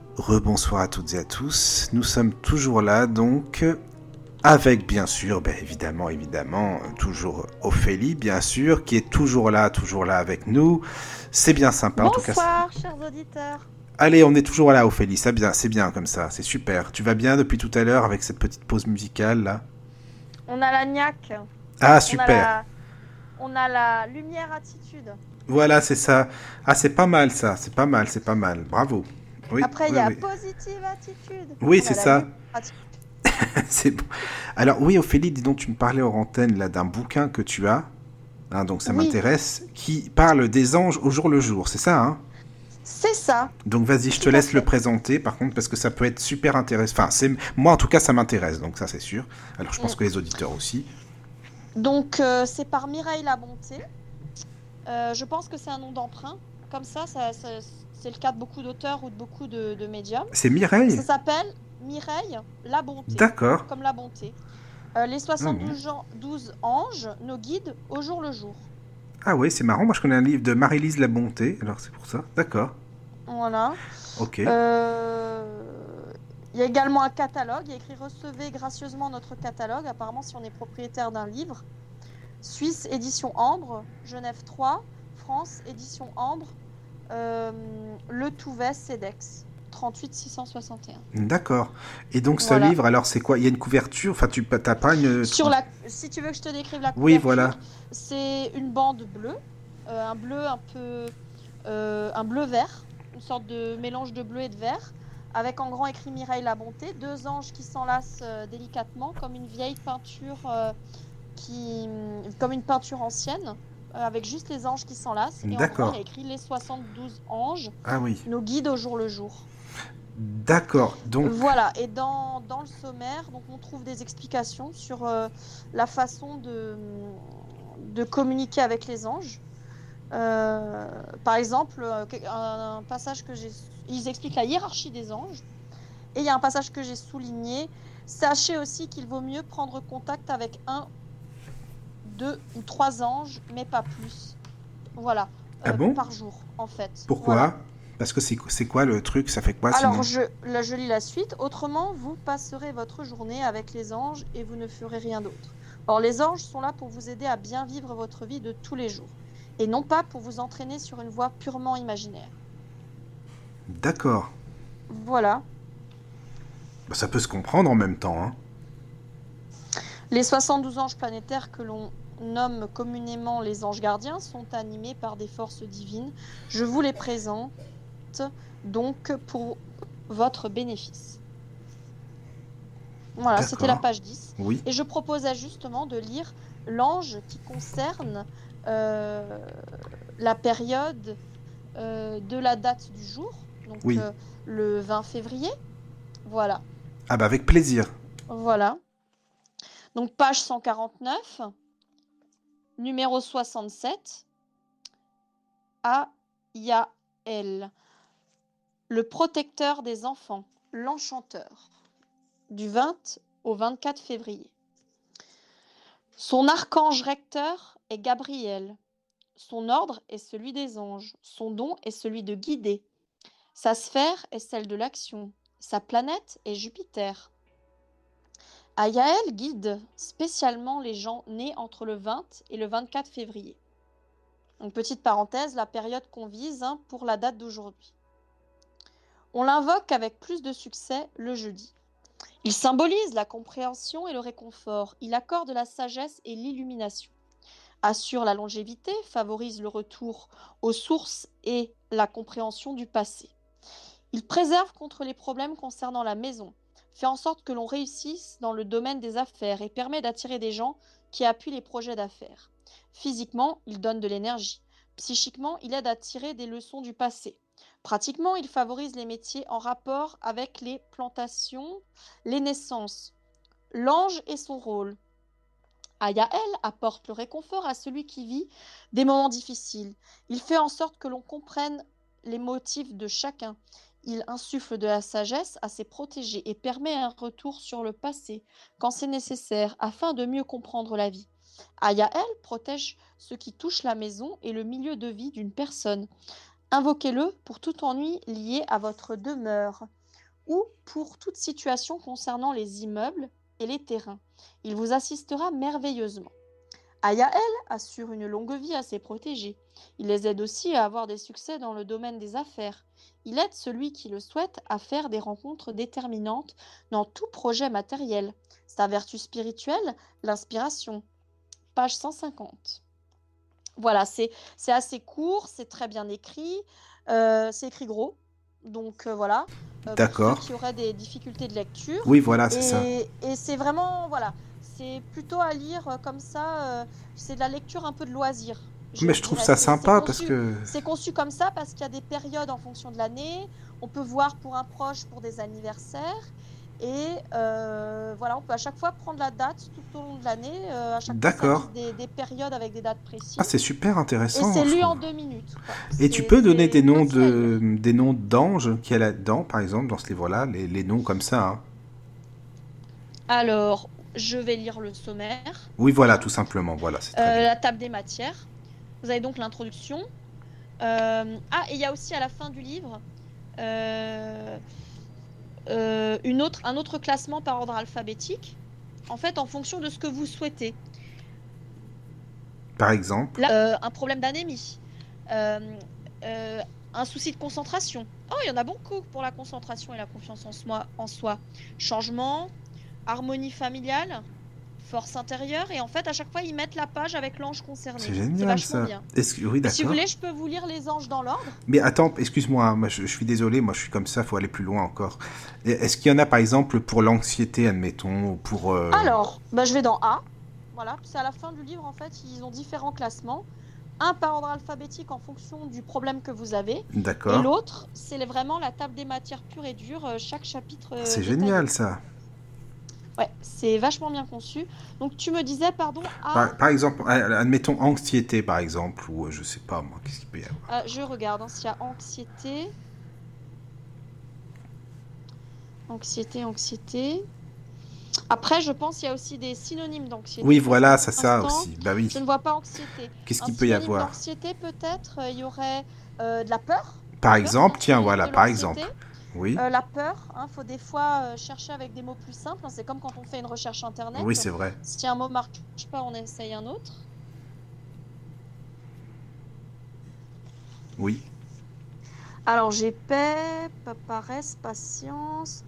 Rebonsoir à toutes et à tous. Nous sommes toujours là, donc, avec bien sûr, ben évidemment, évidemment, toujours Ophélie, bien sûr, qui est toujours là, toujours là avec nous. C'est bien sympa, Bonsoir, en tout cas. Bonsoir, chers auditeurs. Allez, on est toujours là, Ophélie, c'est bien, c'est bien comme ça, c'est super. Tu vas bien depuis tout à l'heure avec cette petite pause musicale, là? On a la gnaque. Ah, super. On a la, on a la lumière attitude. Voilà, c'est ça. Ah, c'est pas mal, ça, c'est pas mal, c'est pas mal. Bravo. Oui, Après, il oui, y a oui. positive attitude. Oui, On c'est a ça. la C'est bon. Alors, oui, Ophélie, dis donc, tu me parlais hors antenne là, d'un bouquin que tu as, hein, donc ça Oui. m'intéresse, qui parle des anges au jour le jour, c'est ça, hein? C'est ça. Donc, vas-y, je te Tout à laisse fait. le présenter, par contre, parce que ça peut être super intéressant. Enfin, c'est... moi, en tout cas, ça m'intéresse, donc ça, c'est sûr. Alors, je pense Mm. que les auditeurs aussi. Donc, euh, c'est par Mireille Labonté. Euh, je pense que c'est un nom d'emprunt. Comme ça, ça, ça- c'est le cas de beaucoup d'auteurs ou de beaucoup de, de médiums. C'est Mireille? Ça s'appelle Mireille Labonté. D'accord. Comme la bonté. Euh, les soixante-douze an- douze anges, nos guides au jour le jour. Ah oui, c'est marrant. Moi, je connais un livre de Marie-Lise Labonté, alors c'est pour ça. D'accord. Voilà. Ok. Euh, Il y a également un catalogue. Il y a écrit Recevez gracieusement notre catalogue. Apparemment, si on est propriétaire d'un livre. Suisse, édition Ambre. Genève trois. France, édition Ambre. Euh, Le Touvet, Cedex. trente-huit six cent soixante et un. D'accord. Et donc, ce Voilà. livre, alors, c'est quoi? Il y a une couverture? Enfin, tu n'as pas une... Sur la, si tu veux que je te décrive la couverture, Oui, voilà. c'est une bande bleue, euh, un bleu un peu, euh, un bleu vert, une sorte de mélange de bleu et de vert, avec en grand écrit Mireille Labonté, deux anges qui s'enlacent euh, délicatement comme une vieille peinture, euh, qui, comme une peinture ancienne, euh, avec juste les anges qui s'enlacent. Et en D'accord. grand, il y a écrit les soixante-douze anges, Ah oui. nos guides au jour le jour. D'accord. Donc, Voilà, et dans, dans le sommaire, donc on trouve des explications sur euh, la façon de, de communiquer avec les anges. Euh, par exemple, euh, un, un passage que j'ai... Ils expliquent la hiérarchie des anges. Et il y a un passage que j'ai souligné. Sachez aussi qu'il vaut mieux prendre contact avec un, deux ou trois anges, mais pas plus. Voilà, Ah bon par jour, en fait. pourquoi? Voilà. Parce que c'est, c'est quoi le truc? Ça fait quoi Alors, sinon? je, là, je lis la suite. Autrement, vous passerez votre journée avec les anges et vous ne ferez rien d'autre. Or, les anges sont là pour vous aider à bien vivre votre vie de tous les jours, et non pas pour vous entraîner sur une voie purement imaginaire. D'accord. Voilà. Bah, ça peut se comprendre en même temps, hein. Les soixante-douze anges planétaires que l'on nomme communément les anges gardiens sont animés par des forces divines. Je vous les présente donc pour votre bénéfice. Voilà, D'accord. c'était la page dix. Oui. Et je proposais justement de lire l'ange qui concerne euh, la période euh, de la date du jour, donc Oui. euh, le vingt février. Voilà, Ah bah avec plaisir. voilà. Donc page cent quarante-neuf, numéro soixante-sept, Ayael, le protecteur des enfants, l'enchanteur, du vingt au vingt-quatre février. Son archange recteur est Gabriel. Son ordre est celui des anges. Son don est celui de guider. Sa sphère est celle de l'action. Sa planète est Jupiter. Ayael guide spécialement les gens nés entre le vingt et le vingt-quatre février. Donc, petite parenthèse, la période qu'on vise hein, pour la date d'aujourd'hui. On l'invoque avec plus de succès le jeudi. Il symbolise la compréhension et le réconfort. Il accorde la sagesse et l'illumination. Assure la longévité, favorise le retour aux sources et la compréhension du passé. Il préserve contre les problèmes concernant la maison, fait en sorte que l'on réussisse dans le domaine des affaires et permet d'attirer des gens qui appuient les projets d'affaires. Physiquement, il donne de l'énergie. Psychiquement, il aide à tirer des leçons du passé. Pratiquement, il favorise les métiers en rapport avec les plantations, les naissances. L'ange et son rôle. Ayael apporte le réconfort à celui qui vit des moments difficiles. Il fait en sorte que l'on comprenne les motifs de chacun. Il insuffle de la sagesse à ses protégés et permet un retour sur le passé quand c'est nécessaire afin de mieux comprendre la vie. Ayael protège ce qui touche la maison et le milieu de vie d'une personne. Invoquez-le pour tout ennui lié à votre demeure. ou pour toute situation concernant les immeubles et les terrains. Il vous assistera merveilleusement. Ayael assure une longue vie à ses protégés. Il les aide aussi à avoir des succès dans le domaine des affaires. Il aide celui qui le souhaite à faire des rencontres déterminantes dans tout projet matériel. Sa vertu spirituelle, l'inspiration. Page cent cinquante. Voilà, c'est c'est assez court, c'est très bien écrit, euh, c'est écrit gros, donc euh, voilà. Euh, D'accord. Pour ceux qui auraient des difficultés de lecture. Oui, voilà, c'est et, ça. Et c'est vraiment, voilà, c'est plutôt à lire euh, comme ça, euh, c'est de la lecture un peu de loisir. Mais je trouve ça C'est- sympa c'est parce conçu- que... C'est conçu comme ça parce qu'il y a des périodes en fonction de l'année. On peut voir pour un proche, pour des anniversaires. Et euh, voilà, on peut à chaque fois prendre la date tout au long de l'année. Euh, à chaque fois, ça D'accord. vise des, des périodes avec des dates précises. Ah, c'est super Et intéressant. c'est je lu trouve. en deux minutes. quoi. Et tu C'est- peux donner c'est des noms facile à lire. de des noms d'anges qu'il y a là-dedans, par exemple, dans ce livre-là, les, les noms comme ça. Hein. Alors, je vais lire le sommaire. Oui, voilà, tout simplement. Voilà, c'est très Euh, bien. la table des matières. Vous avez donc l'introduction. Euh, ah, et il y a aussi à la fin du livre euh, euh, une autre, un autre classement par ordre alphabétique, en fait, en fonction de ce que vous souhaitez. Par exemple, Là, euh, un problème d'anémie, euh, euh, un souci de concentration. Oh, il y en a beaucoup pour la concentration et la confiance en soi. En soi. Changement, harmonie familiale, force intérieure. Et en fait, à chaque fois, ils mettent la page avec l'ange concerné. c'est génial vachement ça. bien. Est-ce que... Oui, Et si vous d'accord. voulez, je peux vous lire les anges dans l'ordre. Mais attends, excuse-moi, hein, moi, je, je suis désolé, moi je suis comme ça, faut aller plus loin encore. Et Est-ce qu'il y en a par exemple pour l'anxiété, admettons, ou pour... euh, Alors, bah, je vais dans A. Voilà, c'est à la fin du livre, en fait, ils ont différents classements. Un par ordre alphabétique en fonction du problème que vous avez. Et D'accord. l'autre, c'est les- vraiment la table des matières pures et dures, euh, chaque chapitre euh, C'est détaillé. génial ça. Ouais, c'est vachement bien conçu. Donc, tu me disais, pardon, A. Par, par exemple, euh, admettons anxiété par exemple, ou euh, je sais pas moi, qu'est-ce qu'il peut y avoir. Ah, je regarde hein, s'il y a anxiété. Anxiété, anxiété. Après, je pense qu'il y a aussi des synonymes d'anxiété. Oui, voilà, ça, Pour ça l'instant, aussi. Bah oui. Je ne vois pas anxiété. Qu'est-ce Un qu'il peut y synonyme avoir? d'anxiété, peut-être, euh, il y aurait euh, de la peur. Par Peur, exemple, donc tiens, c'est voilà, de par l'anxiété. exemple. Oui. Euh, la peur, il faut des fois euh, chercher avec des mots plus simples. hein, C'est comme quand on fait une recherche internet. Oui, c'est vrai. Si un mot ne marche pas, on essaye un autre. Oui. Alors, j'ai paix, pa- paresse, patience.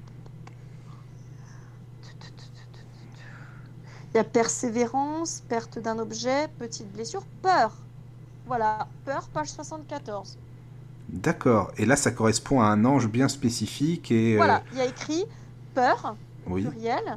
Il y a persévérance, perte d'un objet, petite blessure, peur. Voilà, peur, page soixante-quatorze. D'accord. Et là, ça correspond à un ange bien spécifique et... euh, Voilà, il y a écrit peur, Oui. pluriel,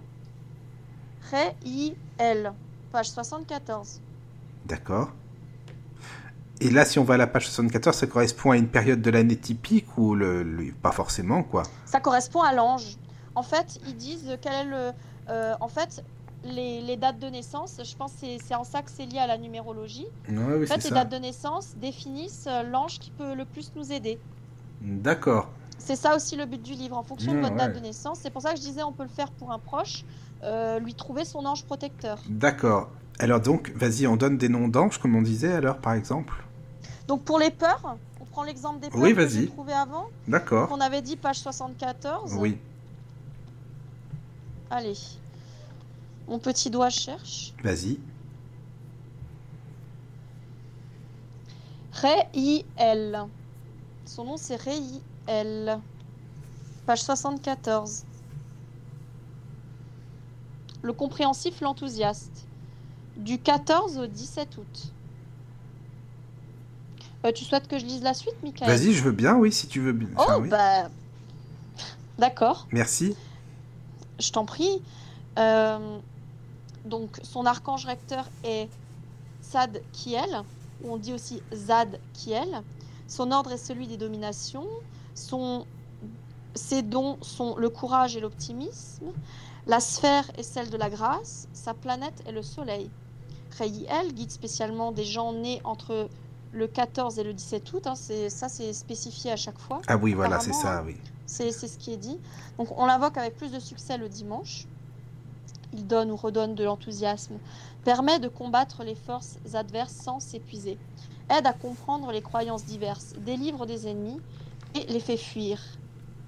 Ré-I-L, page soixante-quatorze. D'accord. Et là, si on va à la page soixante-quatorze, ça correspond à une période de l'année typique ou le, le- pas forcément, quoi. Ça correspond à l'ange. En fait, ils disent quel est le... euh, en fait, les, les dates de naissance, je pense que c'est- c'est en ça que c'est lié à la numérologie. Ouais, oui, En fait, c'est les ça. dates de naissance définissent euh, l'ange qui peut le plus nous aider. D'accord. C'est ça aussi le but du livre, en fonction de Mmh, votre ouais. date de naissance. C'est pour ça que je disais, on peut le faire pour un proche, euh, lui trouver son ange protecteur. D'accord. Alors donc, vas-y, on donne des noms d'anges, comme on disait, alors, par exemple. Donc pour les peurs, on prend l'exemple des peurs Oui, que vas-y. j'ai trouvé avant. D'accord. On avait dit page soixante-quatorze. Oui. Allez. Mon petit doigt cherche. Vas-y. Ré-I-L. Son nom c'est Ré-I-L. Page soixante-quatorze. Le compréhensif, l'enthousiaste. Du quatorze au dix-sept août. Euh, tu souhaites que je lise la suite, Michael? Vas-y, je veux bien, oui, si tu veux bien. Oh, Enfin, oui. bah. D'accord, Merci. je t'en prie. Euh, donc, son archange recteur est Zadkiel, ou on dit aussi Zadkiel. Son ordre est celui des dominations. Son... Ses dons sont le courage et l'optimisme. La sphère est celle de la grâce. Sa planète est le soleil. Rayiel guide spécialement des gens nés entre le quatorze et le dix-sept août. Hein, c'est, ça, c'est spécifié à chaque fois. Ah oui, voilà, c'est Apparemment, ça, hein. oui. C'est, c'est ce qui est dit. Donc, on l'invoque avec plus de succès le dimanche. Il donne ou redonne de l'enthousiasme. Permet de combattre les forces adverses sans s'épuiser. Aide à comprendre les croyances diverses. Délivre des ennemis et les fait fuir.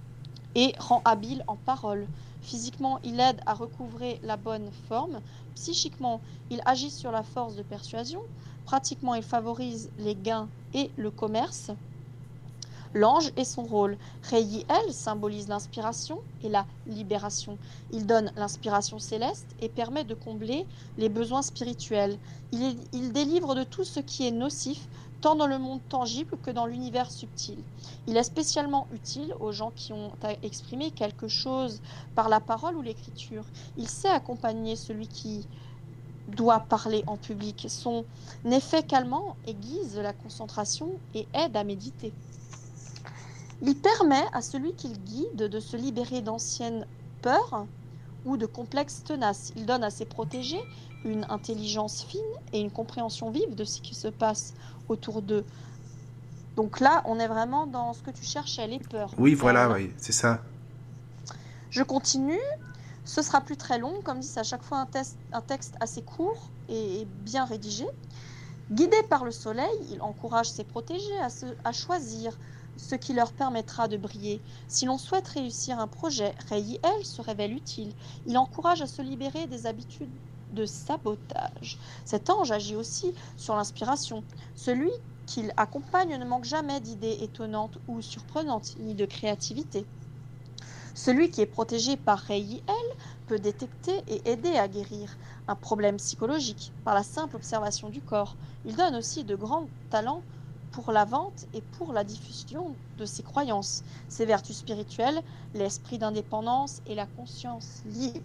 et rend habile en parole. Physiquement, il aide à recouvrer la bonne forme. Psychiquement, il agit sur la force de persuasion. Pratiquement, il favorise les gains et le commerce. L'ange et son rôle. Réiel symbolise l'inspiration et la libération. Il donne l'inspiration céleste et permet de combler les besoins spirituels. Il, est, il délivre de tout ce qui est nocif, tant dans le monde tangible que dans l'univers subtil. Il est spécialement utile aux gens qui ont exprimé quelque chose par la parole ou l'écriture. Il sait accompagner celui qui doit parler en public. Son effet calmant aiguise la concentration et aide à méditer. Il permet à celui qu'il guide de se libérer d'anciennes peurs ou de complexes tenaces. Il donne à ses protégés une intelligence fine et une compréhension vive de ce qui se passe autour d'eux. Donc là, on est vraiment dans ce que tu cherchais, les peurs. Oui, voilà, euh, oui, c'est ça. Je continue. Ce sera plus très long. Comme dit, c'est à chaque fois un, test, un texte assez court et bien rédigé. Guidé par le soleil, il encourage ses protégés à, se, à choisir ce qui leur permettra de briller. Si l'on souhaite réussir un projet, Réiel se révèle utile. Il encourage à se libérer des habitudes de sabotage. Cet ange agit aussi sur l'inspiration. Celui qu'il accompagne ne manque jamais d'idées étonnantes ou surprenantes, ni de créativité. Celui qui est protégé par Réiel peut détecter et aider à guérir un problème psychologique par la simple observation du corps. Il donne aussi de grands talents pour la vente et pour la diffusion de ses croyances, ses vertus spirituelles, l'esprit d'indépendance et la conscience libre.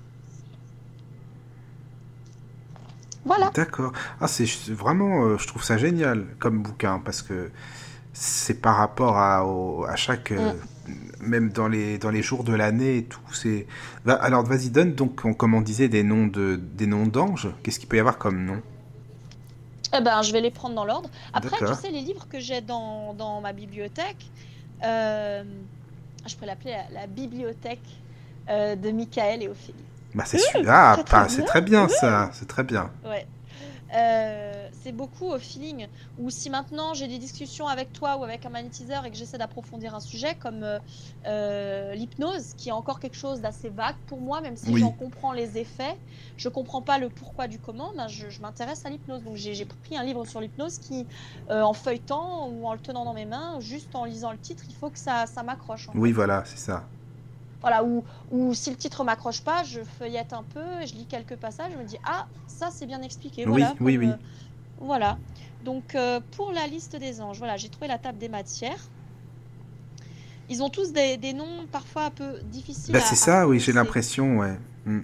Voilà. D'accord. Ah, c'est vraiment, euh, je trouve ça génial comme bouquin parce que c'est par rapport à, au, à chaque, euh, mm. même dans les, dans les jours de l'année et tout. C'est... Alors, vas-y, donne donc, on, comme on disait, des noms, de, des noms d'anges. Qu'est-ce qu'il peut y avoir comme nom ? Eh ben, je vais les prendre dans l'ordre. Après, D'accord. tu sais, les livres que j'ai dans, dans ma bibliothèque, euh, je pourrais l'appeler la, la bibliothèque euh, de Michael et Ophélie. Bah, c'est, mmh, su- ah, très, pas, très c'est bien. très bien Ouais. ça, c'est très bien. Ouais. Euh, c'est beaucoup au feeling. Ou si maintenant j'ai des discussions avec toi ou avec un magnétiseur et que j'essaie d'approfondir un sujet comme euh, euh, l'hypnose, qui est encore quelque chose d'assez vague pour moi, même si Oui. j'en comprends les effets, je comprends pas le pourquoi du comment, ben je, je m'intéresse à l'hypnose. Donc j'ai, j'ai pris un livre sur l'hypnose qui, euh, en feuilletant ou en le tenant dans mes mains, juste en lisant le titre, il faut que ça, ça m'accroche. Oui, fait. Voilà, c'est ça. Voilà, ou, ou si le titre m'accroche pas, je feuillette un peu, je lis quelques passages, je me dis ah ça c'est bien expliqué. Oui, Voilà, oui, comme, oui. euh, voilà. Donc euh, pour la liste des anges, voilà, j'ai trouvé la table des matières. Ils ont tous des, des noms parfois un peu difficiles. Bah, à, c'est à ça, oui, j'ai prononcer. l'impression, ouais. Mm.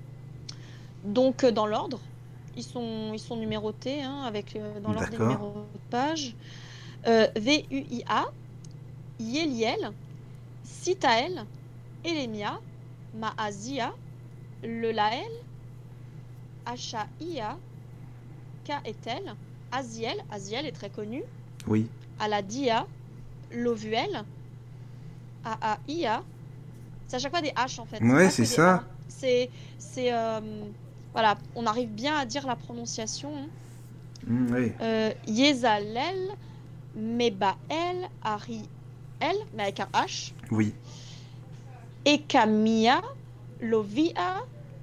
Donc euh, dans l'ordre, ils sont ils sont numérotés hein, avec euh, dans l'ordre des D'accord. numéros de page. Euh, V U I A, Yéliel, Sitaël, Élémia, Maazia, Lelaël, Achaïa, Kaetel, Aziel, Aziel est très connu, Oui, Aladia, Lovuel, Aaïa. C'est à chaque fois des H en fait. Ouais, pas c'est que des ça. A. C'est, c'est euh, voilà, on arrive bien à dire la prononciation. hein. Mm, oui. Euh, Yezalel, Mebael, Ariel, mais avec un H. Oui, Ekamia, Lovia,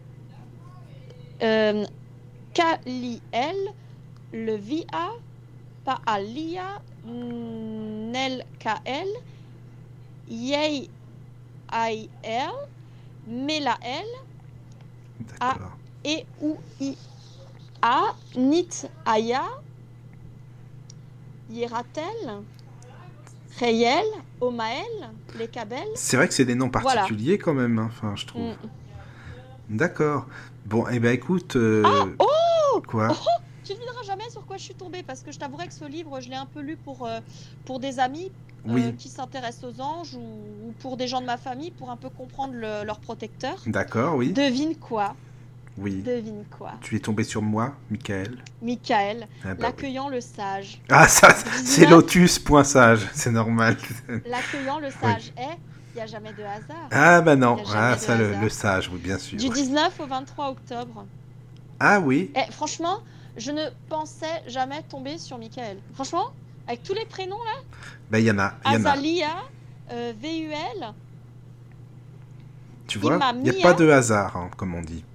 euh, Kaliel, Levia, Paalia, Nelkael, Yei Aïel, Melael, d'accord. et Oui A, Nit Aya, Yeratel, Reyel, Omael, Lekabel. C'est vrai que c'est des noms Voilà. particuliers quand même, hein, enfin, je trouve. Mm. D'accord. Bon, eh ben écoute... euh, Ah, oh Quoi Tu ne devineras jamais sur quoi je suis tombée parce que je t'avouerai que ce livre, je l'ai un peu lu pour, euh, pour des amis euh, Oui. qui s'intéressent aux anges ou, ou pour des gens de ma famille pour un peu comprendre le- leur protecteur. D'accord, oui. Devine quoi Oui. Devine quoi Tu es tombé sur moi, Michael. Michael, Ah, bah oui. l'accueillant le sage. Ah, ça, c'est dix-neuf. Lotus, point sage, c'est normal. L'accueillant le sage. Eh, il n'y a jamais de hasard. Ah, bah non, Il y a jamais ah, de ça, le, hasard. le sage, oui, bien sûr. Du dix-neuf au vingt-trois octobre. Ah oui, Eh, franchement, je ne pensais jamais tomber sur Michael. Franchement, avec tous les prénoms là, bah il y en a, il y en a. Azalia, euh, V U L, Tu Il vois, m'a il n'y a mis pas un- de hasard, hein, comme on dit.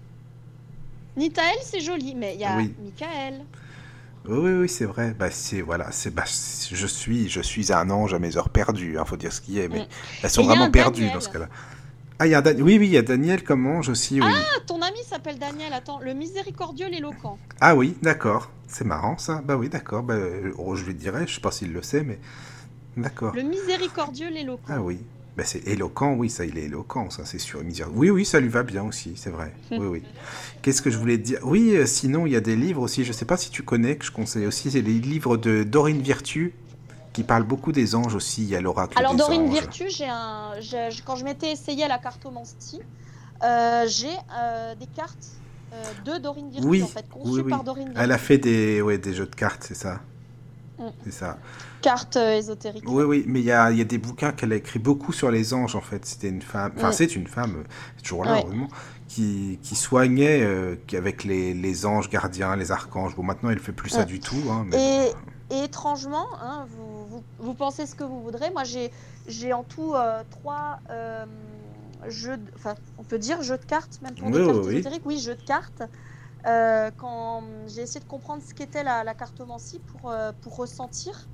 Nitael, c'est joli, mais il y a Oui. Michael. Oui, oui, oui, c'est vrai. Bah, c'est, voilà, c'est, bah, c'est- je suis, je suis un ange à mes heures perdues, hein, faut dire ce qui est, mais Mm. elles sont Et il y a vraiment un perdues Daniel. dans ce cas-là. Ah, il y a un Dan- oui, oui, il y a Daniel comme ange aussi, oui. Ah, ton ami s'appelle Daniel, attends, le miséricordieux, l'éloquent. Ah oui, d'accord. C'est marrant, ça. Bah oui, d'accord. Bah, euh, oh, je lui dirais, je sais pas s'il le sait, mais d'accord. Le miséricordieux, l'éloquent. Ah oui. Bah, c'est éloquent, oui, ça, il est éloquent, ça, c'est sûr. Misère- Oui, oui, ça lui va bien aussi, c'est vrai. Oui, oui. Qu'est-ce que je voulais te dire? Oui, euh, sinon, il y a des livres aussi, je sais pas si tu connais, que je conseille aussi, c'est les livres de Dorine Virtue, qui parlent beaucoup des anges aussi. Il y a l'oracle Alors des Dorine anges. Virtue, j'ai un, j'ai- j'ai- quand je m'étais essayé à la cartomancie, euh, j'ai euh, des cartes euh, de Dorine Virtue Oui, en fait, conçues oui, oui. par Dorine Virtue. Elle a fait des, ouais, des jeux de cartes, c'est ça. Mm. C'est ça. Cartes euh, ésotériques. Oui, oui, mais il y a, il y a des bouquins qu'elle a écrit beaucoup sur les anges, en fait. C'était une femme, enfin, Mm. c'est une femme, euh, c'est toujours là, Ouais. heureusement, qui, qui soignait euh, qui- avec les, les anges gardiens, les archanges. Bon, maintenant, elle fait plus ça Ouais. du tout, hein, mais Et, bon. et étrangement, hein, vous, vous, vous pensez ce que vous voudrez. Moi, j'ai, j'ai en tout euh, trois euh, jeux, de- enfin, on peut dire jeux de cartes, même pour Oui, des oui, cartes oui. ésotériques. Oui, jeux de cartes. Euh, quand j'ai essayé de comprendre ce qu'était la, la cartomancie pour, euh, pour ressentir.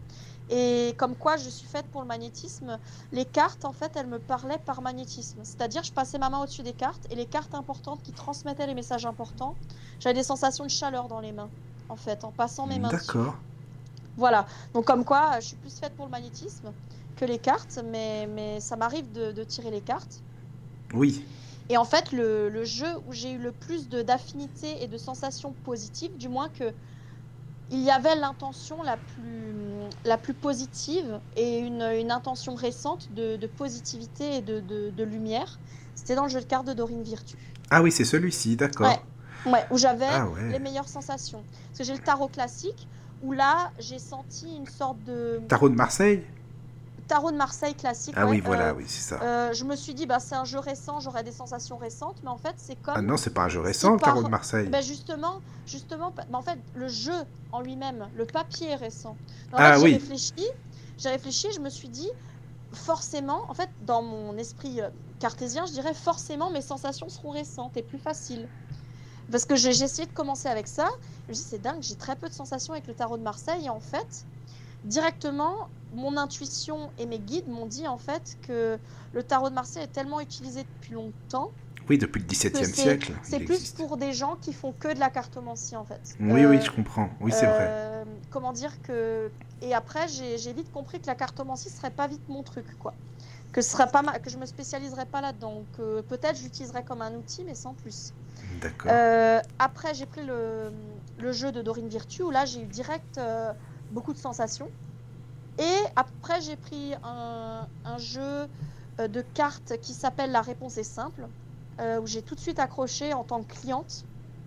Et comme quoi je suis faite pour le magnétisme, les cartes, en fait, elles me parlaient par magnétisme. C'est-à-dire, je passais ma main au-dessus des cartes et les cartes importantes qui transmettaient les messages importants, j'avais des sensations de chaleur dans les mains, en fait, en passant mes mains dessus. D'accord. Voilà. Donc, comme quoi, je suis plus faite pour le magnétisme que les cartes, mais, mais ça m'arrive de, de tirer les cartes. Oui. Et en fait, le, le jeu où j'ai eu le plus de, d'affinité et de sensations positives, du moins que il y avait l'intention la plus, la plus positive et une, une intention récente de, de positivité et de, de, de lumière, c'était dans le jeu de cartes de Dorine Virtue. Ah oui, c'est celui-ci, d'accord. Ouais. Ouais, où j'avais Ah ouais. les meilleures sensations. Parce que j'ai le tarot classique, où là, j'ai senti une sorte de Tarot de Marseille? tarot de Marseille classique. Ah ouais. oui, voilà, Euh, oui, c'est ça. euh, je me suis dit, bah, c'est un jeu récent, j'aurais des sensations récentes, mais en fait, c'est comme... Ah non, c'est pas un jeu si récent, le par- Tarot de Marseille. Ben justement, justement, pa- ben en fait, le jeu en lui-même, le papier est récent. En Ah fait, j'ai oui. réfléchi, j'ai réfléchi, et je me suis dit, forcément, en fait, dans mon esprit euh, cartésien, je dirais forcément mes sensations seront récentes et plus faciles. Parce que j'ai j'ai essayé de commencer avec ça, je me suis dit, c'est dingue, j'ai très peu de sensations avec le tarot de Marseille, et en fait, directement, mon intuition et mes guides m'ont dit en fait que le tarot de Marseille est tellement utilisé depuis longtemps Oui, depuis le que dix-septième c'est siècle. c'est il plus existe. pour des gens qui font que de la cartomancie en fait. Oui, Euh, oui, je comprends. Oui, c'est vrai. euh, Comment dire que et après j'ai j'ai vite compris que la cartomancie serait pas vite mon truc quoi. Que ce serait pas ma... que je me spécialiserais pas là-dedans. Donc euh, peut-être je l'utiliserais comme un outil mais sans plus. D'accord. Euh, après j'ai pris le, le jeu de Dorine Virtue où là j'ai eu direct euh, beaucoup de sensations. Et après j'ai pris un, un jeu euh, de cartes qui s'appelle La réponse est simple, euh, où j'ai tout de suite accroché en tant que cliente.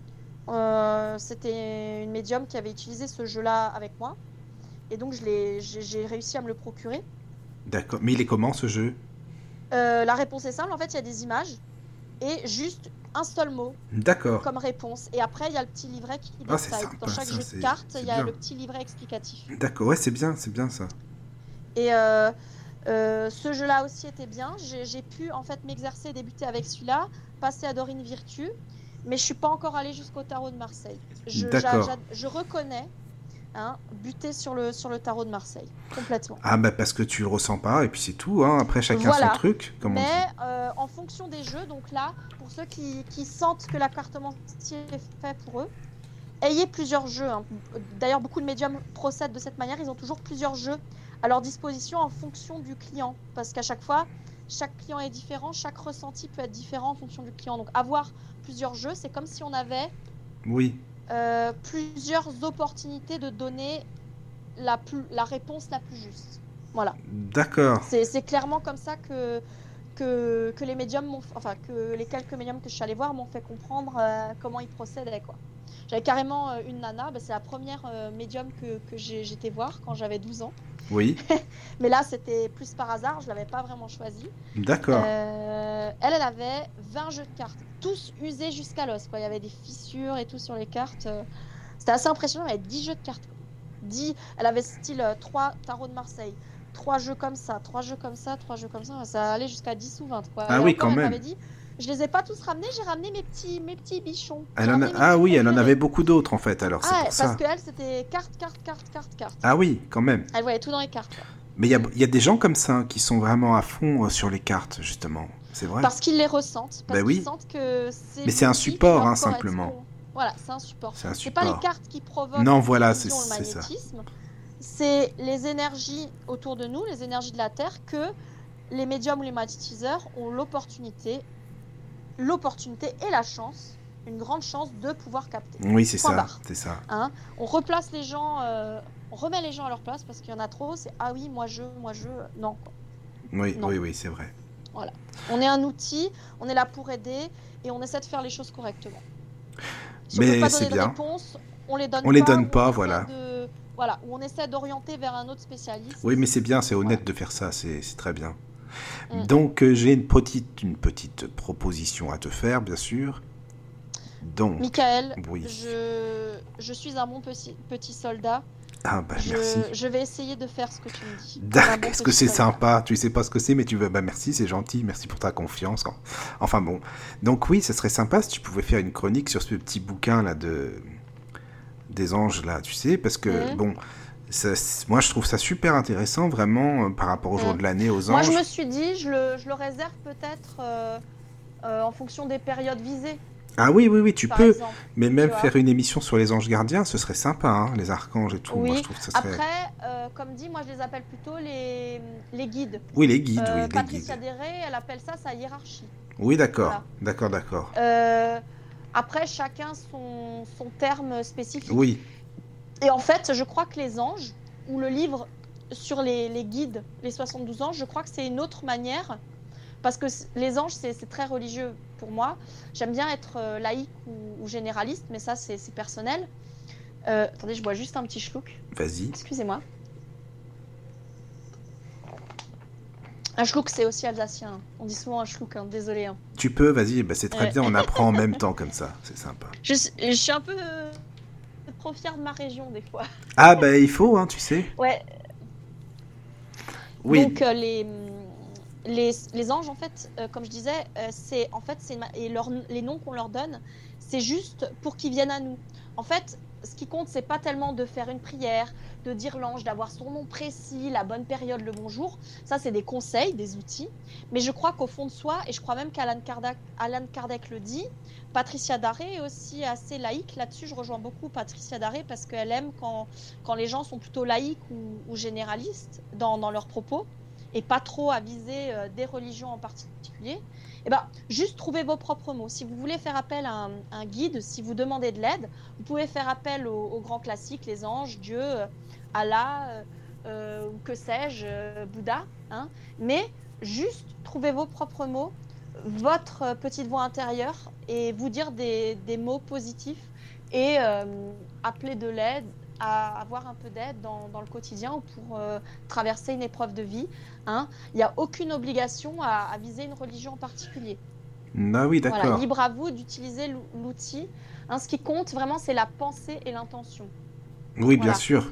Euh, c'était une médium qui avait utilisé ce jeu-là avec moi. Et donc je l'ai- j'ai j'ai réussi à me le procurer. D'accord. Mais il est comment ce jeu? Euh, la réponse est simple, en fait il y a des images et juste un seul mot D'accord. comme réponse. Et après il y a le petit livret qui Ah, c'est détaille. sympa, Dans chaque ça, jeu c'est- de cartes, c'est il y a bien. le petit livret explicatif. D'accord, ouais, c'est bien, c'est bien ça. Et euh, euh, ce jeu-là aussi était bien. J'ai j'ai pu en fait m'exercer et débuter avec celui-là, passer à Dorine Virtue, mais je suis pas encore allée jusqu'au tarot de Marseille. Je, D'accord. j'a- j'a- je reconnais hein, buter sur le, sur le tarot de Marseille, complètement. Ah, bah parce que tu le ressens pas, et puis c'est tout, hein. Après, chacun Voilà. son truc, comme on Mais dit. euh, en fonction des jeux, donc là, pour ceux qui, qui sentent que la cartomancie est faite pour eux, ayez plusieurs jeux. hein. D'ailleurs, beaucoup de médiums procèdent de cette manière. Ils ont toujours plusieurs jeux à leur disposition en fonction du client. Parce qu'à chaque fois, chaque client est différent, chaque ressenti peut être différent en fonction du client. Donc avoir plusieurs jeux, c'est comme si on avait Oui, euh, plusieurs opportunités de donner la, plus, la réponse la plus juste. Voilà. d'accord. C'est c'est clairement comme ça que, que, que les médiums m'ont, enfin que les quelques médiums que je suis allée voir m'ont fait comprendre euh, comment ils procédaient quoi. J'avais carrément euh, une nana, bah, c'est la première euh, médium que, que j'ai, j'étais voir quand j'avais douze ans. Oui, Mais là c'était plus par hasard, je l'avais pas vraiment choisi. d'accord. Euh, elle, elle avait vingt jeux de cartes, tous usés jusqu'à l'os. Quoi. Il y avait des fissures et tout sur les cartes. euh. C'était assez impressionnant, elle avait dix jeux de cartes. Quoi. dix, elle avait style euh, trois tarots de Marseille, trois jeux comme ça, trois jeux comme ça, trois jeux comme ça, ça allait jusqu'à dix ou vingt. Quoi. Ah et oui, encore, quand elle même. m'avait dit, je les ai pas tous ramenés, j'ai ramené mes petits, mes petits bichons. Elle en a... Ah oui, elle en avait beaucoup d'autres en fait, alors ah, c'est pour parce ça. Parce qu'elle, c'était carte, carte, carte, carte, carte. Ah oui, quand même. Elle voyait tout dans les cartes. Quoi. Mais il y a, y a des gens comme ça qui sont vraiment à fond sur les cartes, justement. C'est vrai. Parce qu'ils les ressentent, parce bah oui. qu'ils sentent que c'est... Mais c'est un support, hein, simplement. Voilà, c'est un support. C'est un c'est support. pas les cartes qui provoquent non, voilà, c'est, c'est, le magnétisme. C'est les énergies autour de nous, les énergies de la Terre, que les médiums ou les magnétiseurs ont l'opportunité, l'opportunité et la chance, une grande chance de pouvoir capter. Oui, c'est Point ça, barre. c'est ça. Hein, on replace les gens, euh, on remet les gens à leur place parce qu'il y en a trop. C'est ah oui, moi je, moi je, non. Quoi. Oui, non. oui, oui, c'est vrai. Voilà. On est un outil, on est là pour aider et on essaie de faire les choses correctement. Si Mais on peut pas c'est donner de bien. réponse, on les donne on pas. les donne pas, voilà. De... Voilà, où on essaie d'orienter vers un autre spécialiste. Oui, mais c'est bien, c'est honnête voilà. de faire ça, c'est, c'est très bien. Mm. Donc, euh, j'ai une petite, une petite proposition à te faire, bien sûr. Donc, Michael, oui. je, je suis un bon petit, petit soldat. Ah bah je, merci. Je vais essayer de faire ce que tu me dis. D'accord, bon est-ce que c'est soldat. sympa? Tu sais pas ce que c'est, mais tu veux. Bah merci, c'est gentil, merci pour ta confiance. Enfin bon. Donc oui, ça serait sympa si tu pouvais faire une chronique sur ce petit bouquin là de des anges là, tu sais, parce que mmh. bon, ça, moi je trouve ça super intéressant vraiment euh, par rapport au jour mmh. de l'année aux anges. Moi je me suis dit, je le, je le réserve peut-être euh, euh, en fonction des périodes visées. Ah oui, oui, oui, tu Par peux, exemple, mais même tu faire vois. une émission sur les anges gardiens, ce serait sympa, hein, les archanges et tout. Oui. Moi, je trouve que ça serait... Après, euh, comme dit, moi je les appelle plutôt les, les guides. Oui, les guides, euh, oui, Patricia les guides. Derey, elle appelle ça sa hiérarchie. Oui, d'accord, Voilà. d'accord, d'accord. Euh, après, chacun son, son terme spécifique. Oui. Et en fait, je crois que les anges, ou le livre sur les, les guides, les soixante-douze anges, je crois que c'est une autre manière. Parce que les anges, c'est, c'est très religieux pour moi. J'aime bien être euh, laïque ou, ou généraliste, mais ça, c'est, c'est personnel. Euh, attendez, je bois juste un petit schluck. Vas-y. Excusez-moi. Un schluck, c'est aussi alsacien. On dit souvent un schluck, hein. Désolé. Hein. Tu peux, vas-y, bah, c'est très Ouais. bien, on apprend en même temps comme ça, c'est sympa. Je, je suis un peu euh, trop fière de ma région, des fois. Ah, bah il faut, hein, tu sais. Ouais. Oui. Donc, euh, les... Les, les anges, en fait, euh, comme je disais, euh, c'est en fait, c'est une, et leur, les noms qu'on leur donne, c'est juste pour qu'ils viennent à nous. En fait, ce qui compte, c'est pas tellement de faire une prière, de dire l'ange, d'avoir son nom précis, la bonne période, le bon jour. Ça, c'est des conseils, des outils. Mais je crois qu'au fond de soi, et je crois même qu'Alan Kardec, Alan Kardec le dit, Patricia Daré est aussi assez laïque. Là-dessus, je rejoins beaucoup Patricia Daré parce qu'elle aime quand, quand les gens sont plutôt laïques ou, ou généralistes dans, dans leurs propos. Et pas trop à viser euh, des religions en particulier, et ben, juste trouvez vos propres mots. Si vous voulez faire appel à un, un guide, si vous demandez de l'aide, vous pouvez faire appel aux, aux grands classiques, les anges, Dieu, euh, Allah, euh, euh, ou que sais-je, euh, Bouddha. Hein, mais juste trouvez vos propres mots, votre euh, petite voix intérieure, et vous dire des, des mots positifs, et euh, appeler de l'aide, à avoir un peu d'aide dans, dans le quotidien ou pour euh, traverser une épreuve de vie. Hein. Il n'y a aucune obligation à, à viser une religion en particulier. Ah oui, d'accord. Voilà, libre à vous d'utiliser l'outil. Hein, ce qui compte vraiment, c'est la pensée et l'intention. Oui, voilà. bien sûr.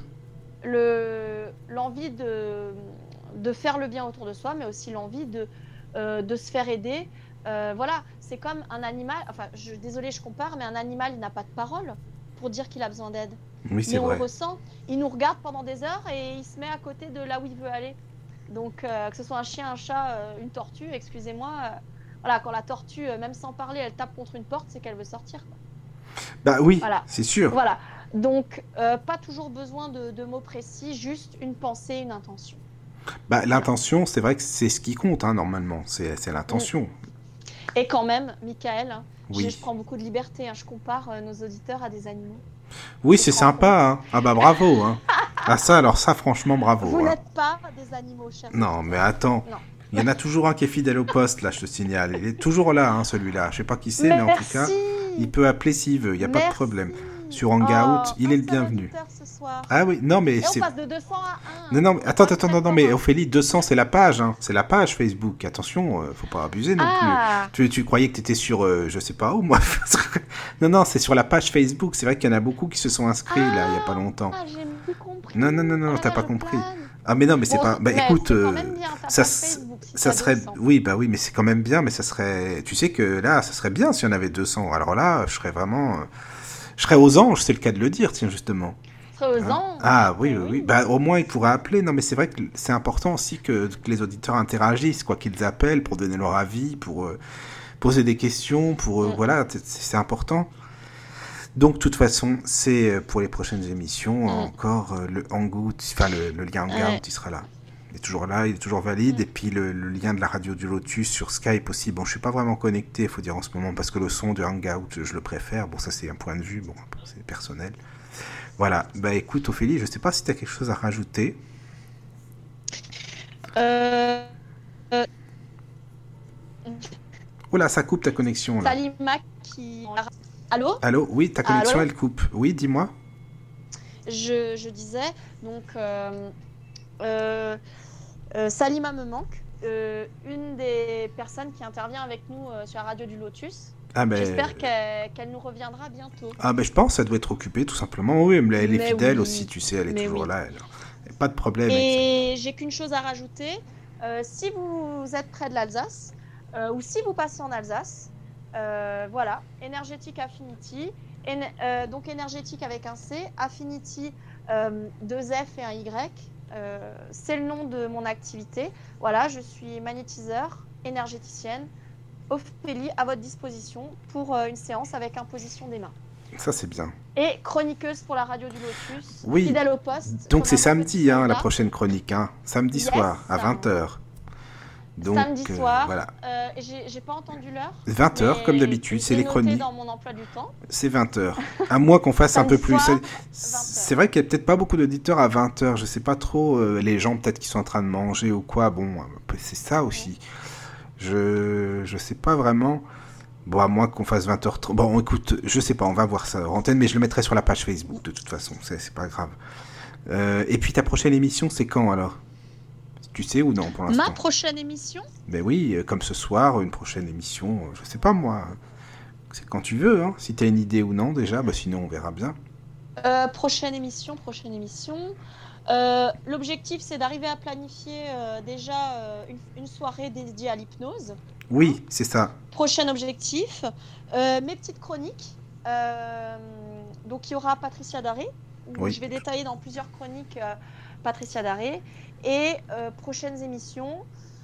Le, l'envie de, de faire le bien autour de soi, mais aussi l'envie de, euh, de se faire aider. Euh, voilà, c'est comme un animal, enfin, je, désolé, je compare, mais un animal, il n'a pas de parole pour dire qu'il a besoin d'aide. Oui, c'est mais on vrai. le ressent, il nous regarde pendant des heures et il se met à côté de là où il veut aller. Donc euh, que ce soit un chien, un chat, euh, une tortue, excusez-moi, euh, voilà, quand la tortue, euh, même sans parler, elle tape contre une porte, c'est qu'elle veut sortir. Quoi. Bah oui, voilà. C'est sûr. Voilà, donc euh, pas toujours besoin de, de mots précis, juste une pensée, une intention. Bah l'intention, c'est vrai que c'est ce qui compte, hein, normalement, c'est, c'est l'intention. Mmh. Et quand même, Michael, hein, oui. je, je prends beaucoup de liberté, hein, je compare euh, nos auditeurs à des animaux. Oui, c'est sympa, hein. Ah bah bravo, hein. Ah ça, alors ça, franchement, bravo. Vous hein. n'êtes pas des animaux, cher. Non, mais attends. Non. Il y en a toujours un qui est fidèle au poste, là, je te signale. Il est toujours là, hein, celui-là. Je sais pas qui c'est, mais en tout cas, il peut appeler s'il veut, il n'y a Merci. pas de problème. Sur Hangout, oh, il est le bienvenu. Ce soir. Ah oui, non mais Et c'est... on passe de deux cents à un. Non, non, mais attends, attends, non, non, mais Ophélie, deux cents, c'est la page, hein. C'est la page Facebook. Attention, euh, faut pas abuser non ah. plus. Tu, tu croyais que t'étais sur, euh, je sais pas où, moi. Non, non, c'est sur la page Facebook. C'est vrai qu'il y en a beaucoup qui se sont inscrits, ah, là, il y a pas longtemps. Ah, j'ai plus compris. Non, non, non, non, ah, t'as là, pas compris. plane. Ah mais non, mais c'est Bon, pas. Bah mais écoute, c'est quand euh, même bien ta ça, page s- Facebook si ça t'as serait. deux cents. Oui, bah oui, mais c'est quand même bien, mais ça serait. Tu sais que là, ça serait bien si on avait deux cents. Alors là, je serais vraiment. euh, Je serais aux anges, c'est le cas de le dire, tiens justement. Très aux Hein anges. Ah oui, Mais oui, oui. oui. Bah au moins ils pourraient appeler. Non, mais c'est vrai que c'est important aussi que, que les auditeurs interagissent, quoi qu'ils appellent pour donner leur avis, pour euh, poser des questions, pour euh, Mm, voilà, c'est c'est important. Donc, de toute façon, c'est euh, pour les prochaines émissions. mm. Encore euh, le Hangout, enfin le, le lien Hangout, Ouais. il sera là. Il est toujours là, il est toujours valide. Mm. Et puis le, le lien de la radio du Lotus sur Skype aussi. Bon, je suis pas vraiment connecté, il faut dire en ce moment, parce que le son du Hangout, je, je le préfère. Bon, ça c'est un point de vue, bon, c'est personnel. Voilà. Bah écoute, Ophélie, je sais pas si tu as quelque chose à rajouter. Euh, euh, Oh là, ça coupe ta connexion là. Salima qui... Allô? Allô? Oui, ta Allô? connexion elle coupe. Oui, dis-moi. Je, je disais, donc, euh, euh, euh, Salima me manque, euh, une des personnes qui intervient avec nous euh, sur la radio du Lotus. Ah ben. J'espère qu'elle qu'elle nous reviendra bientôt. Ah ben je pense ça doit être occupé tout simplement. Oui, mais elle est Mais fidèle oui. aussi, tu sais, elle est Mais toujours oui. là. Elle. Elle- Pas de problème. avec ça. Et j'ai qu'une chose à rajouter. Euh, si vous êtes près de l'Alsace, euh, ou si vous passez en Alsace, euh, voilà, Energetic Affinity, Éne- euh, donc énergétique avec un C, Affinity euh, deux F et un Y, euh, c'est le nom de mon activité. Voilà, je suis magnétiseur, énergéticienne, Ophélie à votre disposition pour euh, une séance avec imposition des mains. Ça c'est bien. Et chroniqueuse pour la radio du Lotus, Oui. fidèle au poste. Donc c'est comme un samedi petit hein, la soldat. prochaine chronique. Hein. Samedi Yes. soir à vingt heures. Donc, Samedi euh, soir, voilà. euh, j'ai j'ai pas entendu l'heure. vingt heures mais comme d'habitude, c'est j'ai les noté chroniques. dans mon emploi du temps. C'est vingt heures. À moins qu'on fasse un Samedi peu plus. soir, C'est- C'est vrai qu'il n'y a peut-être pas beaucoup d'auditeurs à vingt heures. Je sais pas trop. euh, les gens peut-être qui sont en train de manger ou quoi. Bon, euh, c'est ça aussi. Je je sais pas vraiment. Bon, à moins qu'on fasse vingt heures. trop- Bon, écoute, je sais pas, on va voir ça en antenne, mais je le mettrai sur la page Facebook de toute façon. C'est c'est pas grave. Euh, et puis ta prochaine émission, c'est quand alors? Tu sais ou non pour l'instant? Ma prochaine émission, Ben oui, euh, comme ce soir, une prochaine émission, euh, je sais pas moi. C'est quand tu veux, hein. Si t'as une idée ou non déjà, bah sinon on verra bien. euh, prochaine émission, prochaine émission. Euh, L'objectif, c'est d'arriver à planifier euh, déjà euh, une, une soirée dédiée à l'hypnose. Oui, c'est ça. Prochain objectif, euh, mes petites chroniques. Euh, donc il y aura Patricia Daré, où Oui. je vais détailler dans plusieurs chroniques euh, Patricia Daré. Et euh, prochaines émissions,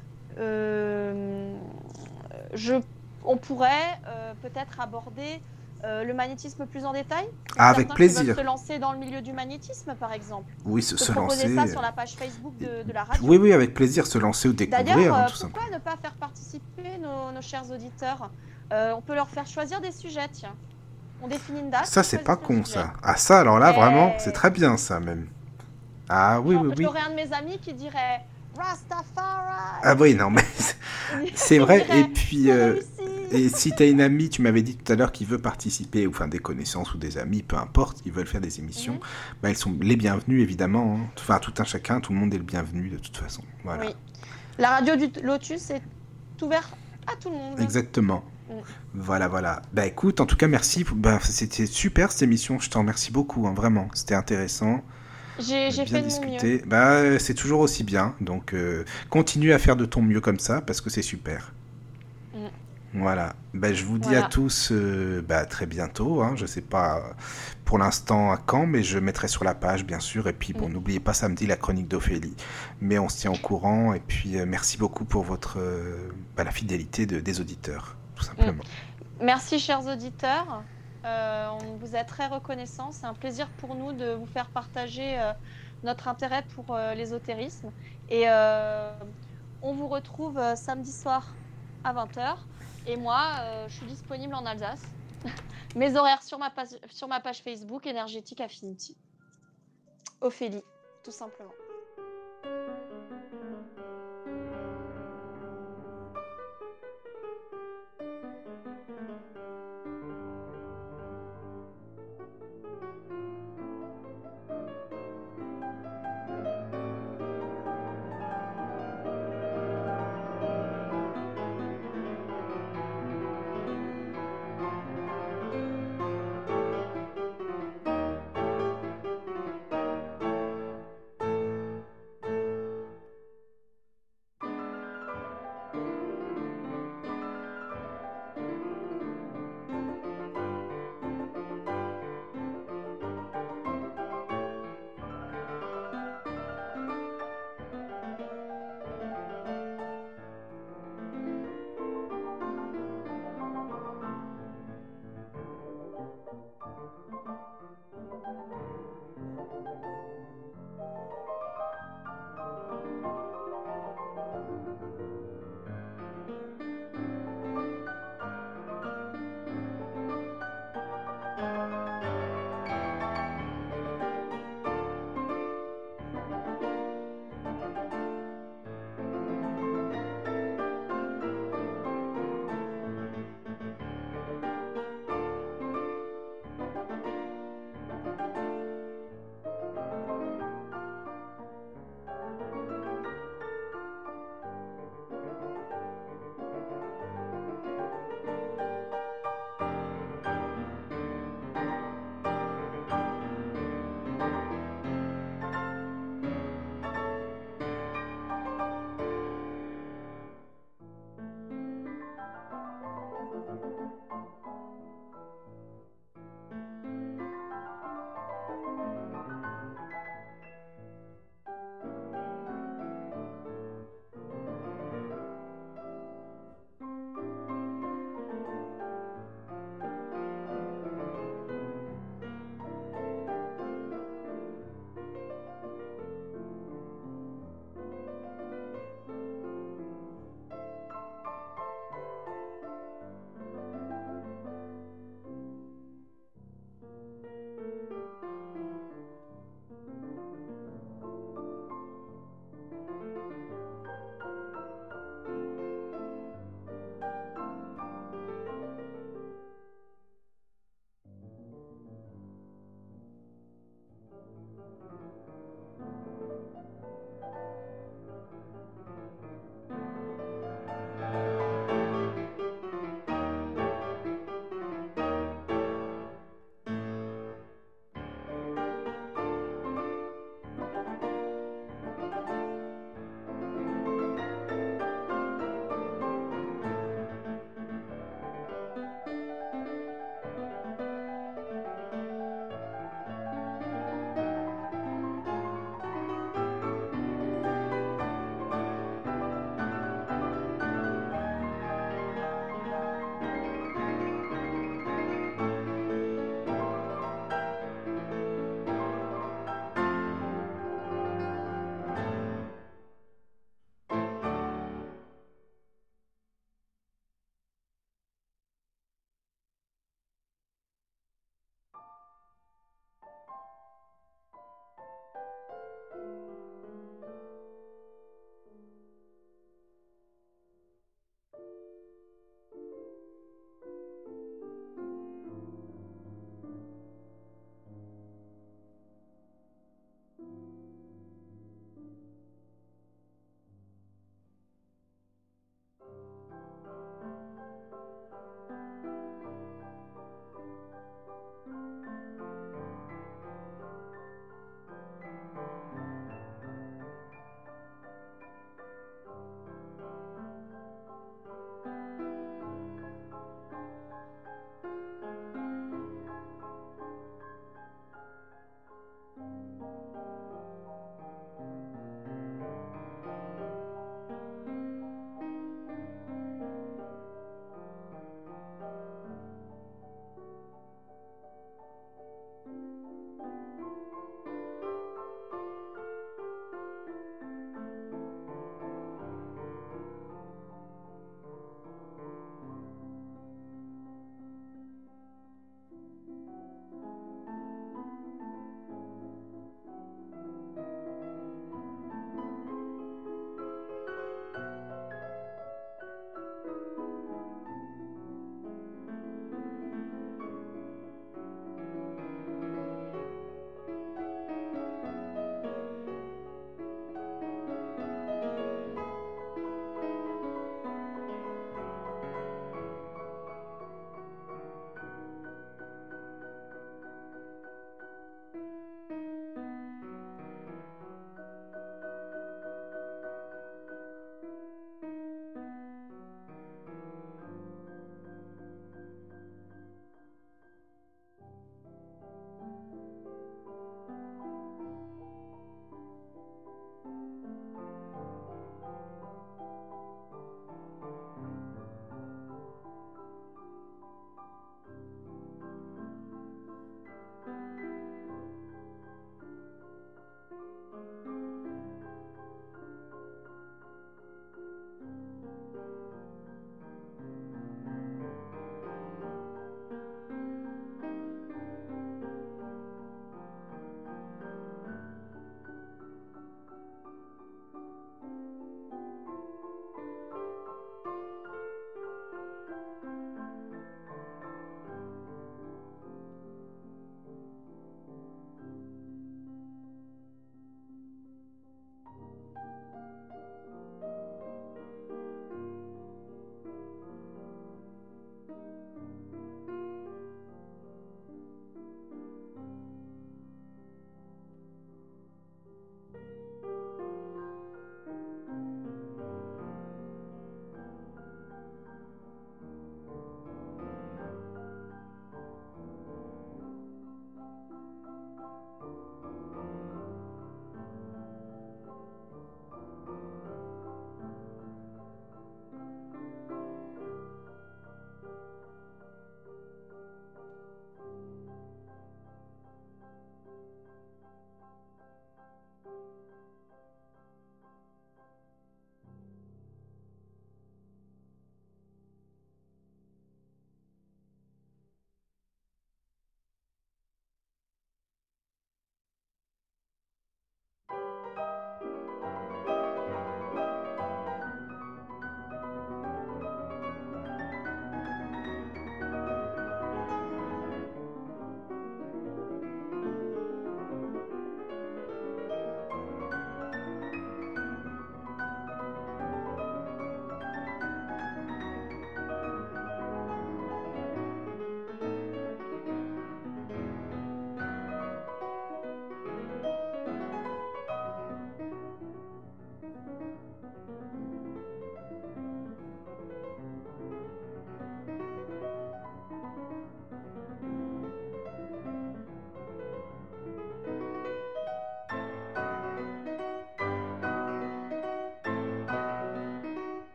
euh, je, on pourrait euh, peut-être aborder euh, le magnétisme plus en détail. Pour Ah, avec certains qui plaisir. veulent se lancer dans le milieu du magnétisme, par exemple. Oui, se, Je se peux proposer lancer. ça sur la page Facebook de, de la radio. Oui, oui, avec plaisir, se lancer ou découvrir, D'ailleurs, hein, euh, tout simplement. pourquoi ne pas faire participer nos, nos chers auditeurs? Euh, On peut leur faire choisir des sujets, tiens. On définit une date. Ça, on c'est choisit pas le con, sujet. ça. Ah, ça, alors là, Et- vraiment, c'est très bien, ça, même. Ah, oui, Genre, oui, oui. J'aurais un de mes amis qui dirait Rastafari. Ah, oui, non, mais c'est vrai. Il dirait, Et puis, J'ai euh, réussi. et si t'as une amie, tu m'avais dit tout à l'heure, qui veut participer, ou enfin des connaissances ou des amis, peu importe, qui veulent faire des émissions, Mhm. bah, elles sont les bienvenues, évidemment. Hein. Enfin, tout un chacun, tout le monde est le bienvenu, de toute façon. Voilà. Oui. La radio du Lotus est ouverte à tout le monde. Exactement. Mm. Voilà, voilà. Bah écoute, en tout cas, merci. Bah, c'était super cette émission. Je t'en remercie beaucoup, hein, vraiment. C'était intéressant. J'ai j'ai bien fait de mon mieux. discuté. Bah, c'est toujours aussi bien. Donc, euh, continue à faire de ton mieux comme ça, parce que c'est super. Mm. Voilà. Bah, je vous dis Voilà. à tous euh, bah, très bientôt. Hein. Je sais pas euh, pour l'instant à quand, mais je mettrai sur la page, bien sûr. Et puis, bon, Mm. n'oubliez pas samedi la chronique d'Ophélie. Mais on se tient au courant. Et puis, euh, merci beaucoup pour votre euh, bah, la fidélité de, des auditeurs, tout simplement. Merci, chers auditeurs. Euh, on vous est très reconnaissants. C'est un plaisir pour nous de vous faire partager euh, notre intérêt pour euh, l'ésotérisme. Et euh, on vous retrouve euh, samedi soir à vingt heures. Et moi, euh, je suis disponible en Alsace. Mes horaires sur ma page, sur ma page Facebook, Énergétique Affinity. Ophélie, tout simplement.